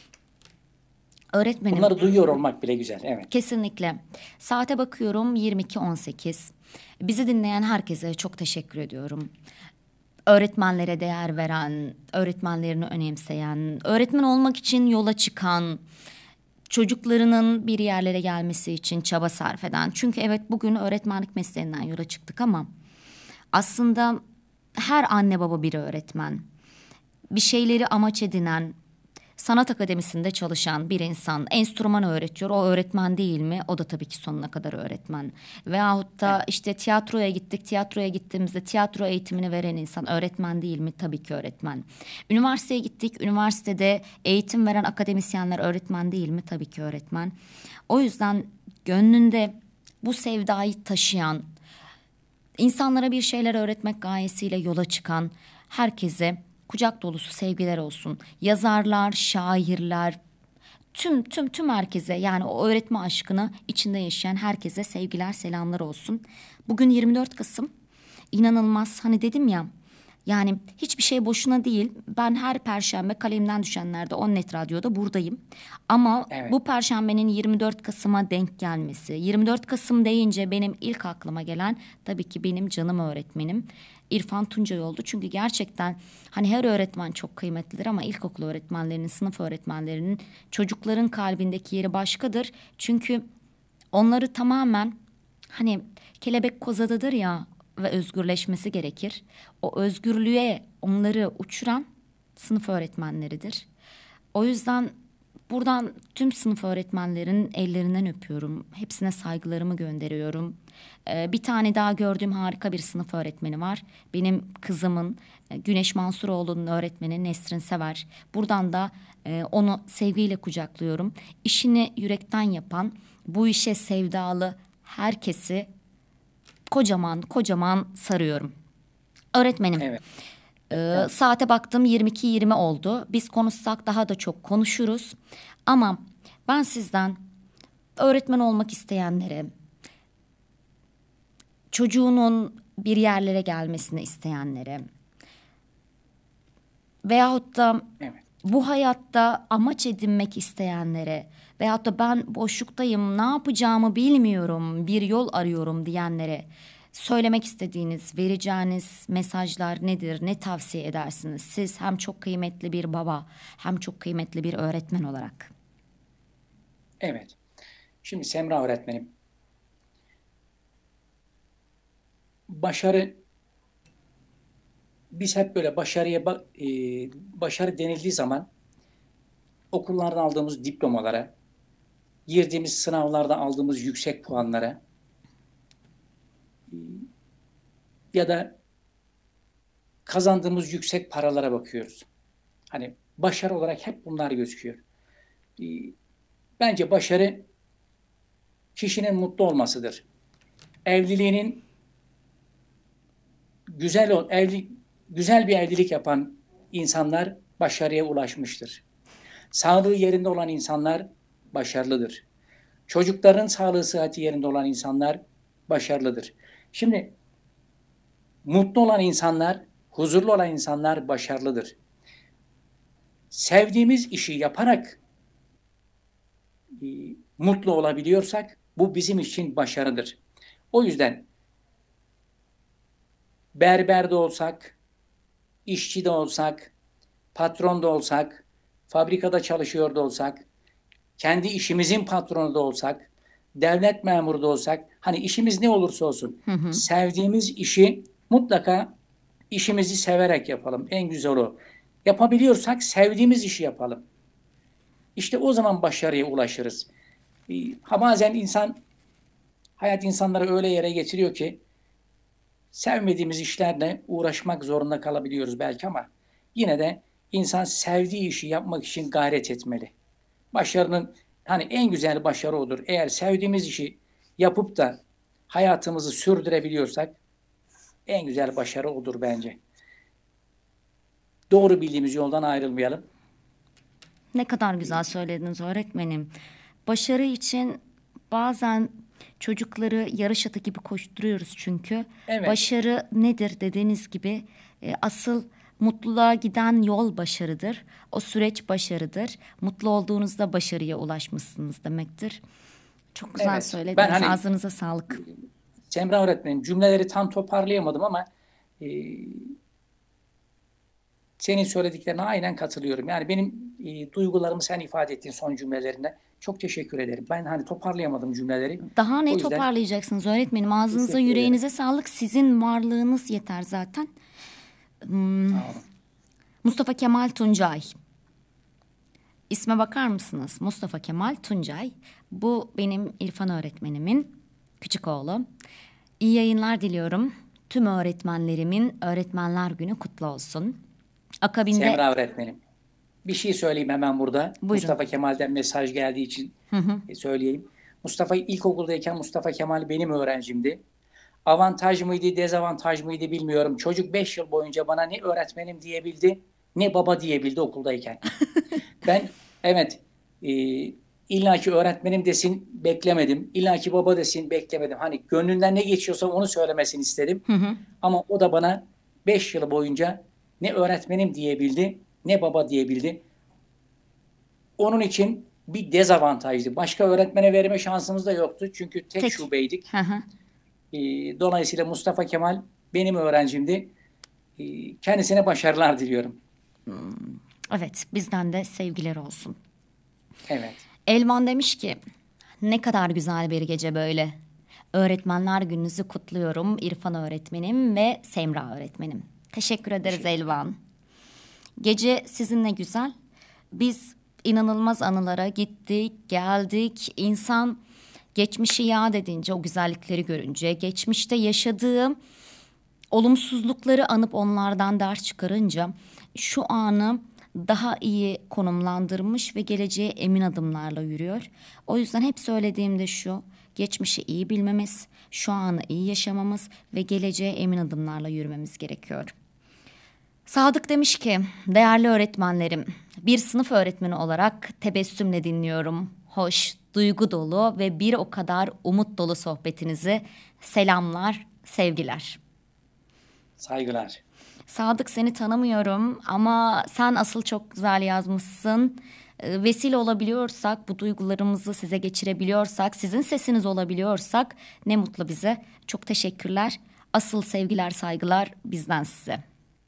Öğretmenim. Bunları duyuyor olmak bile güzel. Evet. Kesinlikle. Saate bakıyorum 22.18. Bizi dinleyen herkese çok teşekkür ediyorum. Öğretmenlere değer veren, öğretmenlerini önemseyen, öğretmen olmak için yola çıkan, çocuklarının bir yerlere gelmesi için çaba sarf eden. Çünkü evet bugün öğretmenlik mesleğinden yola çıktık ama aslında her anne baba bir öğretmen. Bir şeyleri amaç edinen, sanat akademisinde çalışan bir insan enstrüman öğretiyor. O öğretmen değil mi? O da tabii ki sonuna kadar öğretmen. Veyahut da işte tiyatroya gittik. Tiyatroya gittiğimizde tiyatro eğitimini veren insan öğretmen değil mi? Tabii ki öğretmen. Üniversiteye gittik. Üniversitede eğitim veren akademisyenler öğretmen değil mi? Tabii ki öğretmen. O yüzden gönlünde bu sevdayı taşıyan, insanlara bir şeyler öğretmek gayesiyle yola çıkan herkese kucak dolusu sevgiler olsun. Yazarlar, şairler, tüm herkese, yani o öğretme aşkını içinde yaşayan herkese sevgiler, selamlar olsun. Bugün 24 Kasım. İnanılmaz, hani dedim ya, yani hiçbir şey boşuna değil. Ben her perşembe kalemden düşenlerde Onnet Radyo'da buradayım. Ama Evet. bu perşembenin 24 Kasım'a denk gelmesi. 24 Kasım deyince benim ilk aklıma gelen tabii ki benim canım öğretmenim İrfan Tuncay oldu. Çünkü gerçekten hani her öğretmen çok kıymetlidir ama ilkokul öğretmenlerinin, sınıf öğretmenlerinin çocukların kalbindeki yeri başkadır. Çünkü onları tamamen, hani kelebek kozadadır ya ve özgürleşmesi gerekir. O özgürlüğe onları uçuran sınıf öğretmenleridir. O yüzden buradan tüm sınıf öğretmenlerin ellerinden öpüyorum. Hepsine saygılarımı gönderiyorum. Bir tane daha gördüğüm harika bir sınıf öğretmeni var. Benim kızımın, Güneş Mansuroğlu'nun öğretmeni Nesrin Sever. Buradan da onu sevgiyle kucaklıyorum. İşini yürekten yapan, bu işe sevdalı herkesi kocaman sarıyorum. Öğretmenim. Evet. Saate baktım 22:20 oldu. Biz konuşsak daha da çok konuşuruz. Ama ben sizden öğretmen olmak isteyenlere, çocuğunun bir yerlere gelmesini isteyenlere veyahut da Evet. bu hayatta amaç edinmek isteyenlere veyahut da ben boşluktayım, ne yapacağımı bilmiyorum, bir yol arıyorum diyenlere söylemek istediğiniz, vereceğiniz mesajlar nedir, ne tavsiye edersiniz? Siz hem çok kıymetli bir baba hem çok kıymetli bir öğretmen olarak. Evet. Şimdi Semra öğretmenim, biz hep böyle başarı denildiği zaman okullardan aldığımız diplomalara, girdiğimiz sınavlarda aldığımız yüksek puanlara ya da kazandığımız yüksek paralara bakıyoruz. Hani başarı olarak hep bunlar gözüküyor. Bence başarı kişinin mutlu olmasıdır. Evliliğinin güzel bir evlilik yapan insanlar başarıya ulaşmıştır. Sağlığı yerinde olan insanlar başarılıdır. Çocukların sağlığı sıhhati yerinde olan insanlar başarılıdır. Şimdi mutlu olan insanlar, huzurlu olan insanlar başarılıdır. Sevdiğimiz işi yaparak mutlu olabiliyorsak bu bizim için başarıdır. O yüzden berber de olsak, işçi de olsak, patron da olsak, fabrikada çalışıyor da olsak, kendi işimizin patronu da olsak, devlet memuru da olsak, hani işimiz ne olursa olsun, sevdiğimiz işi mutlaka işimizi severek yapalım. En güzel o. Yapabiliyorsak sevdiğimiz işi yapalım. İşte o zaman başarıya ulaşırız. Bazen hayat insanları öyle yere getiriyor ki sevmediğimiz işlerle uğraşmak zorunda kalabiliyoruz belki ama yine de insan sevdiği işi yapmak için gayret etmeli. Başarının en güzel başarı odur. Eğer sevdiğimiz işi yapıp da hayatımızı sürdürebiliyorsak en güzel başarı odur bence. Doğru bildiğimiz yoldan ayrılmayalım. Ne kadar güzel söylediniz öğretmenim. Başarı için bazen çocukları yarış atı gibi koşturuyoruz çünkü. Evet. Başarı nedir dediğiniz gibi asıl mutluluğa giden yol başarıdır. O süreç başarıdır. Mutlu olduğunuzda başarıya ulaşmışsınız demektir. Çok güzel Evet. söylediniz. Ben Ağzınıza sağlık. Semra öğretmenim cümleleri tam toparlayamadım ama senin söylediklerine aynen katılıyorum. Yani benim duygularımı sen ifade ettiğin son cümlelerinde çok teşekkür ederim. Ben toparlayamadım cümleleri. Daha ne O yüzden toparlayacaksınız öğretmenim? Ağzınıza, teşekkür yüreğinize sağlık. Sizin varlığınız yeter zaten. sağ olun. Mustafa Kemal Tuncay. İsme bakar mısınız? Mustafa Kemal Tuncay. Bu benim İrfan öğretmenimin küçük oğlu. İyi yayınlar diliyorum. Tüm öğretmenlerimin Öğretmenler Günü kutlu olsun. Akabinde Semra öğretmenim. Bir şey söyleyeyim hemen burada. Buyurun. Mustafa Kemal'den mesaj geldiği için söyleyeyim. İlkokuldayken Mustafa Kemal benim öğrencimdi. Avantaj mıydı, dezavantaj mıydı bilmiyorum. Çocuk 5 yıl boyunca bana ne öğretmenim diyebildi, ne baba diyebildi okuldayken. Ben illaki öğretmenim desin beklemedim. İllaki baba desin beklemedim. Gönlünden ne geçiyorsa onu söylemesini istedim. Ama o da bana 5 yıl boyunca ne öğretmenim diyebildi, ne baba diyebildi. Onun için bir dezavantajdı. Başka öğretmene verme şansımız da yoktu. Çünkü tek şubeydik. Dolayısıyla Mustafa Kemal benim öğrencimdi. Kendisine başarılar diliyorum. evet, bizden de sevgiler olsun. Evet. Elvan demiş ki ne kadar güzel bir gece böyle. Öğretmenler gününüzü kutluyorum İrfan öğretmenim ve Semra öğretmenim. Teşekkür ederiz Elvan. Gece sizinle güzel. Biz inanılmaz anılara gittik, geldik. İnsan geçmişi yad edince, o güzellikleri görünce, geçmişte yaşadığım olumsuzlukları anıp onlardan ders çıkarınca şu anı daha iyi konumlandırmış ve geleceğe emin adımlarla yürüyor. O yüzden hep söylediğimde şu: geçmişi iyi bilmemiz, şu anı iyi yaşamamız ve geleceğe emin adımlarla yürümemiz gerekiyor. Sadık demiş ki, değerli öğretmenlerim, bir sınıf öğretmeni olarak tebessümle dinliyorum. Hoş, duygu dolu ve bir o kadar umut dolu sohbetinizi. Selamlar, sevgiler. Saygılar. Sadık, seni tanımıyorum ama sen asıl çok güzel yazmışsın. Vesile olabiliyorsak, bu duygularımızı size geçirebiliyorsak, sizin sesiniz olabiliyorsak ne mutlu bize. Çok teşekkürler. Asıl sevgiler, saygılar bizden size.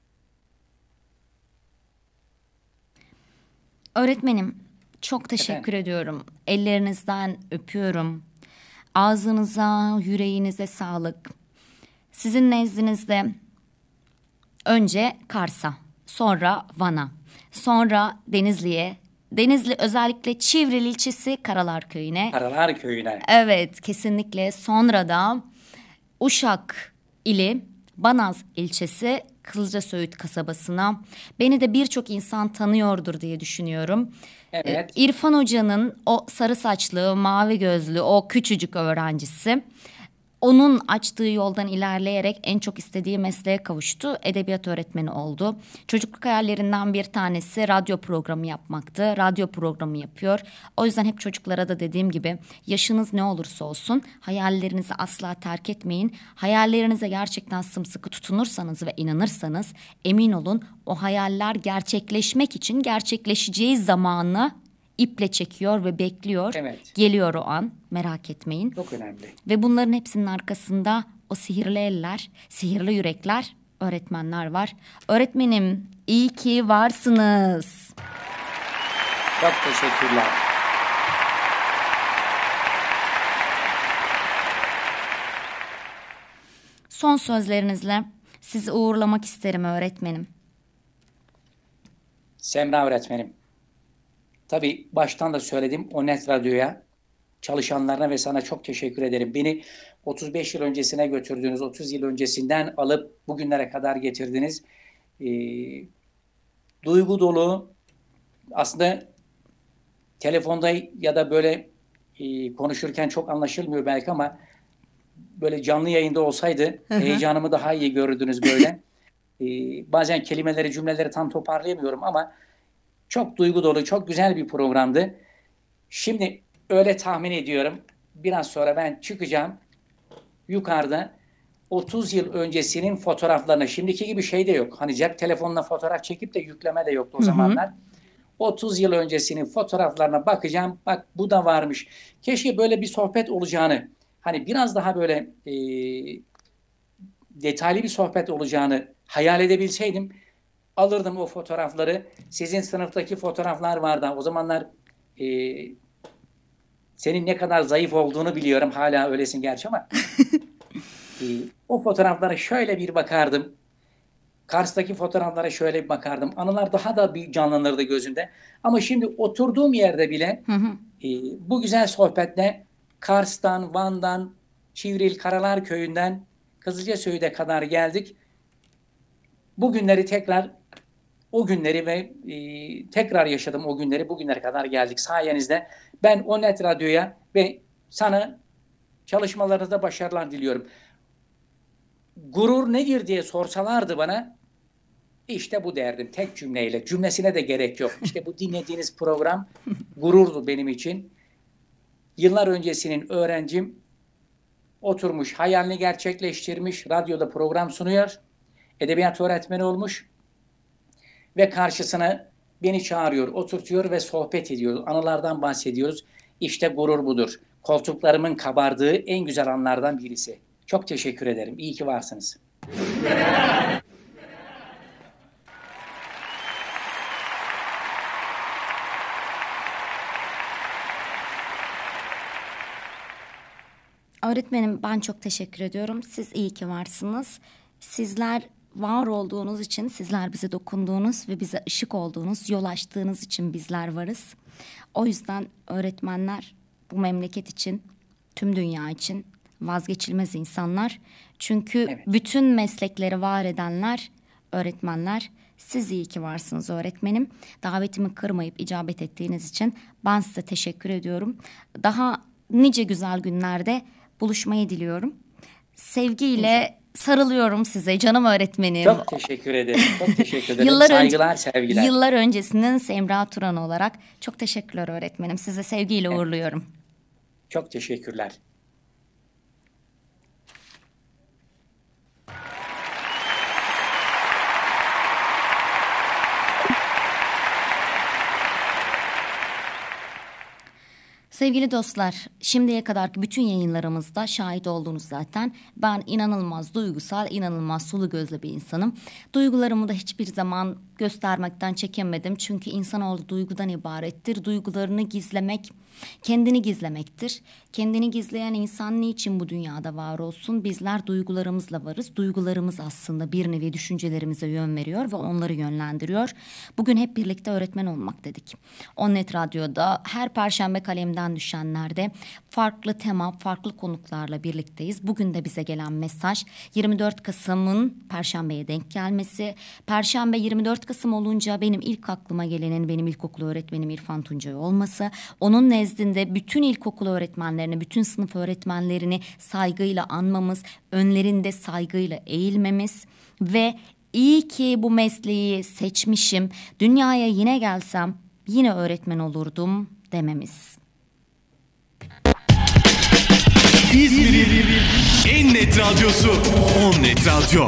Öğretmenim, çok teşekkür ediyorum. Ellerinizden öpüyorum. Ağzınıza, yüreğinize sağlık. Sizin nezdinizde önce Kars'a, sonra Van'a, sonra Denizli'ye Denizli özellikle Çivril ilçesi Karalar Köyü'ne. Karalar Köyü'ne. Evet, kesinlikle. Sonra da Uşak ili Banaz ilçesi Kızılcasöğüt kasabasına. Beni de birçok insan tanıyordur diye düşünüyorum. Evet. İrfan Hoca'nın o sarı saçlı, mavi gözlü, o küçücük öğrencisi. Onun açtığı yoldan ilerleyerek en çok istediği mesleğe kavuştu. Edebiyat öğretmeni oldu. Çocukluk hayallerinden bir tanesi radyo programı yapmaktı. Radyo programı yapıyor. O yüzden hep çocuklara da dediğim gibi yaşınız ne olursa olsun hayallerinizi asla terk etmeyin. Hayallerinize gerçekten sımsıkı tutunursanız ve inanırsanız emin olun o hayaller gerçekleşmek için gerçekleşeceği zamanı iple çekiyor ve bekliyor. Evet. Geliyor o an, merak etmeyin. Çok önemli. Ve bunların hepsinin arkasında o sihirli eller, sihirli yürekler, öğretmenler var. Öğretmenim, iyi ki varsınız. Çok teşekkürler. Son sözlerinizle sizi uğurlamak isterim öğretmenim. Semra öğretmenim. Tabii baştan da söyledim, Onnet Radyo'ya, çalışanlarına ve sana çok teşekkür ederim. Beni 35 yıl öncesine götürdünüz, 30 yıl öncesinden alıp bugünlere kadar getirdiniz. Duygu dolu, aslında telefonda ya da böyle konuşurken çok anlaşılmıyor belki ama böyle canlı yayında olsaydı heyecanımı daha iyi görürdünüz böyle. Bazen kelimeleri, cümleleri tam toparlayamıyorum ama çok duygu dolu, çok güzel bir programdı. Şimdi öyle tahmin ediyorum. Biraz sonra ben çıkacağım. Yukarıda 30 yıl öncesinin fotoğraflarını, şimdiki gibi şey de yok. Hani cep telefonuna fotoğraf çekip de yükleme de yoktu o zamanlar. 30 yıl öncesinin fotoğraflarına bakacağım. Bak bu da varmış. Keşke böyle bir sohbet olacağını, hani biraz daha böyle detaylı bir sohbet olacağını hayal edebilseydim. Alırdım o fotoğrafları. Sizin sınıftaki fotoğraflar vardı. O zamanlar senin ne kadar zayıf olduğunu biliyorum. Hala öylesin gerçi ama. O fotoğraflara şöyle bir bakardım. Kars'taki fotoğraflara şöyle bir bakardım. Anılar daha da bir canlanırdı gözümde. Ama şimdi oturduğum yerde bile bu güzel sohbetle Kars'tan, Van'dan, Çivril, Karalar Köyü'nden Kızılcasöğüt'e kadar geldik. Bu günleri tekrar, o günleri ve tekrar yaşadım o günleri, bugünlere kadar geldik sayenizde. Ben Onnet Radyo'ya ve sana çalışmalarınızda başarılar diliyorum. Gurur nedir diye sorsalardı bana, işte bu derdim tek cümleyle. Cümlesine de gerek yok. İşte bu dinlediğiniz program gururdu benim için. Yıllar öncesinin öğrencim oturmuş, hayalini gerçekleştirmiş, radyoda program sunuyor. Edebiyat öğretmeni olmuş ve karşısına beni çağırıyor, oturtuyor ve sohbet ediyoruz. Anılardan bahsediyoruz. İşte gurur budur. Koltuklarımın kabardığı en güzel anlardan birisi. Çok teşekkür ederim. İyi ki varsınız. Öğretmenim ben çok teşekkür ediyorum. Siz iyi ki varsınız. Sizler var olduğunuz için, sizler bize dokunduğunuz ve bize ışık olduğunuz, yol açtığınız için bizler varız. O yüzden öğretmenler bu memleket için, tüm dünya için vazgeçilmez insanlar. Çünkü bütün meslekleri var edenler öğretmenler. Siz iyi ki varsınız öğretmenim. Davetimi kırmayıp icabet ettiğiniz için ben size teşekkür ediyorum. Daha nice güzel günlerde buluşmayı diliyorum. Sevgiyle sarılıyorum size canım öğretmenim. Çok teşekkür ederim. Çok teşekkür ederim. Saygılar, sevgiler. Yıllar öncesinin Semra Turan olarak çok teşekkürler öğretmenim. Size sevgiyle uğurluyorum. Çok teşekkürler. Sevgili dostlar, şimdiye kadarki bütün yayınlarımızda şahit olduğunuz zaten. Ben inanılmaz duygusal, inanılmaz sulu gözlü bir insanım. Duygularımı da hiçbir zaman göstermekten çekinmedim. Çünkü insanoğlu duygudan ibarettir. Duygularını gizlemek, kendini gizlemektir. Kendini gizleyen insan niçin bu dünyada var olsun? Bizler duygularımızla varız. Duygularımız aslında bir nevi düşüncelerimize yön veriyor ve onları yönlendiriyor. Bugün hep birlikte öğretmen olmak dedik. Onnet Radyo'da her Perşembe kalemden düşenlerde farklı tema, farklı konuklarla birlikteyiz. Bugün de bize gelen mesaj 24 Kasım'ın Perşembe'ye denk gelmesi. Perşembe 24 Kasım olunca benim ilk aklıma gelenin benim ilkokul öğretmenim İrfan Tuncay olması. Onun nezdinde bütün ilkokul öğretmenlerini, bütün sınıf öğretmenlerini saygıyla anmamız, önlerinde saygıyla eğilmemiz ve iyi ki bu mesleği seçmişim, dünyaya yine gelsem yine öğretmen olurdum dememiz. İzmir'in en net radyosu Onnet Radyo.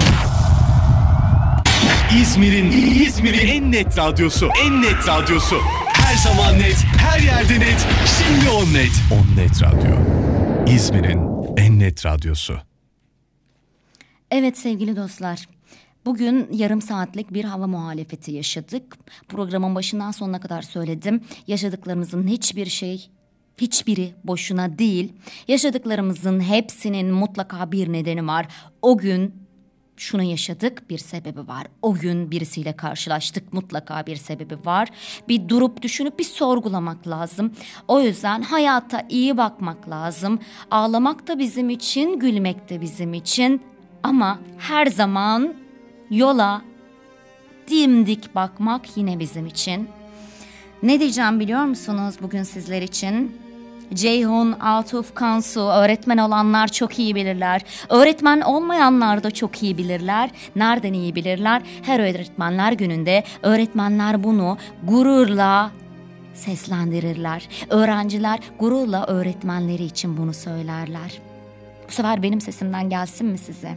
İzmir'in en net radyosu. En net radyosu. Her zaman net, her yerde net. Şimdi Onnet. Onnet Radyo. İzmir'in en net radyosu. Evet sevgili dostlar. Bugün yarım saatlik bir hava muhalefeti yaşadık. Programın başından sonuna kadar söyledim. Yaşadıklarımızın hiçbiri boşuna değil. Yaşadıklarımızın hepsinin mutlaka bir nedeni var. O gün şunu yaşadık, bir sebebi var. O gün birisiyle karşılaştık, mutlaka bir sebebi var. Bir durup düşünüp bir sorgulamak lazım. O yüzden hayata iyi bakmak lazım. Ağlamak da bizim için, gülmek de bizim için. Ama her zaman yola dimdik bakmak yine bizim için. Ne diyeceğim biliyor musunuz bugün sizler için? Ceyhun, Atuf, Kansu, öğretmen olanlar çok iyi bilirler. Öğretmen olmayanlar da çok iyi bilirler. Nereden iyi bilirler? Her öğretmenler gününde öğretmenler bunu gururla seslendirirler. Öğrenciler gururla öğretmenleri için bunu söylerler. Bu sefer benim sesimden gelsin mi size?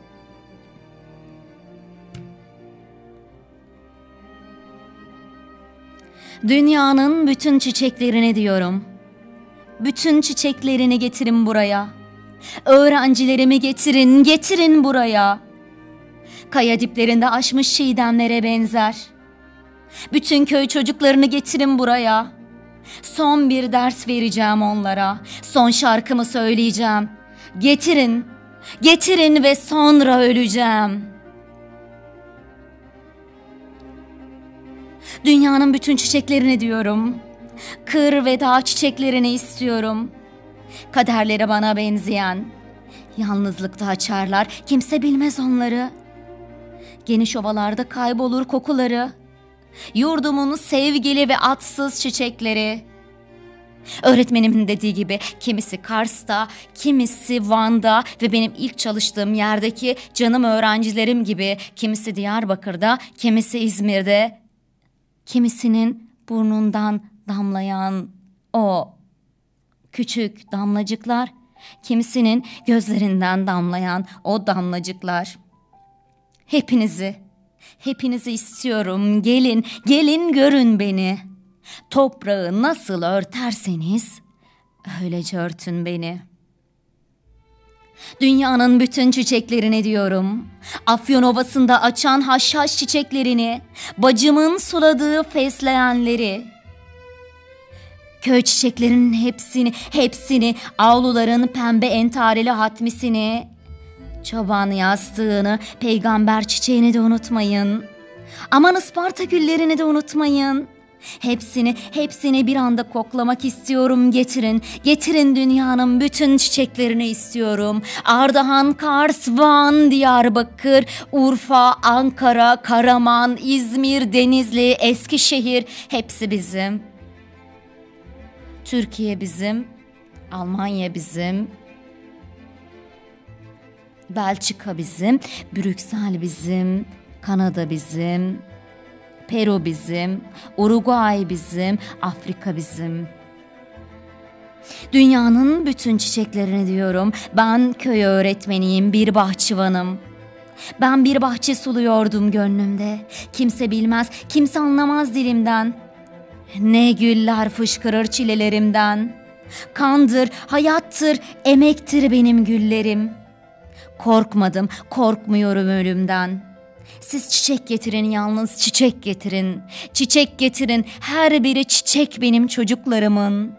Dünyanın bütün çiçeklerini diyorum. Bütün çiçeklerini getirin buraya. Öğrencilerimi getirin buraya. Kaya diplerinde açmış çiğdemlere benzer. Bütün köy çocuklarını getirin buraya. Son bir ders vereceğim onlara. Son şarkımı söyleyeceğim. Getirin ve sonra öleceğim. Dünyanın bütün çiçeklerini diyorum. Kır ve dağ çiçeklerini istiyorum. Kaderleri bana benzeyen. Yalnızlıkta açarlar, kimse bilmez onları. Geniş ovalarda kaybolur kokuları. Yurdumun sevgili ve atsız çiçekleri. Öğretmenimin dediği gibi kimisi Kars'ta, kimisi Van'da ve benim ilk çalıştığım yerdeki canım öğrencilerim gibi kimisi Diyarbakır'da, kimisi İzmir'de. Kimisinin burnundan damlayan o küçük damlacıklar, kimisinin gözlerinden damlayan o damlacıklar. Hepinizi istiyorum. Gelin görün beni. Toprağı nasıl örterseniz öylece örtün beni. Dünyanın bütün çiçeklerini diyorum. Afyon Ovası'nda açan haşhaş çiçeklerini, bacımın suladığı fesleğenleri. Köy çiçeklerinin hepsini, avluların pembe entareli hatmisini, çoban yastığını, peygamber çiçeğini de unutmayın. Aman Isparta güllerini de unutmayın. Hepsini bir anda koklamak istiyorum. Getirin dünyanın bütün çiçeklerini istiyorum. Ardahan, Kars, Van, Diyarbakır, Urfa, Ankara, Karaman, İzmir, Denizli, Eskişehir, hepsi bizim. Türkiye bizim, Almanya bizim, Belçika bizim, Brüksel bizim, Kanada bizim, Peru bizim, Uruguay bizim, Afrika bizim. Dünyanın bütün çiçeklerini diyorum. Ben köy öğretmeniyim, bir bahçıvanım. Ben bir bahçe suluyordum gönlümde. Kimse bilmez, kimse anlamaz dilimden. Ne güller fışkırır çilelerimden. Kandır, hayattır, emektir benim güllerim. Korkmadım, korkmuyorum ölümden. Siz çiçek getirin, yalnız çiçek getirin. Çiçek getirin, her biri çiçek benim çocuklarımın.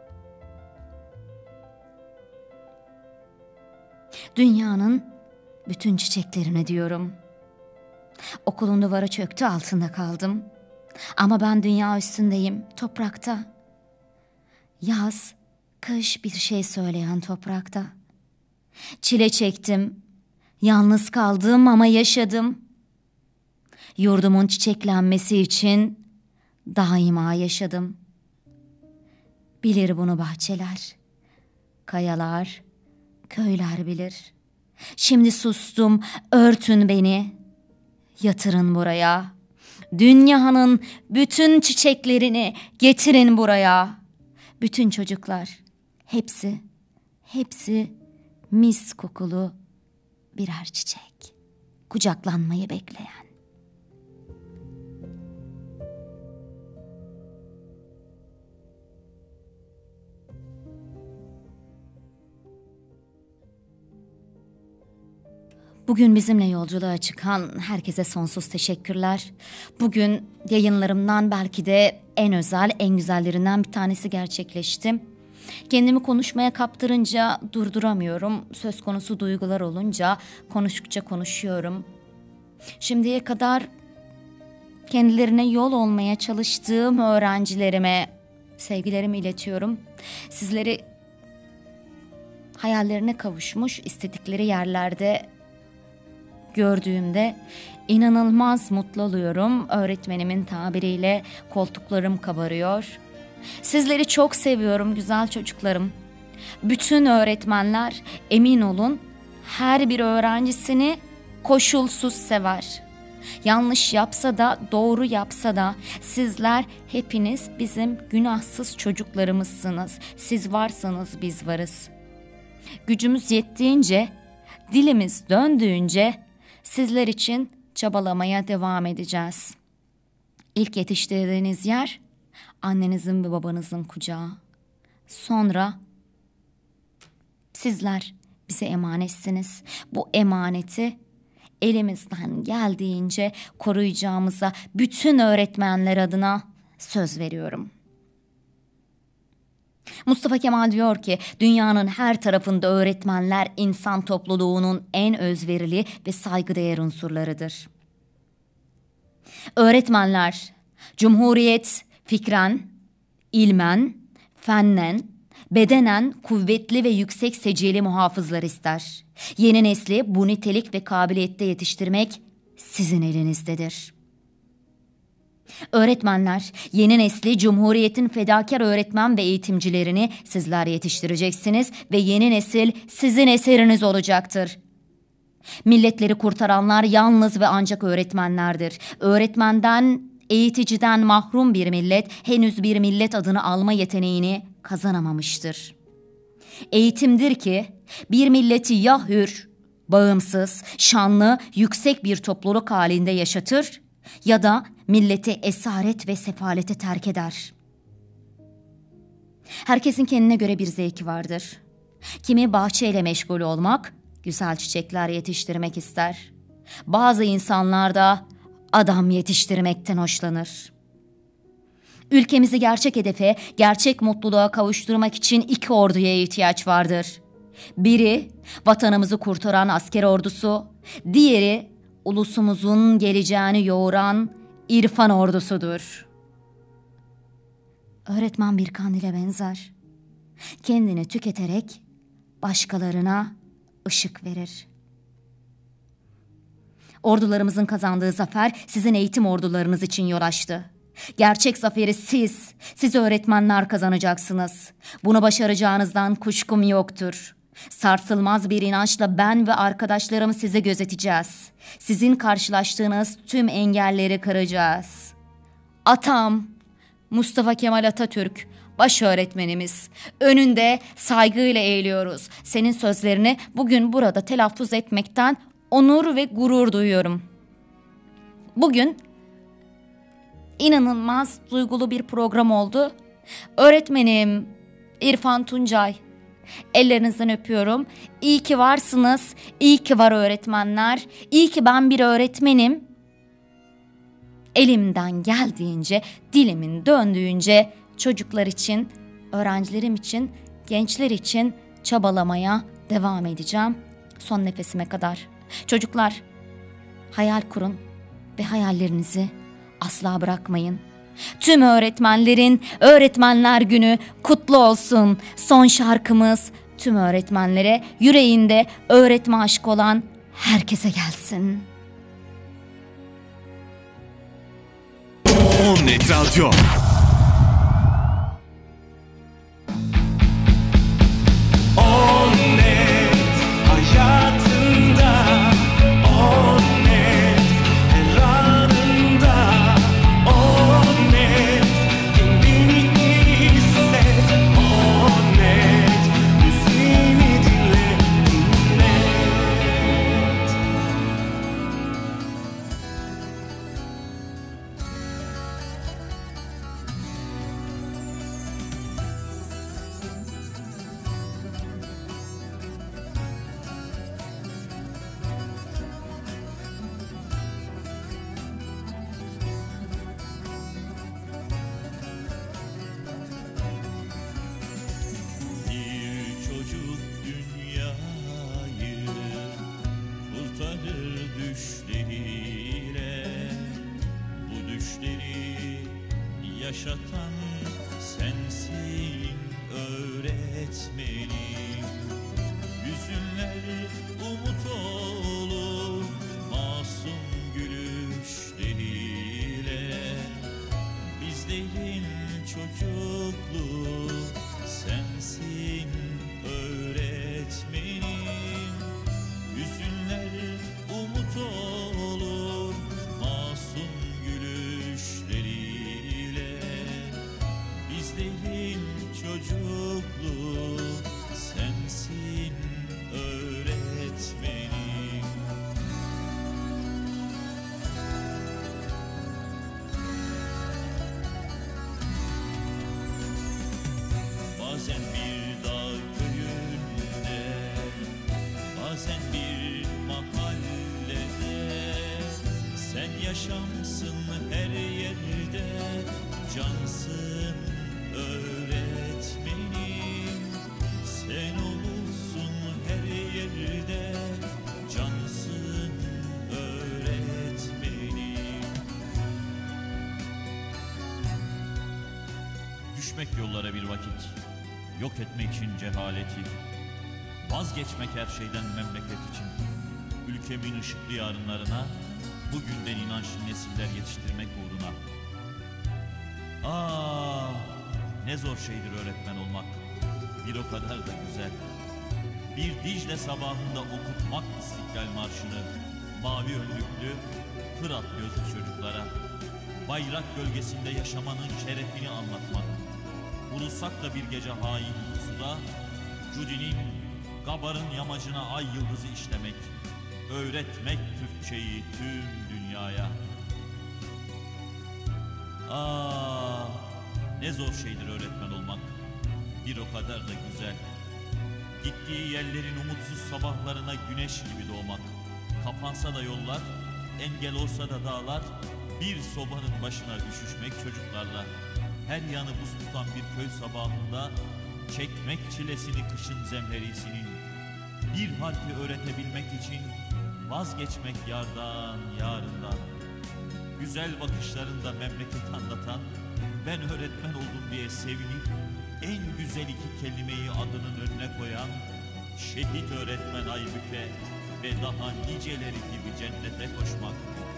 Dünyanın bütün çiçeklerine diyorum. Okulun duvarı çöktü, altında kaldım. Ama ben dünya üstündeyim, toprakta. Yaz, kış bir şey söyleyen toprakta. Çile çektim, yalnız kaldım ama yaşadım. Yurdumun çiçeklenmesi için daima yaşadım. Bilir bunu bahçeler, kayalar, köyler bilir. Şimdi sustum, örtün beni, yatırın buraya. Dünyanın bütün çiçeklerini getirin buraya. Bütün çocuklar, hepsi mis kokulu birer çiçek. Kucaklanmayı bekleyen. Bugün bizimle yolculuğa çıkan herkese sonsuz teşekkürler. Bugün yayınlarımdan belki de en özel, en güzellerinden bir tanesi gerçekleşti. Kendimi konuşmaya kaptırınca durduramıyorum. Söz konusu duygular olunca konuştukça konuşuyorum. Şimdiye kadar kendilerine yol olmaya çalıştığım öğrencilerime sevgilerimi iletiyorum. Sizleri hayallerine kavuşmuş, istedikleri yerlerde gördüğümde inanılmaz mutlu oluyorum. Öğretmenimin tabiriyle koltuklarım kabarıyor. Sizleri çok seviyorum güzel çocuklarım. Bütün öğretmenler emin olun her bir öğrencisini koşulsuz sever. Yanlış yapsa da doğru yapsa da sizler hepiniz bizim günahsız çocuklarımızsınız. Siz varsanız biz varız. Gücümüz yettiğince, dilimiz döndüğünce sizler için çabalamaya devam edeceğiz. İlk yetiştirdiğiniz yer annenizin ve babanızın kucağı. Sonra sizler bize emanetsiniz. Bu emaneti elimizden geldiğince koruyacağımıza bütün öğretmenler adına söz veriyorum. Mustafa Kemal diyor ki dünyanın her tarafında öğretmenler insan topluluğunun en özverili ve saygıdeğer unsurlarıdır. Öğretmenler Cumhuriyet fikren, ilmen, fennen, bedenen kuvvetli ve yüksek seciyeli muhafızlar ister. Yeni nesli bu nitelik ve kabiliyette yetiştirmek sizin elinizdedir. Öğretmenler, yeni nesli Cumhuriyet'in fedakar öğretmen ve eğitimcilerini sizler yetiştireceksiniz ve yeni nesil sizin eseriniz olacaktır. Milletleri kurtaranlar yalnız ve ancak öğretmenlerdir. Öğretmenden, eğiticiden mahrum bir millet henüz bir millet adını alma yeteneğini kazanamamıştır. Eğitimdir ki bir milleti ya hür, bağımsız, şanlı, yüksek bir topluluk halinde yaşatır ya da milleti esaret ve sefalete terk eder. Herkesin kendine göre bir zevki vardır. Kimi bahçeyle meşgul olmak, güzel çiçekler yetiştirmek ister. Bazı insanlar da adam yetiştirmekten hoşlanır. Ülkemizi gerçek hedefe, gerçek mutluluğa kavuşturmak için iki orduya ihtiyaç vardır. Biri vatanımızı kurtaran asker ordusu, diğeri ulusumuzun geleceğini yoğuran irfan ordusudur. Öğretmen bir kandile benzer. Kendini tüketerek başkalarına ışık verir. Ordularımızın kazandığı zafer sizin eğitim ordularınız için yol açtı. Gerçek zaferi siz öğretmenler kazanacaksınız. Bunu başaracağınızdan kuşkum yoktur. Sarsılmaz bir inançla ben ve arkadaşlarım sizi gözeteceğiz. Sizin karşılaştığınız tüm engelleri kıracağız. Atam, Mustafa Kemal Atatürk, baş öğretmenimiz. Önünde saygıyla eğiliyoruz. Senin sözlerini bugün burada telaffuz etmekten onur ve gurur duyuyorum. Bugün inanılmaz duygulu bir program oldu. Öğretmenim, İrfan Tuncay. Ellerinizden öpüyorum. İyi ki varsınız. İyi ki var öğretmenler. İyi ki ben bir öğretmenim. Elimden geldiğince, dilimin döndüğünce çocuklar için, öğrencilerim için, gençler için çabalamaya devam edeceğim son nefesime kadar. Çocuklar, hayal kurun ve hayallerinizi asla bırakmayın. Tüm öğretmenlerin Öğretmenler Günü kutlu olsun. Son şarkımız tüm öğretmenlere, yüreğinde öğretme aşkı olan herkese gelsin. Onnet Radyo. Onnet hayatında, Onnet her anında, Onnet kendini hisset, Onnet müziğini dinle, dinlet. Bir çocuk dünyayı kurtarır düşleriyle. Bu düşleri yaşatan sensin öğretmenim. Hüzünler umut olur masum gülüşleriyle. Bizlerin çocukluğu sensin öğretmenim. Hüzünler umut olur masum gülüşleriyle. Bizlerin çocukluğu sensin öğretmenim. Bazen bir dağ köyünde, bazen bir mahallede, sen yaşamsın her yerde, cansın öğretmenim. Sen olursun her yerde, cansın öğretmenim. Düşmek yollara bir vakit, yok etmek için cehaleti, vazgeçmek her şeyden memleket için, ülkemin ışıklı yarınlarına, bugünden inançlı nesiller yetiştirmek uğruna. Ah, ne zor şeydir öğretmen olmak, bir o kadar da güzel. Bir Dicle sabahında okutmak İstiklal Marşı'nı, mavi önlüklü, Fırat gözlü çocuklara, bayrak gölgesinde yaşamanın şerefini anlatmak. Vurulsak da bir gece hain uykusuda, Judi'nin Gabar'ın yamacına ay yıldızı işlemek, öğretmek Türkçeyi tüm dünyaya. Ah, ne zor şeydir öğretmen olmak, bir o kadar da güzel. Gittiği yerlerin umutsuz sabahlarına güneş gibi doğmak, kapansa da yollar, engel olsa da dağlar, bir sobanın başına üşüşmek çocuklarla. Her yanı buz tutan bir köy sabahında çekmek çilesini kışın zemherisinin. Bir harfi öğretebilmek için vazgeçmek yardan, yarından. Güzel bakışlarında memleket anlatan, ben öğretmen oldum diye sevinip en güzel iki kelimeyi adının önüne koyan şehit öğretmen Aybüke ve daha niceleri gibi cennete koşmak.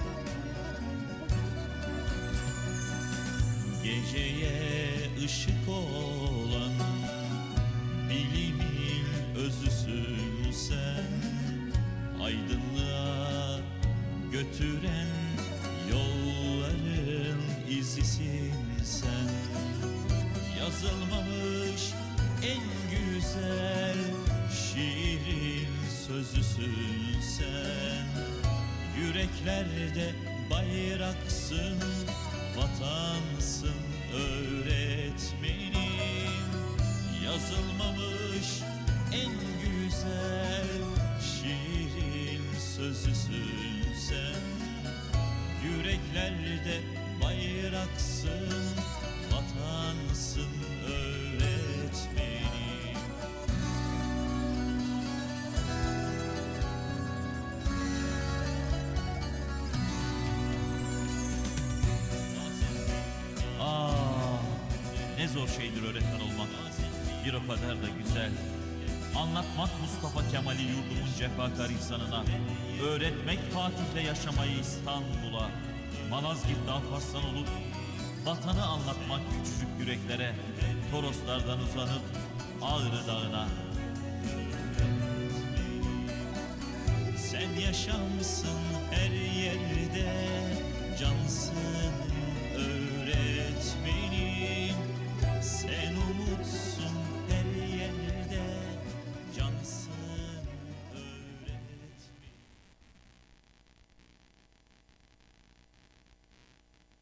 Geceye ışık olan bilimin özüsün sen, aydınlığa götüren yolların izisin sen. Yazılmamış en güzel şiirin sözüsün sen. Yüreklerde bayraksın, vatansın öğretmenim. yazılmamış en güzel şiirin sözüsün sen. Yüreklerde bayraksın, vatansın öğretmenim. Ne zor şeydir öğretmen olmak, bir o kadar da güzel. Anlatmak Mustafa Kemal'i yurdumun cefakar insanına, öğretmek Fatih'le yaşamayı İstanbul'a, Malazgirt'te Alparslan olup vatanı anlatmak küçücük yüreklere, Toroslardan uzanıp Ağrı Dağı'na. Sen yaşamsın her yerde, cansın öğretmenim.